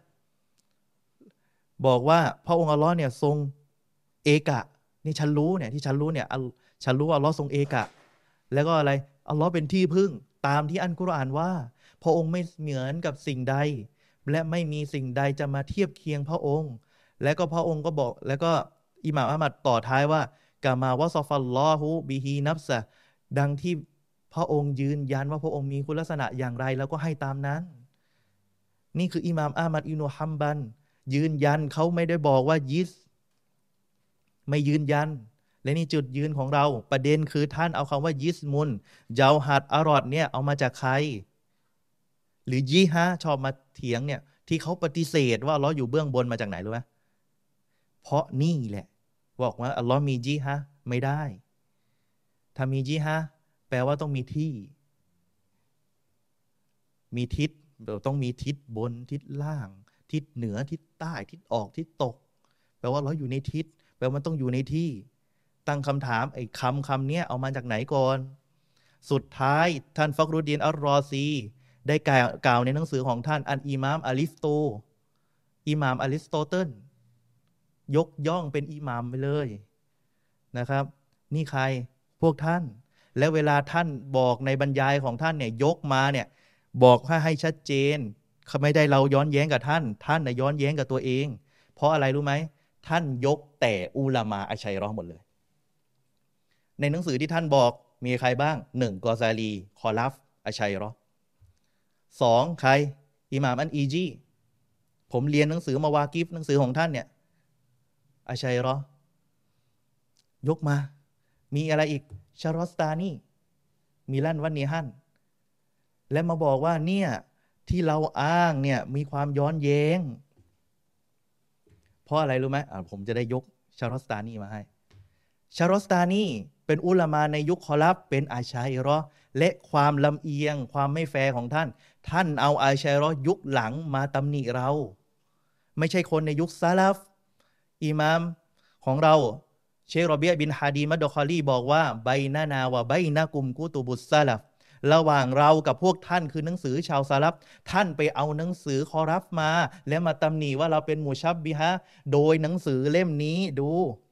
บอกว่าพระองค์อัลลอฮ์เนี่ยทรงเอกะนี่ฉันรู้เนี่ยที่ฉันรู้เนี่ยฉันรู้ว่าอัลลอฮ์ทรงเอกะแล้วก็อะไรอัลลอฮ์เป็นที่พึ่งตามที่อัลกุรอานว่าพระองค์ไม่เหมือนกับสิ่งใดและไม่มีสิ่งใดจะมาเทียบเคียงพระองค์และก็พระองค์ก็บอกแล้วก็อิหม่ามอะห์มัดต่อท้ายว่ากามาวะซอฟัลลอฮุบิฮีนัฟซะดังที่พระองค์ยืนยันว่าพระองค์มีคุณลักษณะอย่างไรแล้วก็ให้ตามนั้นนี่คืออิหม่ามอะห์มัดอิบนุฮัมบัลยืนยันเขาไม่ได้บอกว่ายิสไม่ยืนยันและนี่จุดยืนของเราประเด็นคือท่านเอาคำว่ายิสมุนเจาหัดอารอดเนี่ยเอามาจากใครหรือยี่ฮะชอบมาเถียงเนี่ยที่เขาปฏิเสธว่าอัลลอฮ์อยู่เบื้องบนมาจากไหนรู้ไหมเพราะนี่แหละบอกว่าอัลลอฮ์มียี่ฮะไม่ได้ถ้ามียี่ฮะแปลว่าต้องมีที่มีทิศต้องมีทิศบนทิศล่างทิศเหนือทิศใต้ทิศออกทิศตกแปลว่าเราอยู่ในทิศแปลว่ามันต้องอยู่ในที่ตั้งคำถามไอ้คำเนี้ยเอามาจากไหนก่อนสุดท้ายท่านฟักรุดดีนอัลรอซีได้กล่าวในหนังสือของท่านอันอิหม่ามอลิสโตอิหม่ามอริสโตเติลยกย่องเป็นอิหม่ามไปเลยนะครับนี่ใครพวกท่านและเวลาท่านบอกในบรรยายของท่านเนี่ยยกมาเนี่ยบอกให้ชัดเจนเขาไม่ได้เราย้อนแย้งกับท่านน่ะย้อนแย้งกับตัวเองเพราะอะไรรู้ไหมท่านยกแต่อุลามาอัชชัยรอหมดเลยในหนังสือที่ท่านบอกมีใครบ้าง1กอซาลีคอลัฟอัชชัยรอ2ใครอิหม่ามอันอีจีผมเรียนหนังสือมาวากิฟหนังสือของท่านเนี่ยอัชชัยรอยกมามีอะไรอีกชารอสตานีมีลั่นวันนีฮันและมาบอกว่าเนี่ยที่เราอ้างเนี่ยมีความย้อนแย้งเพราะอะไรรู้ไหมผมจะได้ยกชารอสตานีมาให้ชารอสตานีเป็นอุลามาในยุคคอลับเป็นอาชัยรอและความลำเอียงความไม่แฟร์ของท่านเอาอาชัยรอยุคหลังมาตำหนิเราไม่ใช่คนในยุคซาลฟอิหม่ามของเราเชคโรเบียบินฮาดีมัดดอคอลีบอกว่าไบนานาวะไบนากุมกุตุบุสซาลฟระหว่างเรากับพวกท่านคือหนังสือชาวซาลับท่านไปเอาหนังสือคอรัฟมาแล้วมาตำหนิว่าเราเป็นมุชับบิฮะโดยหนังสือเล่มนี้ดู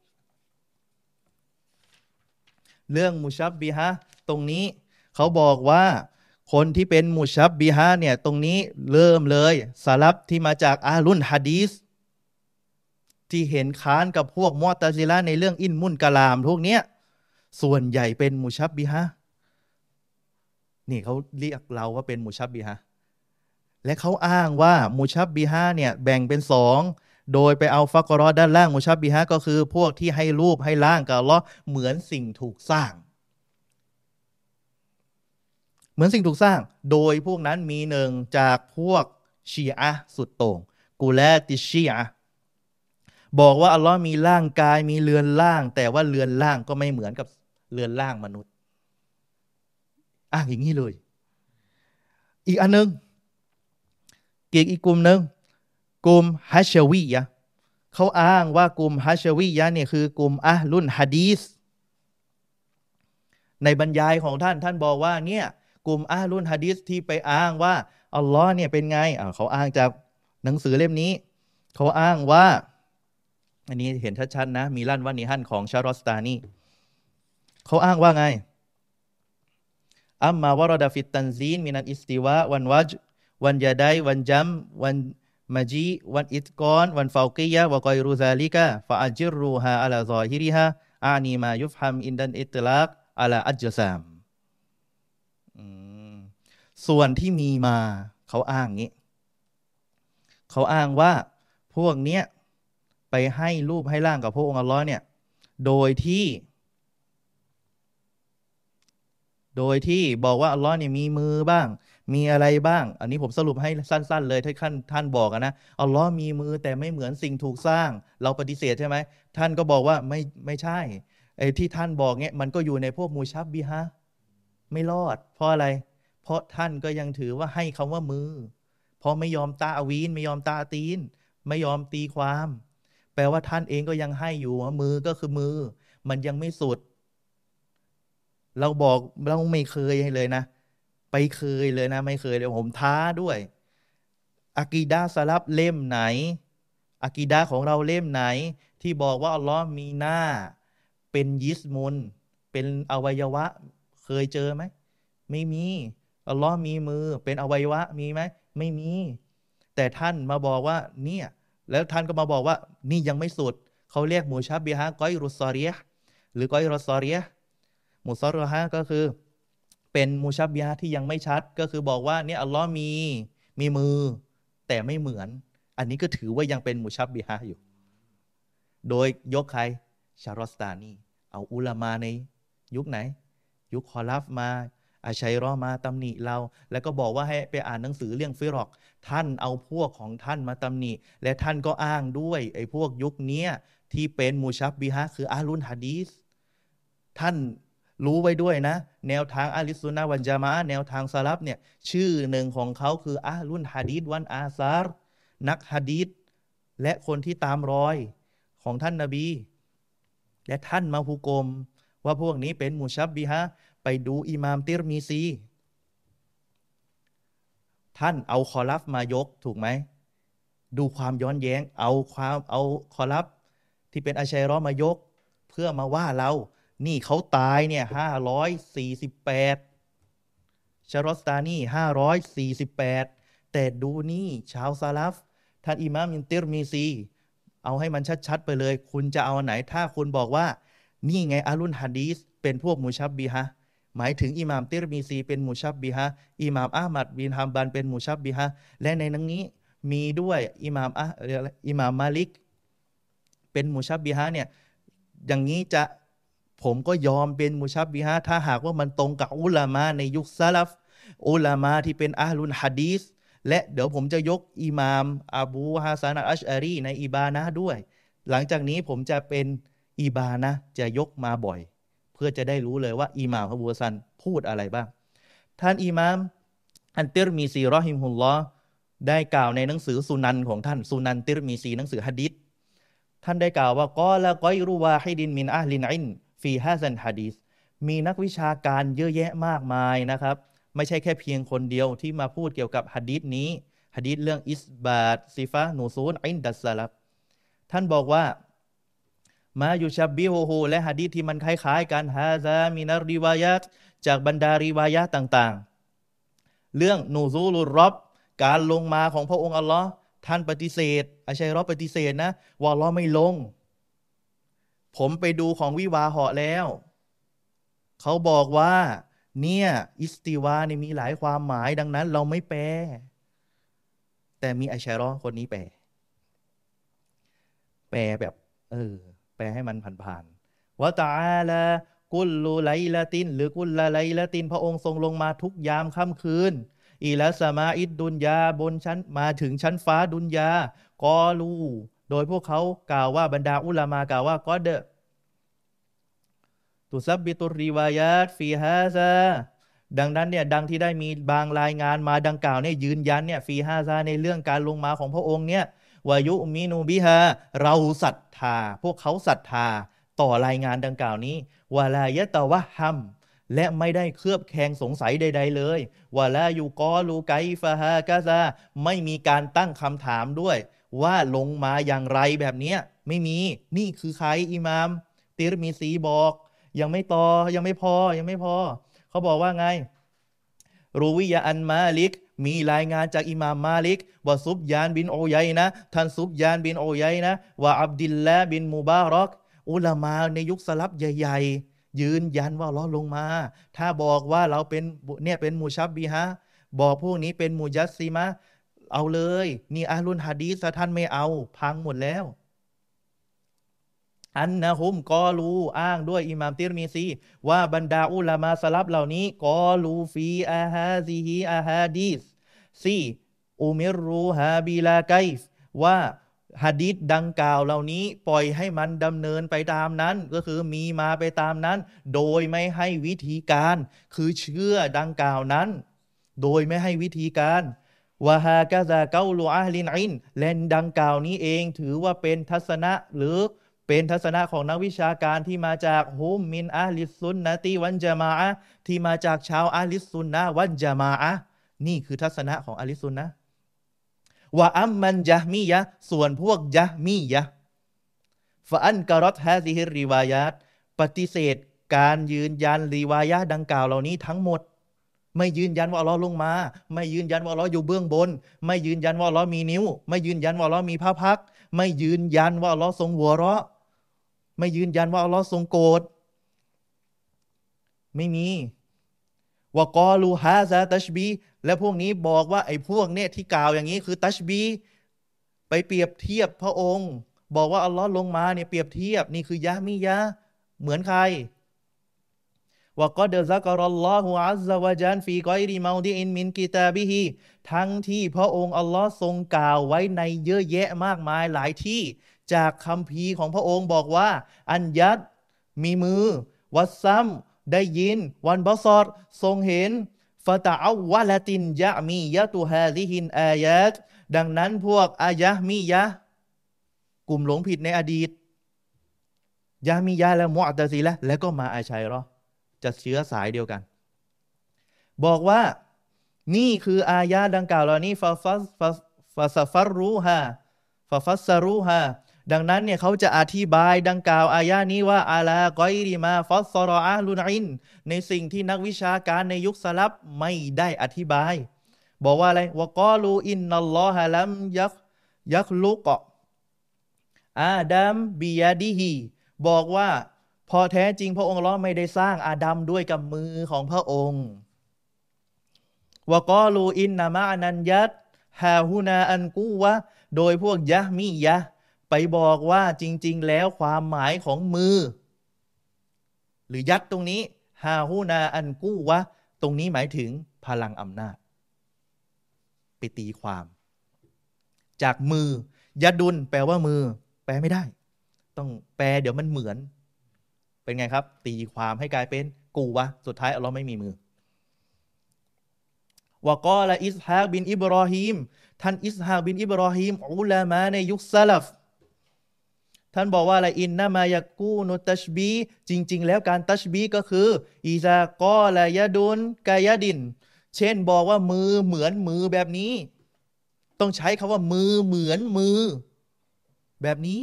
เรื่องมุชับบิฮะตรงนี้เขาบอกว่าคนที่เป็นมุชับบิฮะเนี่ยตรงนี้เริ่มเลยซาลับที่มาจากอาลุนฮะดีษที่เห็นค้านกับพวกมุอ์ตะซิละห์ในเรื่องอินมุนกะลามพวกเนี้ยส่วนใหญ่เป็นมุชับบิฮะนี่เขาเรียกเราว่าเป็นมุชับบิฮะและเขาอ้างว่ามุชับบิฮะเนี่ยแบ่งเป็น2โดยไปเอาฟักรอด้านล่างมุชับบิฮะก็คือพวกที่ให้รูปให้ร่างกับอัลเลาะห์เหมือนสิ่งถูกสร้างเหมือนสิ่งถูกสร้างโดยพวกนั้นมีหนึ่งจากพวกชีอะห์สุดโต่งกูแลติชีอะห์บอกว่าอัลเลาะห์มีร่างกายมีเรือนร่างแต่ว่าเรือนร่างก็ไม่เหมือนกับเรือนร่างมนุษย์อ้างอย่างนี้เลยอีกอันนึงอีกกลุ่มหนึ่งกลุ่มฮัชวียะเขาอ้างว่ากลุ่มฮัชวียะเนี่ยคือกลุ่มอะห์ลุนฮะดีษในบรรยายของท่านบอกว่าเนี่ยกลุ่มอะห์ลุนฮะดีษที่ไปอ้างว่าอัลลอฮ์เนี่ยเป็นไงเขาอ้างจากหนังสือเล่มนี้เขาอ้างว่าอันนี้เห็นชัดๆนะมีลั่นวานิฮันของชารอสตานีเขาอ้างว่าไงอัมมาวารดะฟิตตันซีนมินัลอิสติวะวันวัจวันยาไดวันจัมวันมาจีวันอิตกอนวันฟาวกียะวะกอยรูซาลิกะฟะอัจิรูฮาอะลาซอฮิริฮะอานีมายุฟฮัมอินดันอิตลากอะลาอัจซามส่วนที่มีมาเขาอ้างงี้เขาอ้างว่าพวกเนี้ยไปให้รูปให้ร่างกับพระองค์อัลลอฮ์เนี่ยโดยที่บอกว่าอัลลอฮ์เนี่ยมีมือบ้างมีอะไรบ้างอันนี้ผมสรุปให้สั้นๆเลยที่ท่านบอกนะอัลลอฮ์มีมือแต่ไม่เหมือนสิ่งถูกสร้างเราปฏิเสธใช่ไหมท่านก็บอกว่าไม่ใช่ไอ้ที่ท่านบอกเนี่ยมันก็อยู่ในพวกมูชับบิฮะไม่รอดเพราะอะไรเพราะท่านก็ยังถือว่าให้คำว่ามือเพราะไม่ยอมตาวีนไม่ยอมตาตีนไม่ยอมตีความแปลว่าท่านเองก็ยังให้อยู่ว่ามือก็คือมือมันยังไม่สุดเราบอกเราไม่เคยเลยนะไปเคยเลยนะไม่เคยเลยผมท้าด้วยอะกีดะห์สลับเล่มไหนอะกีดะห์ของเราเล่มไหนที่บอกว่าอัลลอฮ์มีหน้าเป็นยิสมุนเป็นอวัยวะเคยเจอไหมไม่มีอัลลอฮ์มีมือเป็นอวัยวะมีไหมไม่มีแต่ท่านมาบอกว่าเนี่ยแล้วท่านก็มาบอกว่านี่ยังไม่สุดเขาเรียกมูชับบิฮะกอยรุสซอรียะหรือกอยรุสซอรียะมุซอรฮะก็คือเป็นมูชับบิฮะที่ยังไม่ชัดก็คือบอกว่าเนี่ยอัลลอฮ์มีมือแต่ไม่เหมือนอันนี้ก็ถือว่ายังเป็นมูชับบิฮะอยู่โดยยกใครชารอสตานีเอาอุลามาในยุคไหนยุคคอลัฟมาอาชัยรอมาตำหนิเราแล้วก็บอกว่าให้ไปอ่านหนังสือเรื่องฟิรอกท่านเอาพวกของท่านมาตำหนิและท่านก็อ้างด้วยไอ้พวกยุคนี้ที่เป็นมูชับบิฮะคืออาลุนฮะดีษท่านรู้ไว้ด้วยนะแนวทางอะลิสซุนนะฮ์วัลญะมาอะฮ์แนวทางซะลัฟเนี่ยชื่อหนึ่งของเขาคืออะลุนฮะดีษวันอาซาร์นักฮะดีษและคนที่ตามรอยของท่านนบีและท่านมาฮุกมว่าพวกนี้เป็นมุชับบิฮะไปดูอิหม่ามติรมิซีท่านเอาคอลัฟมายกถูกไหมดูความย้อนแย้งเอาคอลัฟที่เป็นอาชัยรอมายกเพื่อมาว่าเรานี่เขาตายเนี่ย548ชารอสตานี548แต่ดูนี่ชาวซาลัฟท่านอิหม่ามติรมิซีเอาให้มันชัดๆไปเลยคุณจะเอาไหนถ้าคุณบอกว่านี่ไงอาลุนฮะดีษเป็นพวกมุชับบิฮะหมายถึงอิหม่ามติรมิซีเป็นมุชับบิฮะอิหม่ามอะห์มัดบินฮัมบันเป็นมุชับบิฮะและในนั้นนี้มีด้วยอิหม่ามมาลิกเป็นมุชับบิฮะเนี่ยอย่างนี้ผมก็ยอมเป็นมุชับบิฮะถ้าหากว่ามันตรงกับอุลามะในยุคซะลัฟอุลามะที่เป็นอะห์ลุนฮะดีษและเดี๋ยวผมจะยกอิหม่ามอบูฮะซานอัชอารีในอิบานะห์ด้วยหลังจากนี้ผมจะเป็นอิบานะห์จะยกมาบ่อยเพื่อจะได้รู้เลยว่าอิหม่ามอบูฮะซานพูดอะไรบ้างท่านอิหม่ามอันติรมิซีรอฮิมฮุลลอฮ์ได้กล่าวในหนังสือสุนันของท่านสุนันติรมิซีหนังสือหะดีษท่านได้กล่าวว่ากอละกอยรุวาฮิดินมินอะห์ลินอิลฟีฮาซันฮะดีษมีนักวิชาการเยอะแยะมากมายนะครับไม่ใช่แค่เพียงคนเดียวที่มาพูดเกี่ยวกับหะดีษนี้หะดีษเรื่องอิสบาตซิฟะนูซูลอินดัสซะลัฟท่านบอกว่ามายุชับบิฮุฮูและหะดีษที่มันคล้ายๆกันฮาซามินัรริวายะตจากบรรดาริวายะห์ต่างๆเรื่องนูซูลุรร็อบการลงมาของพระองค์อัลลอฮ์ท่านปฏิเสธอาชัยรอปฏิเสธนะว่าอัลลอฮ์ไม่ลงผมไปดูของวิวาเหาะแล้วเขาบอกว่าเนี่ยอิสติวาเนี่ยมีหลายความหมายดังนั้นเราไม่แปลแต่มีอัชชัยรอคนนี้แปลแบบแปลให้มันผ่านๆวะตะอาลากุลลูไลละตินหรือกุลละไลละตินพระองค์ทรงลงมาทุกยามค่ำคืนอิลาสมาอิดดุนยาบนชั้นมาถึงชั้นฟ้าดุนยากอลูโดยพวกเขากล่าวว่าบรรดาอุลามากล่าวว่ากอเดตุซับบิตุริวายาตฟีฮาซาดังนั้นเนี่ยดังที่ได้มีบางรายงานมาดังกล่าวเนี่ยยืนยันเนี่ยฟีฮาซาในเรื่องการลงมาของพระองค์เนี่ยววายุมินูบิฮาเราศรัทธาพวกเขาศรัทธาต่อรายงานดังกล่าวนี้วะลายะตะวะฮัมและไม่ได้เคลือบแคลงสงสัยใดๆเลยวะลายูกอลูไกฟะฮากะซาไม่มีการตั้งคำถามด้วยว่าลงมาอย่างไรแบบนี้ไม่มีนี่คือใครอิหม่ามติรมิซีบอกยังไม่ต่อยังไม่พอเขาบอกว่าไงรูวิยะอันมาลิกมีรายงานจากอิหม่ามมาลิกว่าซุบยานบินโอยัยนะท่านซุบยานบินโอยัยนะว่าอับดิลลาบินมุบารอกอุลามาในยุคสลับใหญ่ๆยืนยันว่าอัลเลาะห์ลงมาถ้าบอกว่าเราเป็นเนี่ยเป็นมุชับบิฮะบอกพวกนี้เป็นมุจัสซิมะเอาเลยนี่อะห์ลุลหะดีษท่านไม่เอาพังหมดแล้วอันนะฮุมกอลูอ้างด้วยอิหม่ามติรมิซีว่าบรรดาอุลามาสลับเหล่านี้กอลูฟีอาฮาซิฮิอาฮาดีษซีอุมิรูฮาบิลาไกฟว่าหะดีษดังกล่าวเหล่านี้ปล่อยให้มันดำเนินไปตามนั้นก็คือมีมาไปตามนั้นโดยไม่ให้วิธีการคือเชื่อดังกล่าวนั้นโดยไม่ให้วิธีการวะฮากะซาเกาลูอะฮลินอินและดังกล่าวนี้เองถือว่าเป็นทัศนะหรือเป็นทัศนะของนักวิชาการที่มาจากฮุมมินอะลิสซุนนะตีวันญะมาอะห์ที่มาจากชาวอะลิสซุนนะวันญะมาอะห์นี่คือทัศนะของอะลิสซุนนะว่าอัมมันญะมียะส่วนพวกญะมียะฟะอันกะรอตฮาซิฮิรริวายาตปฏิเสธการยืนยันริวายะห์ดังกล่าวเหล่านี้ทั้งหมดไม่ยืนยันว่าอัลเลาะห์ลงมาไม่ยืนยันว่าอัลเลาะห์อยู่เบื้องบนไม่ยืนยันว่าอัลเลาะห์มีนิ้วไม่ยืนยันว่าอัลเลาะห์มีพระพักตร์ไม่ยืนยันว่าอัลเลาะห์ทรงหัวเราะไม่ยืนยันว่าอัลเลาะห์ทรงโกรธไม่มีวะกอลูฮาซาตัชบีและพวกนี้บอกว่าไอ้พวกเนี่ยที่กล่าวอย่างนี้คือตัชบีไปเปรียบเทียบพระองค์บอกว่าอัลเลาะห์ลงมาเนี่ยเปรียบเทียบนี่คือยะมียะเหมือนใครวะกอดซะกะรัลลอฮุอัซซะวะญัลฟีกอยริมอดิอินมินกิตาบิฮิทั้งที่พระองค์อัลเลาะห์ทรงกล่าวไว้ในเยอะแยะมากมายหลายที่จากคัมภีร์ของพระองค์บอกว่าอันยัดมีมือวัสซัมได้ยินวันบอซอรทรงเห็นฟะตะอวะละตินยะมียะตุฮาซิฮินอายะตดังนั้นพวกอายะมียะกลุ่มหลงผิดในอดีตยะมียะและมุอ์ตะซิละห์และก็มาอาชัยเราะห์จะเชื้อสายเดียวกันบอกว่านี่คืออายะดังกล่าวเหล่านี้ฟาซฟัรรูฮาฟาฟัสซารูฮาดังนั้นเนี่ยเขาจะอธิบายดังกล่าวอายะนี้ว่าอาลากอยริมาฟัสซารออะลุนอินในสิ่งที่นักวิชาการในยุคสลับไม่ได้อธิบายบอกว่าอะไรวะกอลูอินนัลลอฮะลัมยักลุกอาดัมบิยาดิฮีบอกว่าพอแท้จริงพระองค์อัลเลาะห์ไม่ได้สร้างอาดัมด้วยกับมือของพระองค์วะกอลูอินนามะนันยัตฮาฮุนาอันกูวะโดยพวกยะมียะไปบอกว่าจริงๆแล้วความหมายของมือหรือยัดตรงนี้ฮาฮูนาอันกู้วะตรงนี้หมายถึงพลังอำนาจไปตีความจากมือยัดดุลแปลว่ามือแปลไม่ได้ต้องแปลเดี๋ยวมันเหมือนเป็นไงครับตีความให้กลายเป็นกูวะสุดท้ายอัลเลาะห์ไม่มีมือวะกอละอิสฮากบินอิบรอฮีมท่านอิสฮากบินอิบรอฮีมอุลามะในยุคซะลัฟท่านบอกว่าอะไรอินนามายะกูนุตัชบีจริงๆแล้วการตัชบีก็คืออิซากอละยะดุนกายะดินเช่นบอกว่ามือเหมือนมือแบบนี้ต้องใช้คำว่ามือเหมือนมือแบบนี้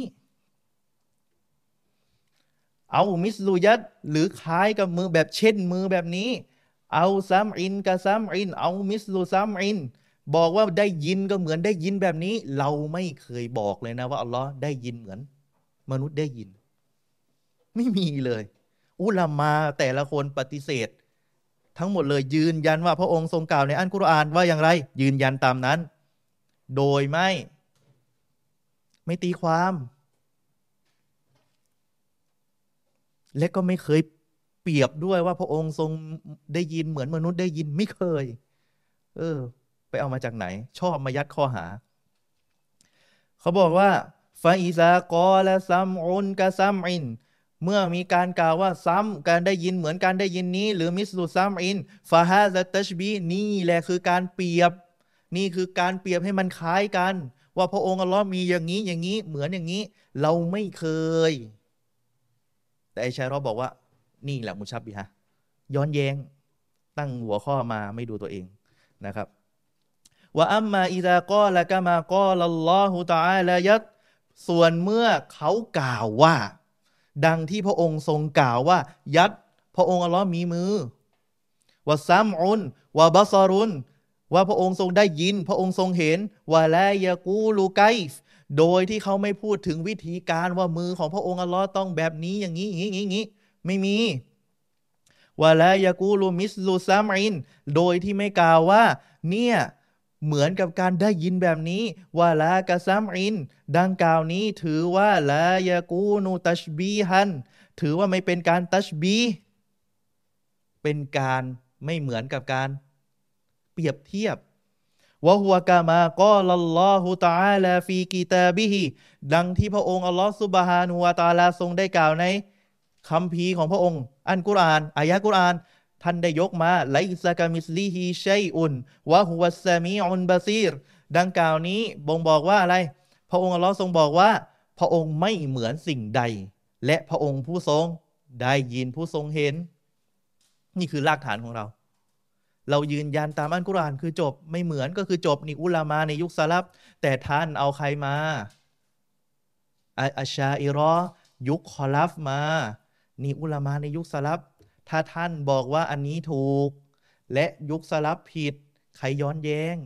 เอามิสลูยัดหรือคล้ายกับมือแบบเช่นมือแบบนี้เอาซัมอินกับซัมอินเอามิสลูซัมอินบอกว่าได้ยินก็เหมือนได้ยินแบบนี้เราไม่เคยบอกเลยนะว่าอัลลอฮ์ได้ยินเหมือนมนุษย์ได้ยินไม่มีเลยอุลามาแต่ละคนปฏิเสธทั้งหมดเลยยืนยันว่าพระองค์ทรงกล่าวในอัลกุรอานว่าอย่างไรยืนยันตามนั้นโดยไม่ตีความและก็ไม่เคยเปรียบด้วยว่าพระองค์ทรงได้ยินเหมือนมนุษย์ได้ยินไม่เคยไปเอามาจากไหนชอบมายัดข้อหาเขาบอกว่าฟาอิซากอละซัมอุนกะซัมอินเมื่อมีการกล่าวว่าซ้ำการได้ยินเหมือนการได้ยินนี้หรือมิสลุซัมอินฟาฮาซะตัชบีนี่แหละคือการเปรียบนี่คือการเปรียบให้มันคล้ายกันว่าพระองค์อัลลอฮ์มีอย่างนี้อย่างนี้เหมือนอย่างนี้เราไม่เคยแต่ไอชัยรอบอกว่านี่แหละมุชับบิฮะย้อนแย้งตั้งหัวข้อมาไม่ดูตัวเองนะครับว่าอัมมาอิซากอละกะมากอลัลลอฮุตะอาลายัตส่วนเมื่อเขากล่าวว่าดังที่พระองค์ทรงกล่าวว่ายัดพระองค์อัลลอฮ์มีมือวะซัมอุนวะบะซารุนว่าพระองค์ทรงได้ยินพระองค์ทรงเห็นวะลายะกูลูไกฟ์โดยที่เขาไม่พูดถึงวิธีการว่ามือของพระองค์อัลลอฮ์ต้องแบบนี้อย่างนี้อย่างนี้ไม่มีวะลายะกูลูมิสลูซัมอินโดยที่ไม่กล่าวว่าเนี่ยเหมือนกับการได้ยินแบบนี้ว่าลากะซัมอินดังกล่าวนี้ถือว่าลายะกูนูตัชบีฮันถือว่าไม่เป็นการตัชบีเป็นการไม่เหมือนกับการเปรียบเทียบวะฮุวะกามากอลัลลอฮุตะอาลาฟีกิตาบิฮิดังที่พระองค์อัลลอฮฺซุบฮานะฮูวะตะอาลาทรงได้กล่าวในคัมภีร์ของพระองค์อันกุรอานอายะกุรอานท่านได้ยกมาไลซะกะมิสลิฮิชัยอุนวะฮุวัสซะมีอุนบะซีรดังกล่าวนี้บ่งบอกว่าอะไรพระองค์อัลลอฮ์ทรงบอกว่าพระองค์ไม่เหมือนสิ่งใดและพระองค์ผู้ทรงได้ยินผู้ทรงเห็นนี่คือรากฐานของเรายืนยันตามอัลกุรอานคือจบไม่เหมือนก็คือจบนี่อุลามาในยุคสลับแต่ท่านเอาใครมาอัชชาอิรอยุคคอลัฟมานี่อุลามาในยุคสลับถ้าท่านบอกว่าอันนี้ถูกและยุคสลับผิดใครย้อนแย้ง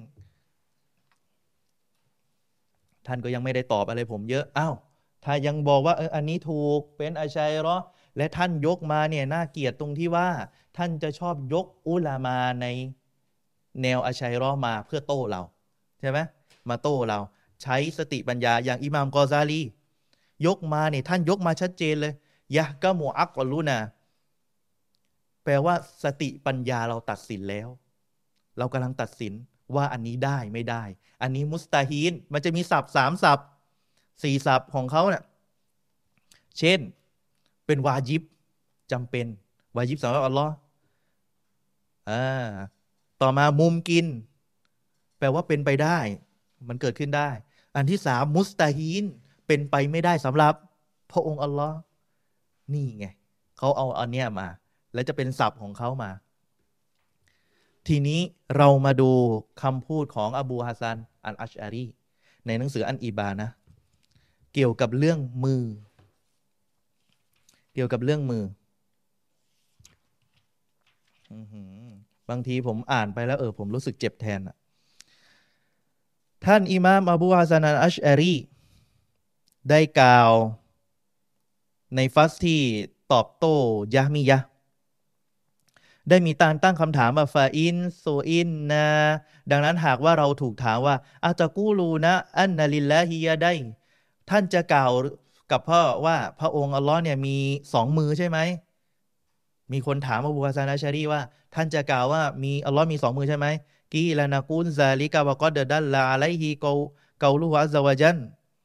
ท่านก็ยังไม่ได้ตอบอะไรผมเยอะอ้าวถ้ายังบอกว่าอันนี้ถูกเป็นอัชชัยรอและท่านยกมาเนี่ยน่าเกลียดตรงที่ว่าท่านจะชอบยกอุลามาในแนวอัชชัยรอมาเพื่อโต้เราใช่ไหมมาโต้เราใช้สติปัญญาอย่างอิหม่ามกอซาลียกมาเนี่ยท่านยกมาชัดเจนเลยยะกะมูอักกอลูนาแปลว่าสติปัญญาเราตัดสินแล้วเรากำลังตัดสินว่าอันนี้ได้ไม่ได้อันนี้มุสตาฮีนมันจะมีศัพท์3ศัพท์4ศัพท์ของเขาเนี่ยเช่นเป็นวาญิบจำเป็นวาญิบสำหรับอัลลอฮ์ต่อมามุมกินแปลว่าเป็นไปได้มันเกิดขึ้นได้อันที่3มุสตาฮีนเป็นไปไม่ได้สำหรับพระองค์อัลลอฮ์นี่ไงเขาเอาอันเนี้ยมาแล้วจะเป็นศัพท์ของเขามาทีนี้เรามาดูคำพูดของอบูฮัสซันอัลอัชอารีในหนังสืออันอีบานะเกี่ยวกับเรื่องมือบางทีผมอ่านไปแล้วผมรู้สึกเจ็บแทนท่านอิหม่ามอบูฮัสซันอัลอัชอารีได้กล่าวในฟัสที่ตอบโต้ยะมียะได้มีการตั้งคำถามว่าฟาอินโซอินนะดังนั้นหากว่าเราถูกถามว่าอาตะกูลูนะอันนาลิลลาฮิยะได้ท่านจะกล่าวกับพ่อว่าพระองค์อัลลอฮ์เนี่ยมี2 มือใช่ไหมมีคนถามอบูฮัสซันอัชอารีว่าท่านจะกล่าวว่ามีอัลลอฮ์มี2 มือใช่ไหมกีลานะกุนซาลิกะวะกอดดัลลาอะลัยฮิเกาลูฮุอัซซะวะญัล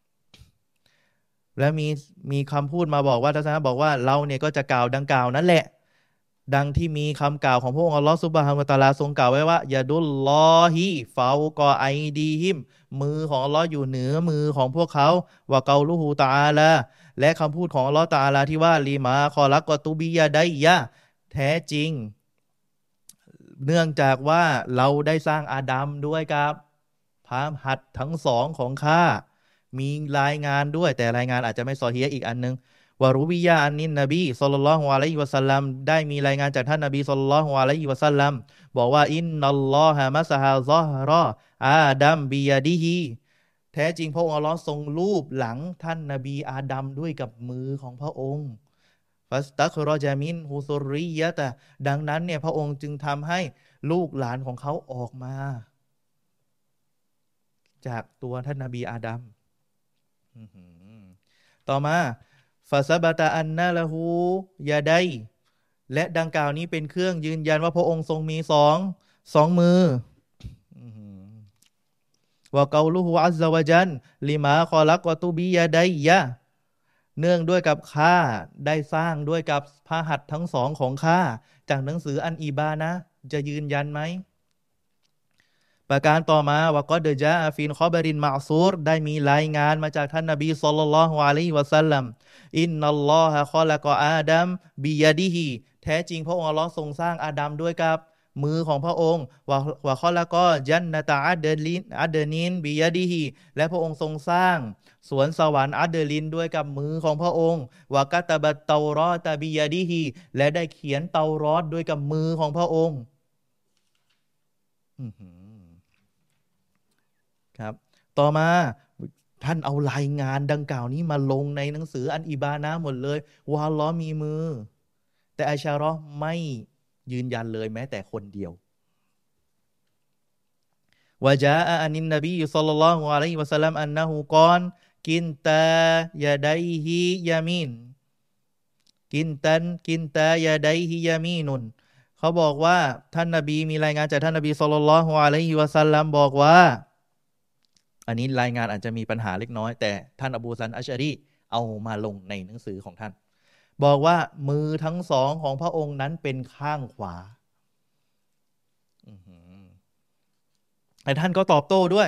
และมีคำพูดมาบอกว่าทัศนะบอกว่าเราเนี่ยก็จะกล่าวดังกล่าวนั่นแหละดังที่มีคำกล่าวของพระองค์อัลลอฮฺซุบฮานะฮูวะตะอาลาทรงกล่าวไว้ว่ายาดุลลอฮิฟาวกอไอดีฮิมมือของอัลลอฮ์อยู่เหนือมือของพวกเขาวะเกาลูฮูตะอาลาและคำพูดของอัลลอฮ์ตะอาลาที่ว่าลีมาคอลักกอตูบิยะไดยะแท้จริงเนื่องจากว่าเราได้สร้างอาดัมด้วยกับพามหัดทั้ง2ของข้ามีรายงานด้วยแต่รายงานอาจจะไม่ซอฮีฮ์อีกอันนึงวะรุวิยะอันนินนบีศ็อลลัลลอฮุอะลัยฮิวะซัลลัมได้มีรายงานจากท่านนบีศ็อลลัลลอฮุอะลัยฮิวะซัลลัมบอกว่าอินนัลลอฮะมัสฮะซอฮรออาดัมบิยะดิฮิแท้จริงพระองค์อัลลอฮ์ทรงลูบหลังท่านนบีอาดัมด้วยกับมือของพระองค์ฟัสตัครอจามินฮุซุริยะตะดังนั้นเนี่ยพระองค์จึงทำให้ลูกหลานของเขาออกมาจากตัวท่านนบีอาดัมต่อมาฟาซาบะตะอันนะละหูยาไดและดังกล่าวนี้เป็นเครื่องยืนยันว่าพระองค์ทรงมีสองมือวะเกาลูฮูอัซซะวะญัลลิมาคอลักวะตุบิยะไดยะเนื่องด้วยกับข้าได้สร้างด้วยกับพระหัตถ์ทั้ง2ของข้าจากหนังสืออันอีบานะจะยืนยันไหมประการต่อมาวะกอดจาอะฟินคอบรินมะซูรได้มีรายงานมาจากท่านนบีศ็อลลัลลอฮุอะลัยฮิวะซัลลัมอินนัลลอฮะคอละกออาดัมบิยะดิฮิแท้จริงพระองค์อัลเลาะห์ทรงสร้างอาดัมด้วยกับมือของพระองค์วะคอละกอญันนะตะอัดนินบิยะดิฮิและพระองค์ทรงสร้างสวนสวรรค์อัดลินด้วยกับมือของพระองค์วะกะตะบัตเตารอตะบิยะดิฮิและได้เขียนเตารอดด้วยกับมือของพระองค์ครับต่อมาท่านเอารายงานดังกล่าวนี้มาลงในหนังสืออันอิบานะห์หมดเลยว่าอัลเลาะห์มีมือแต่อัชาเราะห์ไม่ยืนยันเลยแม้แต่คนเดียววะจาอะอันินนบีศ็อลลัลลอฮุอะลัยฮิวะซัลลัมอันนะฮูกอนกินตายะดัยฮิยามีนกินตายะดัยฮิยามีนุนเขาบอกว่าท่านนบีมีรายงานจากท่านนบีศ็อลลัลลอฮุอะลัยฮิวะซัลลัมบอกว่าอันนี้รายงานอาจจะมีปัญหาเล็กน้อยแต่ท่านอบูซันอัชอะรีเอามาลงในหนังสือของท่านบอกว่ามือทั้งสองของพระองค์นั้นเป็นข้างขวาแต่ท่านก็ตอบโต้ด้วย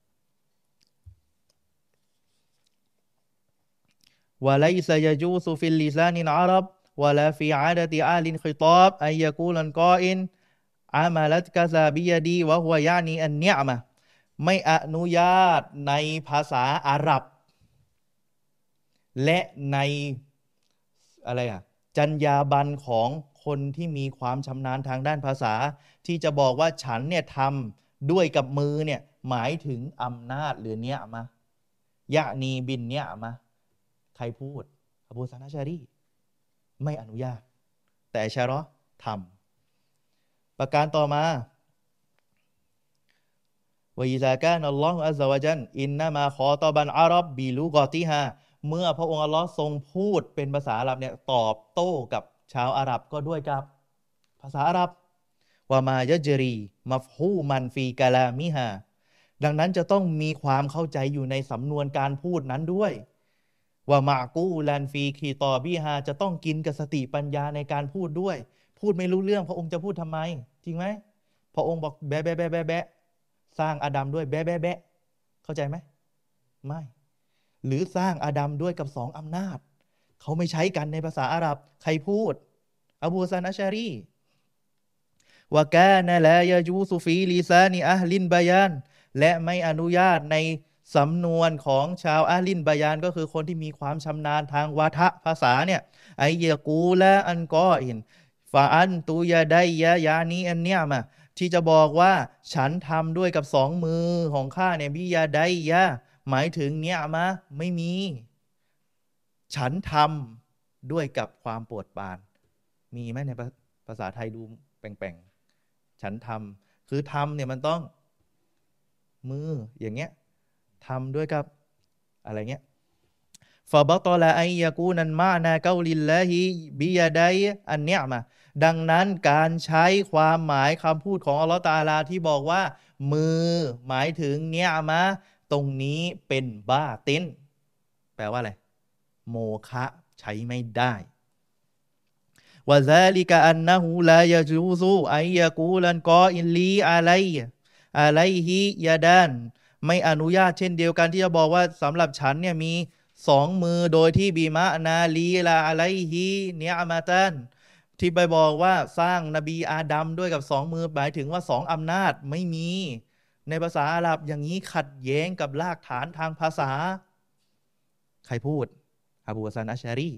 วะไลซะยะจูซุฟิลลิซานินอารับวะลาฟิอาดะติอาลินคิฏอบอัยยะกูลันกออินอามาลัตกะซาบิยะดีวะฮุวะยานีอันเนียมะไม่อนุญาตในภาษาอาหรับและในอะไรจรรยาบรรณของคนที่มีความชำนาญทางด้านภาษาที่จะบอกว่าฉันเนี่ยทำด้วยกับมือเนี่ยหมายถึงอำนาจหรือเนี้ยมายะนีบินเนี้ยมะใครพูดอบูซานะชารีไม่อนุญาตแต่ชะรอทำประการต่อมาวะอิซากานัลลอฮุอัซซะวะญัลอินนะมาคอตอบันอารับบิลุกอติฮาเมื่อพระองค์อัลลอฮ์ทรงพูดเป็นภาษาอาหรับเนี่ยตอบโต้กับชาวอาหรับก็ด้วยกับภาษาอาหรับวะมายะจรีมัฟฮูมันฟีกะลามิฮาดังนั้นจะต้องมีความเข้าใจอยู่ในสำนวนการพูดนั้นด้วยว่ามะกูลันฟีคีตอบิฮาจะต้องกินกับสติปัญญาในการพูดด้วยพูดไม่รู้เรื่องพระองค์จะพูดทำไมจริงไหมพระองค์บอกแบะแบะแบะแบะแบะสร้างอาดัมด้วยแบะแบะแบะเข้าใจไหมไม่หรือสร้างอาดัมด้วยกับสองอำนาจเขาไม่ใช้กันในภาษาอาหรับใครพูดอบูซันอัชอารีวะกานะลายะจูซุฟีลิซานีอะห์ลินบายานและไม่อนุญาตในสำนวนของชาวอะห์ลินบายานก็คือคนที่มีความชำนาญทางวาทะภาษาเนี่ยไอยะกูละอันกออินฟาอันตุยะไดยะยานีอันเนียมะที่จะบอกว่าฉันทำด้วยกับสองมือของข้าเนี่ยบิยาไดยะหมายถึงเนียมะไม่มีฉันทำด้วยกับความโปรดปรานมีไหมในภาษาไทยดูแปลงๆฉันทำคือทำเนี่ยมันต้องมืออย่างเงี้ยทำด้วยกับอะไรเงี้ยฟาบตอลาอัยยากูนันมานาเกาลิลลาฮิบิยาไดอันเนียมาดังนั้นการใช้ความหมายคำพูดของอัลลอฮฺตะอาลาที่บอกว่ามือหมายถึงเนียมะตรงนี้เป็นบาตินแปลว่าอะไรโมฆะใช้ไม่ได้วะซาลิกะอันนะฮูลายะจูซูอัยยะกูลันกออินลีอะลัยฮิยาดานไม่อนุญาตเช่นเดียวกันที่จะบอกว่าสำหรับฉันเนี่ยมีสองมือโดยที่บีมะนาลีลาอะลัยฮิเนียมาตันที่ไปบอกว่าสร้างนบีอาดัมด้วยกับสองมือหมายถึงว่าสองอำนาจไม่มีในภาษาอาหรับอย่างนี้ขัดแย้งกับรากฐานทางภาษาใครพูดอบูฮัสซันอัชชารี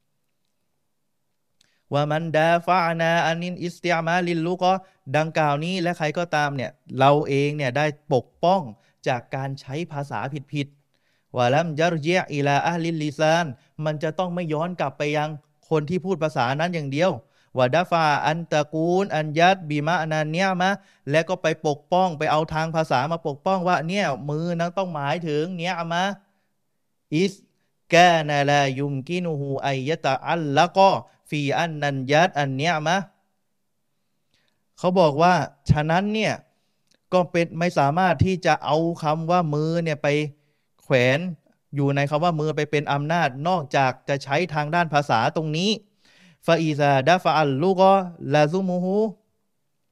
ว่ามันดาฟานาอันนินอิสติอามาลินลูกดังกล่าวนี้และใครก็ตามเนี่ยเราเองเนี่ยได้ปกป้องจากการใช้ภาษาผิดๆว่าลัมยัรเยอิลาอะลิลลิซานมันจะต้องไม่ย้อนกลับไปยังคนที่พูดภาษานั้นอย่างเดียวว่าดาฟาอันตะกูลอันยัดบิมะนันเนียมะและก็ไปปกป้องไปเอาทางภาษามาปกป้องว่าเนี่ยมือนั้นต้องหมายถึงเนียมะอิสกานาลายุมกินูฮูไอยะตะอัลละกอฟีอันนันยัดอันเนียมะเขาบอกว่าฉะนั้นเนี่ยก็เป็นไม่สามารถที่จะเอาคำว่ามือเนี่ยไปแขวนอยู่ในคำว่ามือไปเป็นอำนาจนอกจากจะใช้ทางด้านภาษาตรงนี้ฟาอิซาดาฟาอัลลูกอลาซุมูฮู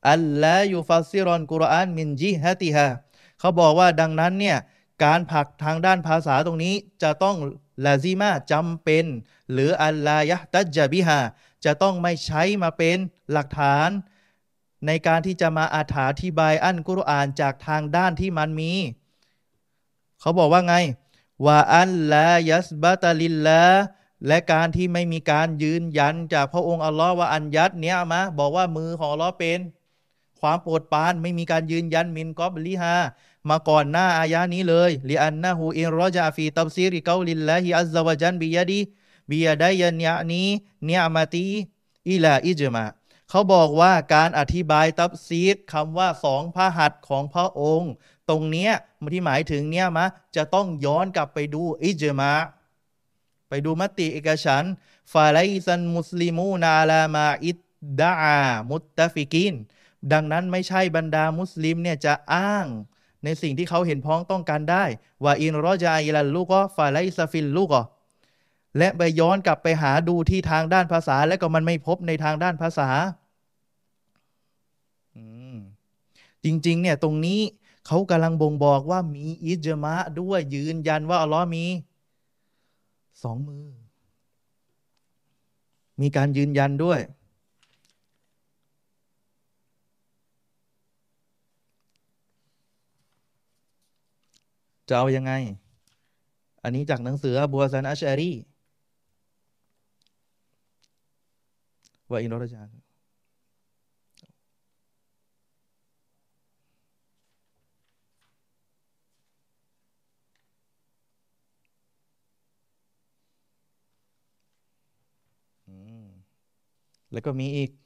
อัลลายุฟัสซิรอนกุรอานมินจิฮะติฮาเขาบอกว่าดังนั้นเนี่ยการผลักทางด้านภาษาตรงนี้จะต้องลาซิมาจำเป็นหรืออัลลายะตัจญะบิฮาจะต้องไม่ใช้มาเป็นหลักฐานในการที่จะมาอธิบายอัลกุรอานจากทางด้านที่มันมีเขาบอกว่าไงว่าอัลลายัสบะตะลิลละและการที่ไม่มีการยืนยันจากพระองค์อัลลอฮ์ว่าอันยัดเนี้ยมาบอกว่ามือของอัลลอฮ์เป็นความโปรดปรานไม่มีการยืนยันมินกอบลิฮามาก่อนหน้าอายะนี้เลยลิอันนะฮูอินรอจาฟีตับซีริกอลิลลาฮิอัซซะวะจันบิยะดัยยะนีเนียมะตีอิลาอิจมาเขาบอกว่าการอธิบายตับซีรคำว่าสองพระหัตถ์ของพระองค์ตรงเนี้ยที่หมายถึงเนี้ยจะต้องย้อนกลับไปดูอิจมาไปดูมติเอกฉันท์ฟาไลซันมุสลิมูนาลามาอิดดะอามุตตะฟิกินดังนั้นไม่ใช่บรรดามุสลิมเนี่ยจะอ้างในสิ่งที่เขาเห็นพ้องต้องการได้ว่าอินรอจาอิลัลลูกอฟาไลซาฟิลลูกอและไปย้อนกลับไปหาดูที่ทางด้านภาษาและก็มันไม่พบในทางด้านภาษาจริงๆเนี่ยตรงนี้เขากำลังบ่งบอกว่ามีอิจมะด้วยยืนยันว่าอัลลอฮ์มีสองมือมีการยืนยันด้วยจะเอายังไงอันนี้จากหนังสืออบูฮัสซันอัชอารีว่าอินรอจาแล้วก็มีอีก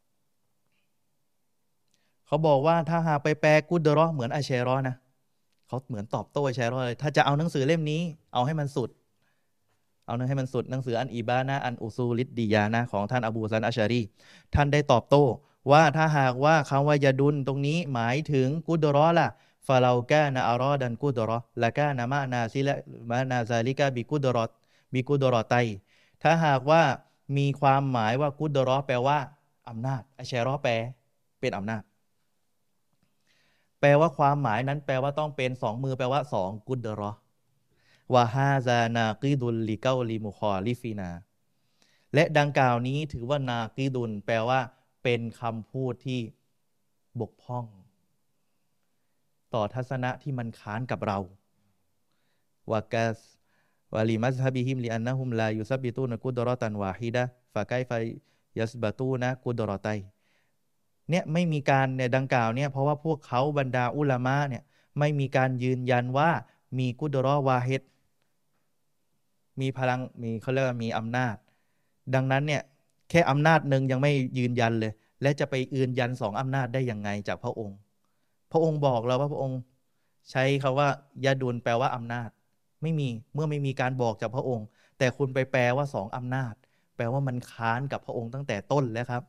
เขาบอกว่าถ้าหากไปแปลกุดเราะห์เหมือนอัชชัยรอนะเขาเหมือนตอบโต้อัชชัยรอเลยถ้าจะเอาหนังสือเล่มนี้เอาให้มันสุดเอาให้มันสุดหนังสืออันอีบานะอันอุซูลิดดียานะของท่านอบูฮัสซันอัชอารีท่านได้ตอบโต้ว่าถ้าหากว่าคำว่ายาดุลตรงนี้หมายถึงกุดเราะห์ล่ะฟาเรากานะอารอดันกุดเราะห์ละกานะมะนาซิละมะนาซาลิกะบิกุดเราะห์ไตถ้าหากว่ามีความหมายว่ากุดเราะห์แปลว่าอำนาจอัชชัยรอแปลเป็นอำนาจแปลว่าความหมายนั้นแปลว่าต้องเป็นสองมือแปลว่าสองกุดเราะห์วะฮาซานากีดุลลิเกาลิมุคอลิฟีนาและดังกล่าวนี้ถือว่านากีดุลแปลว่าเป็นคำพูดที่บกพร่องต่อทัศนะที่มันค้านกับเราวากาสวาลิมัซฮะบิฮิมลิอันนะฮุมลายุซับบิตูนกุดเราะตันวาฮิดะฟะไกฟะยัสบะตูนะกุดเราะตัยเนี่ยไม่มีการเนี่ยดังกล่าวเนี่ยเพราะว่าพวกเขาบรรดาอุลามะเนี่ยไม่มีการยืนยันว่ามีกุดเราะห์วาฮิดมีพลังมีเขาเรียกว่ามีอำนาจดังนั้นเนี่ยแค่อำนาจหนึ่งยังไม่ยืนยันเลยและจะไปยืนยันสองอำนาจได้ยังไงจากพระองค์บอกเราว่าพระองค์ใช้คำว่ายาดุลแปลว่าอำนาจไม่มีเมื่อไม่มีการบอกจากพระองค์แต่คุณไปแปลว่าสองอำนาจแปลว่ามันค้านกับพระองค์ตั้งแต่ต้นแล้วครับ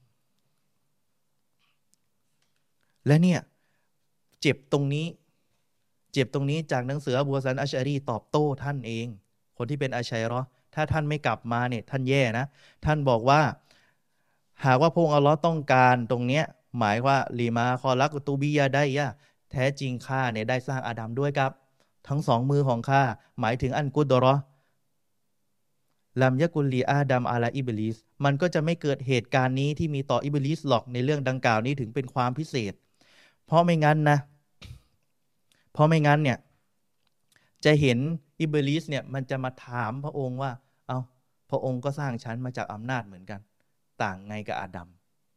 และเนี่ยเจ็บตรงนี้จากหนังสืออบูฮัสซันอัชอารีตอบโต้ท่านเองคนที่เป็นอัชชัยรอถ้าท่านไม่กลับมาเนี่ยท่านแย่นะท่านบอกว่าหากว่าพระองค์อัลลอฮ์ต้องการตรงเนี้ยหมายว่าลีมาคอลักตูบียาได้ยะแท้จริงข้าเนี่ยได้สร้างอาดัมด้วยครับทั้งสองมือของข้าหมายถึงอันกุดเราะห์ลัมยะกุลลีอาดัมอาลาอิบลิสมันก็จะไม่เกิดเหตุการณ์นี้ที่มีต่ออิบลิสหรอกในเรื่องดังกล่าวนี้ถึงเป็นความพิเศษเพราะไม่งั้นเนี่ยจะเห็นอิบลิสเนี่ยมันจะมาถามพระองค์ว่าเอาพระองค์ก็สร้างฉันมาจากอำนาจเหมือนกันต่างไงกับอาดัม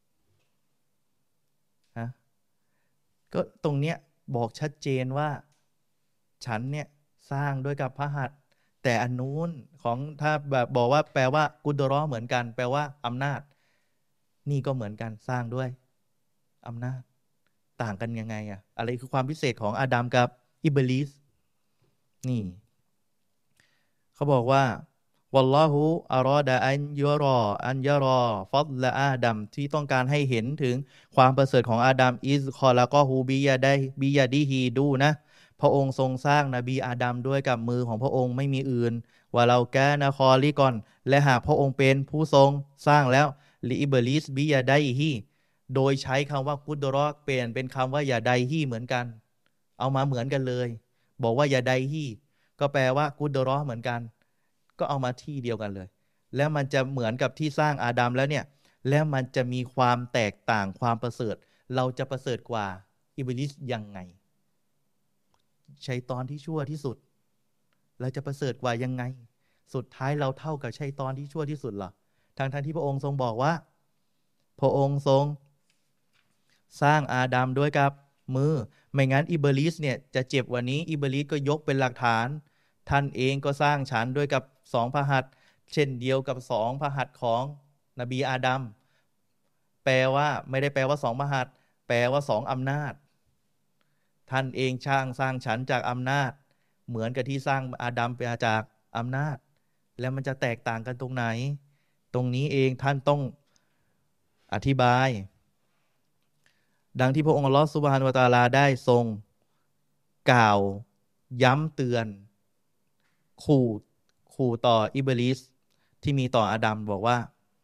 ฮะก็ตรงเนี้ยบอกชัดเจนว่าฉันเนี่ยสร้างด้วยกับพระหัตถ์แต่อันนู้นของถ้าแบบบอกว่าแปลว่ากุดเราะห์เหมือนกันแปลว่าอำนาจนี่ก็เหมือนกันสร้างด้วยอำนาจต่างกันยังไงอะอะไรคือความพิเศษของอาดัมกับอิบลิสนี่เขาบอกว่าวัลลอฮุอารอดะอันยารอฟัดละอาดัมที่ต้องการให้เห็นถึงความประเสริฐของอาดัมอิซคอละกอฮูบิยาดิฮีดูนะพระองค์ทรงสร้างนบีอาดัมด้วยกับมือของพระองค์ไม่มีอื่นว่าเราแกนะคอลิกอนและหากพระองค์เป็นผู้ทรงสร้างแล้วลิอิบลิสบิยาไดฮีโดยใช้คำว่ากุดรอเปลี่ยนเป็นคำว่าอย่าใดฮีเหมือนกันเอามาเหมือนกันเลยบอกว่าอย่าใดฮีก็แปลว่ากุดรอเหมือนกันก็เอามาที่เดียวกันเลยแล้วมันจะเหมือนกับที่สร้างอาดัมแล้วเนี่ยแล้วมันจะมีความแตกต่างความประเสริฐเราจะประเสริฐกว่าอิบลิสยังไงชัยฏอนที่ชั่วที่สุดเราจะประเสริฐกว่ายังไงสุดท้ายเราเท่ากับชัยฏอนที่ชั่วที่สุดเหรอทั้งที่พระองค์ทรงบอกว่าพระองค์ทรงสร้างอาดัมด้วยกับมือไม่งั้นอิบลิสเนี่ยจะเจ็บกว่านี้อิบลิสก็ยกเป็นหลักฐานท่านเองก็สร้างฉันด้วยกับสองพระหัตถ์เช่นเดียวกับสองพระหัตถ์ของนบีอาดัมแปลว่าไม่ได้แปลว่าสองพระหัตถ์แปลว่าสองอำนาจท่านเองสร้างฉันจากอำนาจเหมือนกับที่สร้างอาดัมไปจากอำนาจแล้วมันจะแตกต่างกันตรงไหนตรงนี้เองท่านต้องอธิบายดังที่พระองค์อัลเลาะห์ซุบฮานะฮูวะตะอาลาได้ทรงกล่าวย้ำเตือนขู่ต่ออิบลิสที่มีต่ออาดัมบอกว่า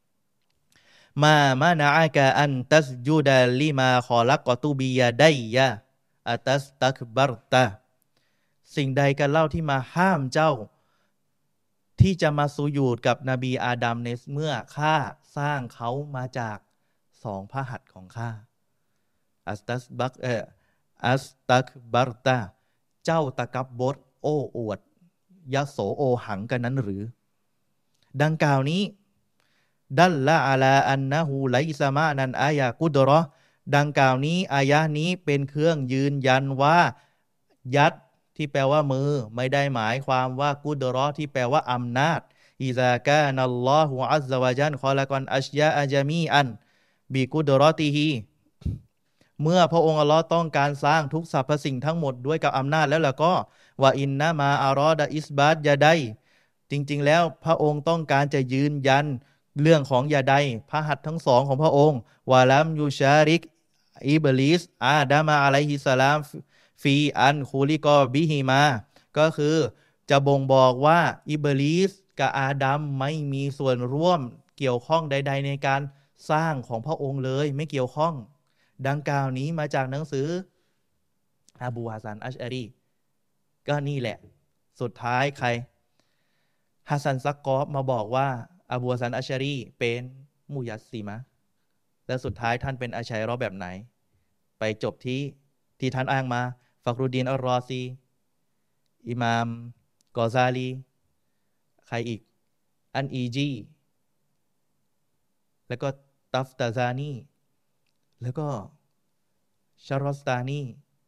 มานะอะกะอันตัสจุดะลิมาคอลักตุบิยะดัยยะอะตัสตักบัรตะสิ่งใดกันเล่าที่มาห้ามเจ้าที่จะมาสุญูดกับนบีอาดัมในเมื่อข้าสร้างเขามาจากสองพระหัตถ์ของข้าอัสตักบัรตะเจ้าตะกับบดโอ้อวดยโสโอหังกันนั้นหรือดังกล่าวนี้ดัลละอาลาอันนะฮูไลซามะนันอายะกุดรอดังกล่าวนี้อายะนี้เป็นเครื่องยืนยันว่ายัดที่แปลว่ามือไม่ได้หมายความว่ากุดรอที่แปลว่าอำนาจอิซากานัลลอฮุอัซซะวะญัลคอละกอนอัชยาอะญะมีอันบิกุดรอติฮีเมื่อพระองค์อัลลอฮ์ต้องการสร้างทุกสรรพสิ่งทั้งหมดด้วยกับอำนาจแล้วล่ะก็ว่าอินนะมาอารอดะอิสบาตยะไดจริงๆแล้วพระองค์ต้องการจะยืนยันเรื่องของยาไดพระหัตถ์ทั้งสองของพระองค์วะลัมยูชาริกอิบลิสอาดามะอะลัยฮิสสลามฟีอันคูลิกอบิฮิมาก็คือจะบ่งบอกว่าอิบลิสกับอาดัมไม่มีส่วนร่วมเกี่ยวข้องใดๆในการสร้างของพระองค์เลยไม่เกี่ยวข้องดังกล่าวนี้มาจากหนังสืออบูฮัสซันอัชอารีก็นี่แหละสุดท้ายใครฮัสซันซักกอฟมาบอกว่าอบูฮัสซันอัชอารีเป็นมุยัสซิมะและสุดท้ายท่านเป็นอาชัยรอแบบไหนไปจบที่ท่านอ้างมาฟักรุดดีนอัลรอซีอิมามกอซาลีใครอีกอันอีจีแล้วก็ตัฟตาซานีแล้วก็ชารอสตานี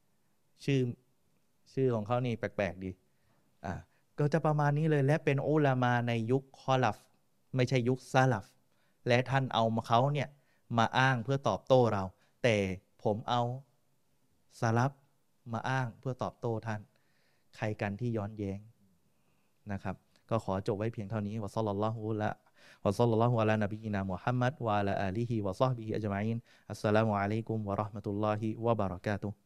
ชื่อของเขานี่แปลกๆดีก็จะประมาณนี้เลยและเป็นอุลามาในยุคคอลัฟไม่ใช่ยุคซาลัฟและท่านเอามาเขาเนี่ยมาอ้างเพื่อตอบโต้เราแต่ผมเอาซาลัฟมาอ้างเพื่อตอบโต้ท่านใครกันที่ย้อนแย้งนะครับก็ขอจบไว้เพียงเท่านี้วะศ็อลลัลลอฮุอะลานบีนามุฮัมมัดวะอะลาอาลีฮิวะศอฮบิฮิอัจมัยนอัสสลามุอะลัยกุมวะเราะห์มะตุลลอฮิวะบะเราะกาตุฮ์